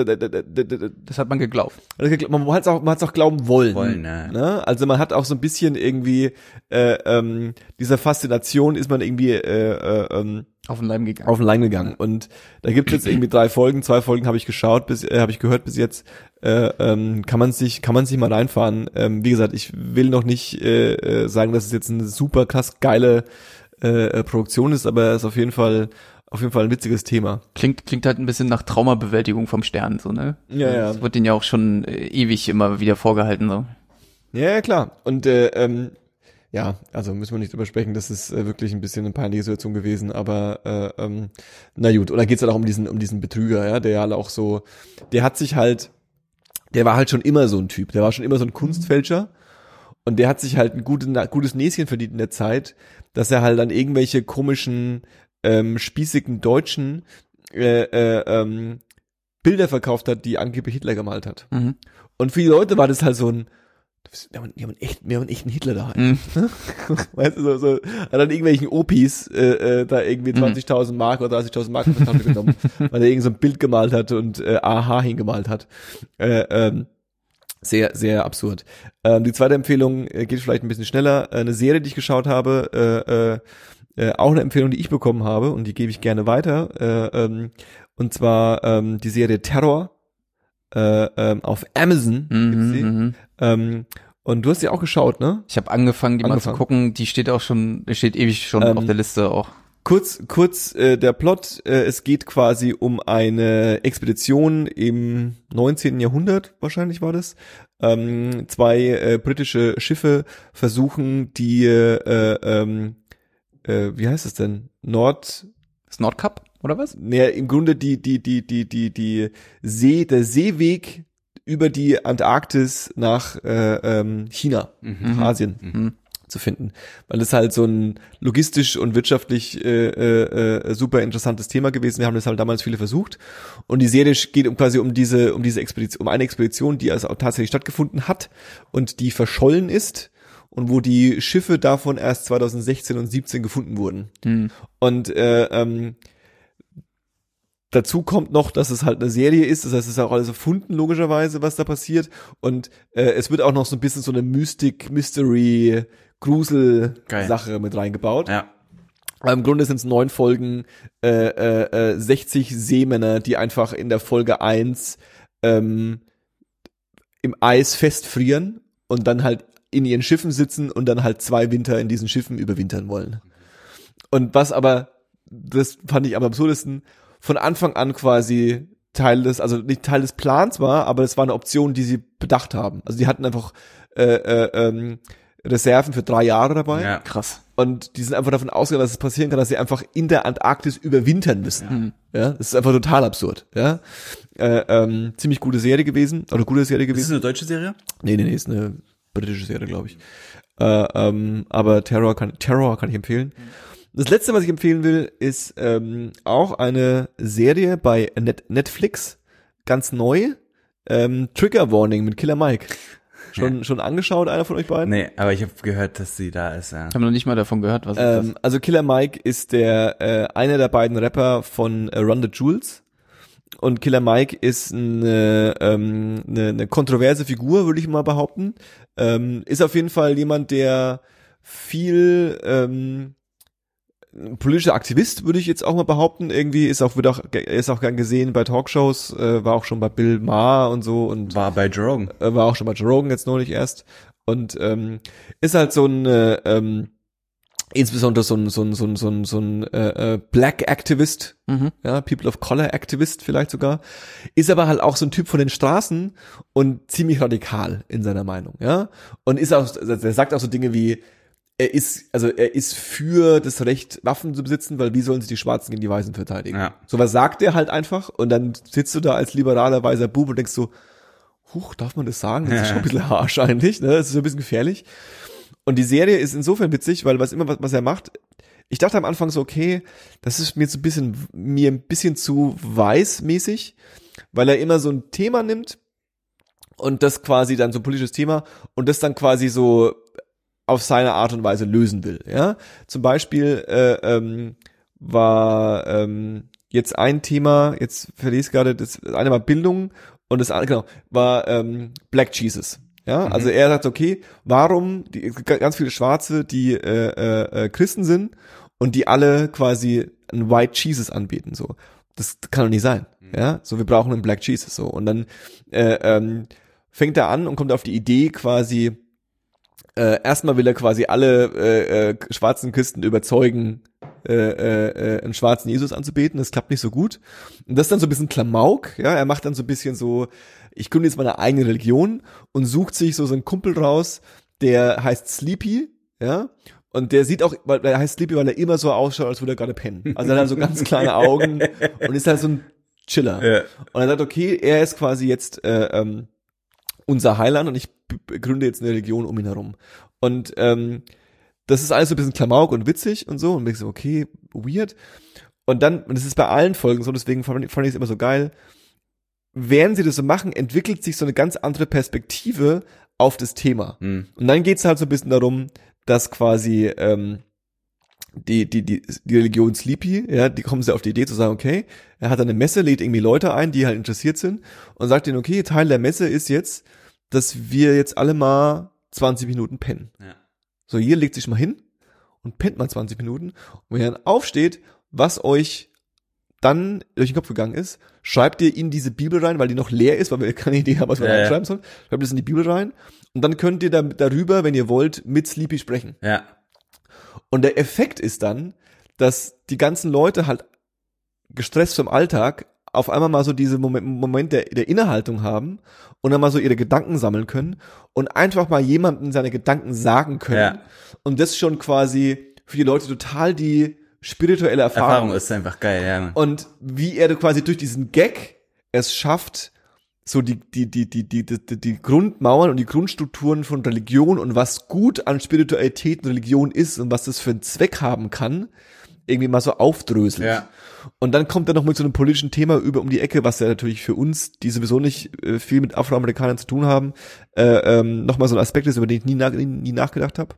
das hat man geglaubt. Man hat es auch, man hat's auch glauben wollen. Wollen, ja. Ne? Also man hat auch so ein bisschen irgendwie, äh, ähm, dieser Faszination ist man irgendwie, äh, äh, ähm, auf den Leim gegangen. Auf den Leim gegangen. Und da gibt es jetzt irgendwie drei Folgen, zwei Folgen habe ich geschaut, bis, äh, habe ich gehört bis jetzt, äh, ähm, kann man sich, kann man sich mal reinfahren. Ähm, wie gesagt, ich will noch nicht äh, äh, sagen, dass es jetzt eine super krass geile äh, Produktion ist, aber es ist auf jeden Fall auf jeden Fall ein witziges Thema. Klingt klingt halt ein bisschen nach Traumabewältigung vom Stern, so, ne? Ja, ja. Das wird denen ja auch schon äh, ewig immer wieder vorgehalten, so. Ja, ja, klar. Und äh, ähm, ja, also müssen wir nicht drüber sprechen, das ist äh, wirklich ein bisschen eine peinliche Situation gewesen, aber äh, ähm, na gut, und da geht's halt auch um diesen um diesen Betrüger, ja, der halt auch so, der hat sich halt, der war halt schon immer so ein Typ, der war schon immer so ein Kunstfälscher und der hat sich halt ein gutes, gutes Näschen verdient in der Zeit, dass er halt an irgendwelche komischen, ähm, spießigen Deutschen äh, äh, ähm, Bilder verkauft hat, die angeblich Hitler gemalt hat. Mhm. Und für die Leute war das halt so ein, wir haben, wir haben echt, wir haben echt einen Hitler daheim. Mhm. Weißt du, so, so, hat dann irgendwelchen Opis äh, äh, da irgendwie zwanzigtausend Mark oder dreißigtausend Mark genommen, weil er irgend so ein Bild gemalt hat und äh, Aha hingemalt hat. Äh, ähm, sehr, sehr absurd. Ähm, die zweite Empfehlung äh, geht vielleicht ein bisschen schneller. Äh, eine Serie, die ich geschaut habe, äh, äh, äh, auch eine Empfehlung, die ich bekommen habe und die gebe ich gerne weiter. Äh, ähm, und zwar ähm, die Serie Terror äh, ähm, auf Amazon. Mhm, gibt's die. mhm. Ähm, und du hast sie auch geschaut, ne? Ich habe angefangen, die Angefangen. mal zu gucken. Die steht auch schon, die steht ewig schon Ähm, auf der Liste auch. Kurz, kurz äh, der Plot, äh, es geht quasi um eine Expedition im neunzehnten Jahrhundert, wahrscheinlich war das. Ähm, zwei äh, britische Schiffe versuchen die, äh, ähm, äh, wie heißt es denn? Nord, Das Nordkap, oder was? ne, im Grunde die, die, die, die, die, die See, der Seeweg über die Antarktis nach äh, ähm, China, nach Asien. Mhm. zu finden, weil es halt so ein logistisch und wirtschaftlich äh, äh, äh, super interessantes Thema gewesen. Wir haben das halt damals viele versucht und die Serie geht um quasi um diese um diese Expedition, um eine Expedition, die also auch tatsächlich stattgefunden hat und die verschollen ist und wo die Schiffe davon erst zweitausendsechzehn und siebzehn gefunden wurden. Mhm. Und äh, ähm, dazu kommt noch, dass es halt eine Serie ist, das heißt, es ist auch alles erfunden, logischerweise, was da passiert. Und äh, es wird auch noch so ein bisschen so eine Mystik, Mystery, Grusel-Sache mit reingebaut. Ja. Aber im Grunde sind es neun Folgen, äh, äh, sechzig Seemänner, die einfach in der Folge eins ähm, im Eis festfrieren und dann halt in ihren Schiffen sitzen und dann halt zwei Winter in diesen Schiffen überwintern wollen. Und was aber, das fand ich am absurdesten, von Anfang an quasi Teil des, also nicht Teil des Plans war, aber es war eine Option, die sie bedacht haben. Also die hatten einfach äh, äh, ähm, Reserven für drei Jahre dabei. Ja. Krass. Und die sind einfach davon ausgegangen, dass es passieren kann, dass sie einfach in der Antarktis überwintern müssen. Ja, ja, das ist einfach total absurd. Ja, äh, ähm, ziemlich gute Serie gewesen, oder gute Serie Ist es gewesen. eine deutsche Serie? Nee, nee, nee, ist eine britische Serie, glaube ich. Äh, ähm, aber Terror kann, Terror kann ich empfehlen. Das letzte, was ich empfehlen will, ist ähm, auch eine Serie bei Net- Netflix, ganz neu. Ähm, Trigger Warning mit Killer Mike. Schon Ja. schon angeschaut, einer von euch beiden? Nee, aber ich habe gehört, dass sie da ist, ja. Ich habe noch nicht mal davon gehört, was ist Ähm, also Killer Mike ist der äh, einer der beiden Rapper von äh, Run the Jewels. Und Killer Mike ist eine, ähm, eine, eine kontroverse Figur, würde ich mal behaupten. Ähm, ist auf jeden Fall jemand, der viel ähm, politischer Aktivist, würde ich jetzt auch mal behaupten. Irgendwie ist auch wird auch ist auch gern gesehen bei Talkshows, äh, war auch schon bei Bill Maher und so und War bei Joe Rogan. äh, war auch schon bei Joe Rogan jetzt neulich erst und ähm, ist halt so ein äh, ähm, insbesondere so ein so ein so ein so ein, so ein äh, äh, Black Activist, das? Mhm. ja, People of Color Activist vielleicht sogar, ist aber halt auch so ein Typ von den Straßen und ziemlich radikal in seiner Meinung, ja, und ist auch, er sagt auch so Dinge wie, er ist, also er ist für das Recht, Waffen zu besitzen, weil wie sollen sich die Schwarzen gegen die Weißen verteidigen? Ja. Sowas sagt er halt einfach und dann sitzt du da als liberaler weißer Bub und denkst so, huch, darf man das sagen? Das ist schon ein bisschen harsch eigentlich, ne? Das ist so ein bisschen gefährlich. Und die Serie ist insofern witzig, weil was immer, was, was er macht, ich dachte am Anfang so, okay, das ist mir so ein bisschen, mir ein bisschen zu weißmäßig, weil er immer so ein Thema nimmt und das quasi dann so ein politisches Thema und das dann quasi so auf seine Art und Weise lösen will, ja. Zum Beispiel, äh, ähm, war ähm, jetzt ein Thema, jetzt verlese ich gerade, das eine war Bildung und das andere, genau, war ähm, Black Jesus. Ja, mhm. Also er sagt, okay, warum die, ganz viele Schwarze, die äh, äh, Christen sind und die alle quasi einen White Jesus anbeten, so. Das kann doch nicht sein. Mhm. Ja, so wir brauchen einen Black Jesus, so. Und dann äh, ähm, fängt er an und kommt auf die Idee quasi, äh, erstmal will er quasi alle äh, äh, schwarzen Christen überzeugen, äh, äh, einen schwarzen Jesus anzubeten. Das klappt nicht so gut. Und das ist dann so ein bisschen Klamauk. Ja, er macht dann so ein bisschen so, ich gründe jetzt meine eigene Religion und sucht sich so so einen Kumpel raus, der heißt Sleepy, ja. Und der sieht auch, weil er heißt Sleepy, weil er immer so ausschaut, als würde er gerade pennen. Also er hat halt so ganz kleine Augen und ist halt so ein Chiller. Ja. Und er sagt, okay, er ist quasi jetzt äh, ähm, unser Heiland und ich b- gründe jetzt eine Religion um ihn herum. Und ähm, das ist alles so ein bisschen Klamauk und witzig und so. Und ich so, okay, weird. Und dann, und das ist bei allen Folgen so, deswegen fand, fand ich es immer so geil, während sie das so machen, entwickelt sich so eine ganz andere Perspektive auf das Thema. Mhm. Und dann geht's halt so ein bisschen darum, dass quasi ähm, die die die die Religion Sleepy, ja, die kommen sie auf die Idee zu sagen, okay, er hat eine Messe, lädt irgendwie Leute ein, die halt interessiert sind und sagt ihnen, okay, Teil der Messe ist jetzt, dass wir jetzt alle mal zwanzig Minuten pennen. Ja. So, hier legt sich mal hin und pennt mal zwanzig Minuten und wenn ihr dann aufsteht, was euch dann durch den Kopf gegangen ist, schreibt ihr in diese Bibel rein, weil die noch leer ist, weil wir keine Idee haben, was wir ja, reinschreiben sollen. Schreibt es in die Bibel rein und dann könnt ihr da, darüber, wenn ihr wollt, mit Sleepy sprechen. Ja. Und der Effekt ist dann, dass die ganzen Leute halt gestresst vom Alltag auf einmal mal so diese Moment, Moment der, der Innehaltung haben und dann mal so ihre Gedanken sammeln können und einfach mal jemandem seine Gedanken sagen können. Ja. Und das schon quasi für die Leute total die spirituelle Erfahrung. Erfahrung ist einfach geil, ja. Und wie er quasi durch diesen Gag es schafft, so die, die, die, die, die, die, die Grundmauern und die Grundstrukturen von Religion und was gut an Spiritualität und Religion ist und was das für einen Zweck haben kann, irgendwie mal so aufdröselt. Ja. Und dann kommt er noch mit so einem politischen Thema über um die Ecke, was ja natürlich für uns, die sowieso nicht äh, viel mit Afroamerikanern zu tun haben, äh, ähm, nochmal so ein Aspekt ist, über den ich nie, nach, nie, nie nachgedacht habe.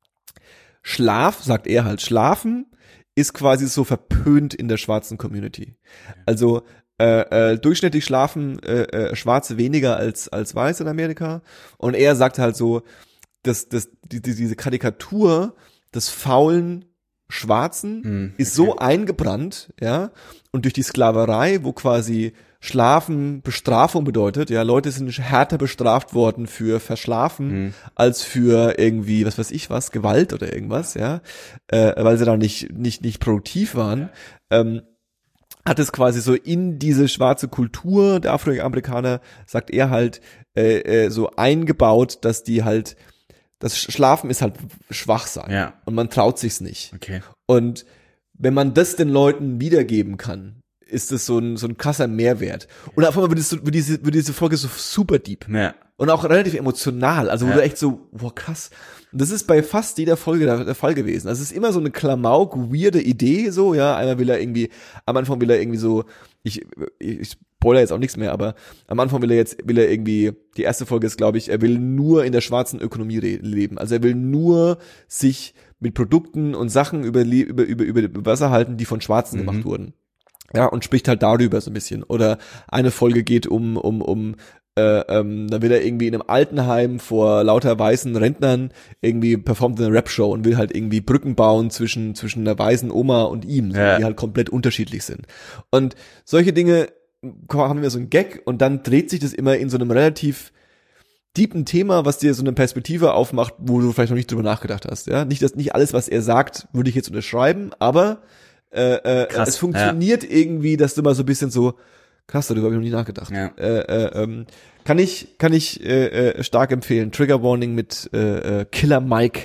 Schlaf, sagt er halt, Schlafen ist quasi so verpönt in der schwarzen Community. Also äh, äh, durchschnittlich schlafen äh, äh, Schwarze weniger als als Weiße in Amerika. Und er sagt halt so, dass, dass die, die, diese Karikatur des faulen Schwarzen hm, ist okay. so eingebrannt, ja, und durch die Sklaverei, wo quasi Schlafen Bestrafung bedeutet, ja, Leute sind härter bestraft worden für Verschlafen hm. als für irgendwie, was weiß ich was, Gewalt oder irgendwas, ja, äh, weil sie da nicht nicht nicht produktiv waren, ähm, hat es quasi so in diese schwarze Kultur der Afroamerikaner, sagt er halt, äh, äh, so eingebaut, dass die halt, das Schlafen ist halt schwach sein. Ja. Und man traut sich's nicht. Okay. Und wenn man das den Leuten wiedergeben kann, ist das so ein, so ein krasser Mehrwert. Und auf einmal wird, es so, wird, diese, wird diese Folge so super deep. Ja. Und auch relativ emotional. Also wo ja. du echt so, wow, krass. Und das ist bei fast jeder Folge der, der Fall gewesen. Also es ist immer so eine Klamauk, weirde Idee, so, ja. Einmal will er irgendwie, am Anfang will er irgendwie so, ich, ich, ich spoiler jetzt auch nichts mehr, aber am Anfang will er jetzt, will er irgendwie, die erste Folge ist, glaube ich, er will nur in der schwarzen Ökonomie re- leben. Also er will nur sich mit Produkten und Sachen über, über, über, über Wasser halten, die von Schwarzen mhm. gemacht wurden. Ja, und spricht halt darüber so ein bisschen. Oder eine Folge geht um, um, um, Äh, ähm, dann will er irgendwie in einem Altenheim vor lauter weißen Rentnern irgendwie performt eine Rap-Show und will halt irgendwie Brücken bauen zwischen zwischen einer weißen Oma und ihm, so, ja. die halt komplett unterschiedlich sind. Und solche Dinge haben wir so einen Gag und dann dreht sich das immer in so einem relativ deepen Thema, was dir so eine Perspektive aufmacht, wo du vielleicht noch nicht drüber nachgedacht hast. Ja, nicht dass nicht alles, was er sagt, würde ich jetzt unterschreiben, aber äh, äh, Krass, es funktioniert ja. irgendwie, dass du mal so ein bisschen so krass, darüber habe ich noch nie nachgedacht. Ja. Äh, äh, ähm, kann ich kann ich äh, äh, stark empfehlen. Trigger Warning mit äh, äh, Killer Mike.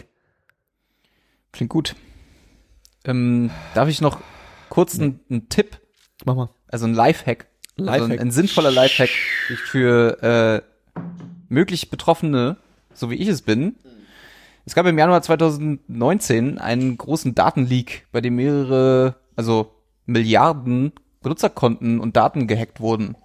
Klingt gut. Ähm, darf ich noch kurz einen, einen Tipp? Mach mal. Also ein Lifehack. Lifehack. Also ein, ein sinnvoller Lifehack für äh, möglich Betroffene, so wie ich es bin. Es gab im Januar zwanzig neunzehn einen großen Datenleak, bei dem mehrere, also Milliarden Benutzerkonten und Daten gehackt wurden.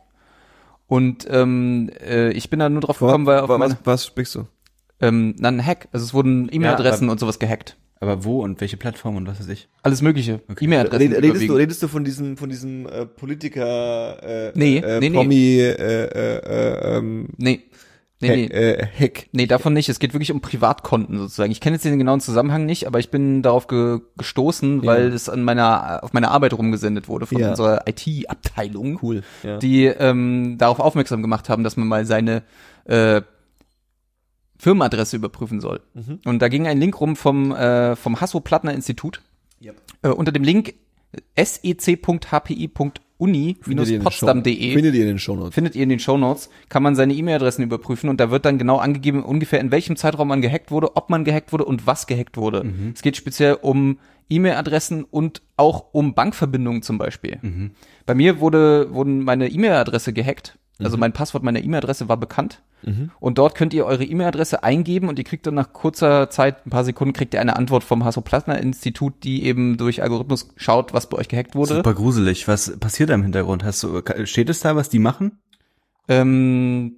Und ähm, äh, ich bin da nur drauf gekommen, weil auf was, meine, was sprichst du? Ähm, na, ein Hack. Also es wurden E-Mail-Adressen ja, und sowas gehackt. Aber wo und welche Plattform und was weiß ich? Alles mögliche. Okay. E-Mail-Adressen Red, redest, du, überwiegend. redest du von diesem, von diesem äh, Politiker, äh, Nee, äh, nee, nee. Promi, äh, äh, äh, ähm, Nee. Nee, Hack, nee. äh, Hack? Nee, davon nicht. Es geht wirklich um Privatkonten sozusagen. Ich kenne jetzt den genauen Zusammenhang nicht, aber ich bin darauf ge gestoßen, weil Ja. es an meiner auf meine Arbeit rumgesendet wurde von Ja. unserer I T-Abteilung, Cool. Ja. die ähm, darauf aufmerksam gemacht haben, dass man mal seine äh, Firmenadresse überprüfen soll. Mhm. Und da ging ein Link rum vom äh, vom Hasso-Plattner-Institut. Yep. Äh, unter dem Link sec punkt h p i punkt uni Bindestrich potsdam punkt de Findet ihr in den Shownotes. findet ihr in den Shownotes, kann man seine E-Mail-Adressen überprüfen und da wird dann genau angegeben, ungefähr in welchem Zeitraum man gehackt wurde, ob man gehackt wurde und was gehackt wurde. Mhm. Es geht speziell um E-Mail-Adressen und auch um Bankverbindungen zum Beispiel. Mhm. Bei mir wurde wurden meine E-Mail-Adresse gehackt, also mein Passwort meiner E-Mail-Adresse war bekannt Mhm. und dort könnt ihr eure E-Mail-Adresse eingeben und ihr kriegt dann nach kurzer Zeit, ein paar Sekunden, kriegt ihr eine Antwort vom Hasso-Plattner-Institut, die eben durch Algorithmus schaut, was bei euch gehackt wurde. Super gruselig. Was passiert da im Hintergrund? Hast du, steht es da, was die machen? Ähm,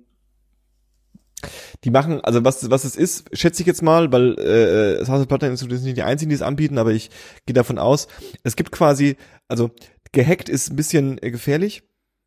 Die machen, also was was es ist, schätze ich jetzt mal, weil äh, das Hasso-Plattner-Institut ist nicht die einzigen, die es anbieten, aber ich gehe davon aus, es gibt quasi, also gehackt ist ein bisschen äh, gefährlich.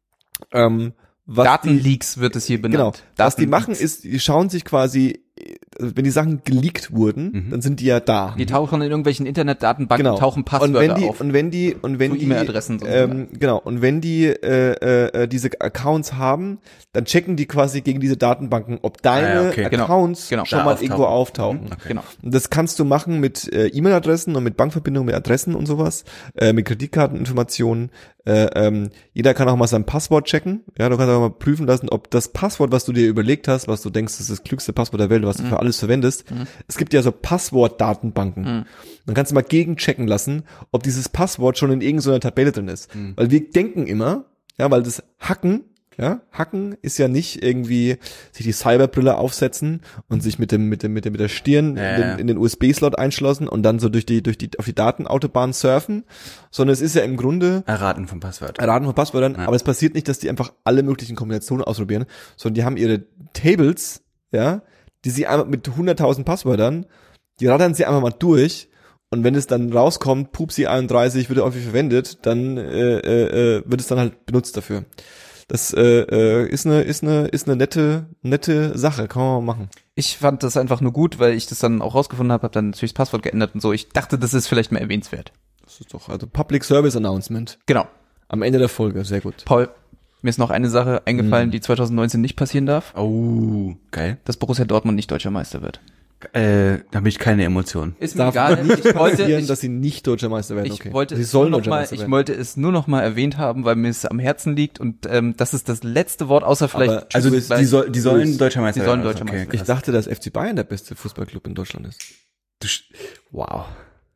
Ähm, was die, Datenleaks wird es hier benannt. genau, was die Datenleaks. machen ist, die schauen sich quasi, also wenn die Sachen geleakt wurden, Mhm. dann sind die ja da. Die tauchen in irgendwelchen Internetdatenbanken, Genau. tauchen Passwörter und wenn die auf. und wenn die und wenn So die E-Mail-Adressen sozusagen. ähm, genau und wenn die äh, äh, diese Accounts haben, dann checken die quasi gegen diese Datenbanken, ob deine Ah, ja, okay. Genau. Accounts Genau. schon Da mal auftauchen. irgendwo auftauchen. Mhm, okay. Genau. Und das kannst du machen mit äh, E-Mail-Adressen und mit Bankverbindungen, mit Adressen und sowas, äh, mit Kreditkarteninformationen. Äh, ähm, jeder kann auch mal sein Passwort checken. Ja, du kannst auch mal prüfen lassen, ob das Passwort, was du dir überlegt hast, was du denkst, das ist das klügste Passwort der Welt, was du Mhm. für alles verwendest. Mhm. Es gibt ja so Passwortdatenbanken. Mhm. Dann kannst du mal gegenchecken lassen, ob dieses Passwort schon in irgendeiner Tabelle drin ist. Mhm. Weil wir denken immer, ja, weil das Hacken, ja, Hacken ist ja nicht irgendwie sich die Cyberbrille aufsetzen und sich mit dem mit dem mit dem mit der Stirn Ja, in, ja. den, in den U S B-Slot einschlossen und dann so durch die durch die auf die Datenautobahn surfen, sondern es ist ja im Grunde Erraten vom Passwort. Erraten von Passwörtern, Ja. aber es passiert nicht, dass die einfach alle möglichen Kombinationen ausprobieren, sondern die haben ihre Tables, ja, die sie einfach mit hunderttausend Passwörtern, die rattern sie einfach mal durch und wenn es dann rauskommt, Pupsi einunddreißig wird häufig verwendet, dann äh, äh, wird es dann halt benutzt dafür. Das äh, äh, ist eine ist eine ist eine nette nette Sache, kann man mal machen. Ich fand das einfach nur gut, weil ich das dann auch rausgefunden habe, habe dann natürlich das Passwort geändert und so. Ich dachte, das ist vielleicht mal erwähnenswert. Das ist doch also Public Service Announcement Genau. am Ende der Folge, sehr gut. Paul, mir ist noch eine Sache eingefallen, Mhm. die zwanzig neunzehn nicht passieren darf, Oh, geil. dass Borussia Dortmund nicht deutscher Meister wird. Äh, da habe ich keine Emotionen. Ist mir Darf egal. nicht Ich wollte, passieren, ich, dass sie nicht deutscher Meister werden. ich Okay. wollte sie es sollen nur noch deutscher mal, Meister ich werden. wollte es nur noch mal erwähnt haben, weil mir es am Herzen liegt und ähm, das ist das letzte Wort, außer vielleicht. Aber- Also bist- die, soll, die sollen bist- deutscher Meister die sollen werden. deutscher Okay, Meister Ich krass. dachte, dass F C Bayern der beste Fußballclub in Deutschland ist. Du sch- Wow.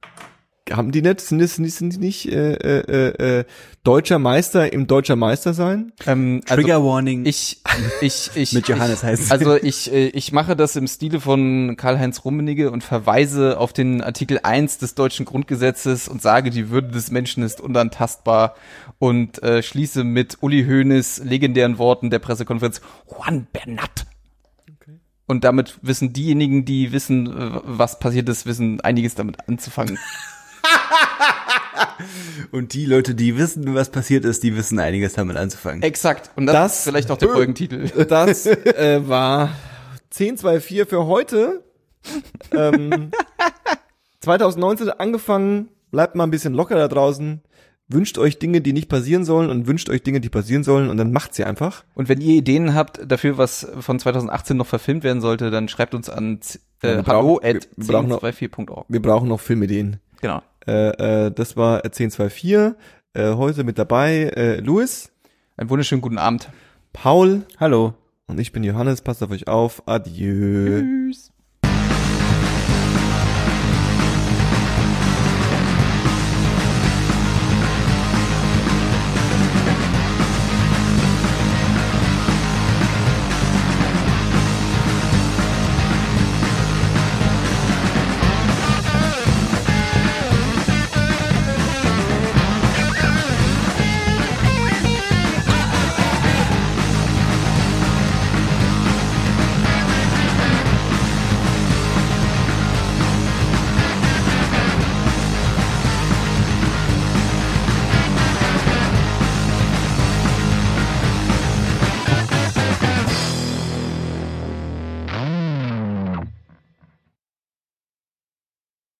Haben die nicht, sind, das, sind die nicht äh, äh, äh, deutscher Meister im deutscher Meister sein? ähm, also Trigger Warning. ich, ich, ich, Mit Johannes ich, heißt es. Also ich, äh, ich mache das im Stile von Karl-Heinz Rummenigge und verweise auf den Artikel eins des deutschen Grundgesetzes und sage, die Würde des Menschen ist unantastbar und äh, schließe mit Uli Hoeneß legendären Worten der Pressekonferenz Juan Bernat. Und damit wissen diejenigen, die wissen, äh, was passiert ist, wissen einiges damit anzufangen. Und die Leute, die wissen, was passiert ist, die wissen einiges damit anzufangen. Exakt. Und das, Das- ist vielleicht auch der Folgentitel. Das äh, war zehn zwei vier für heute. Ähm, zwanzig neunzehn angefangen. Bleibt mal ein bisschen locker da draußen. Wünscht euch Dinge, die nicht passieren sollen und wünscht euch Dinge, die passieren sollen und dann macht sie einfach. Und wenn ihr Ideen habt dafür, was von zwanzig achtzehn noch verfilmt werden sollte, dann schreibt uns an Ja, äh, wir hallo brauchen- at wir brauchen noch- zehn zwei vier punkt org. Wir brauchen noch Filmideen. Genau. Äh, äh, das war zehn zwei vier. Äh, heute mit dabei äh, Louis, Einen wunderschönen guten Abend. Paul Hallo. und ich bin Johannes. Passt auf euch auf. Adieu. Tschüss.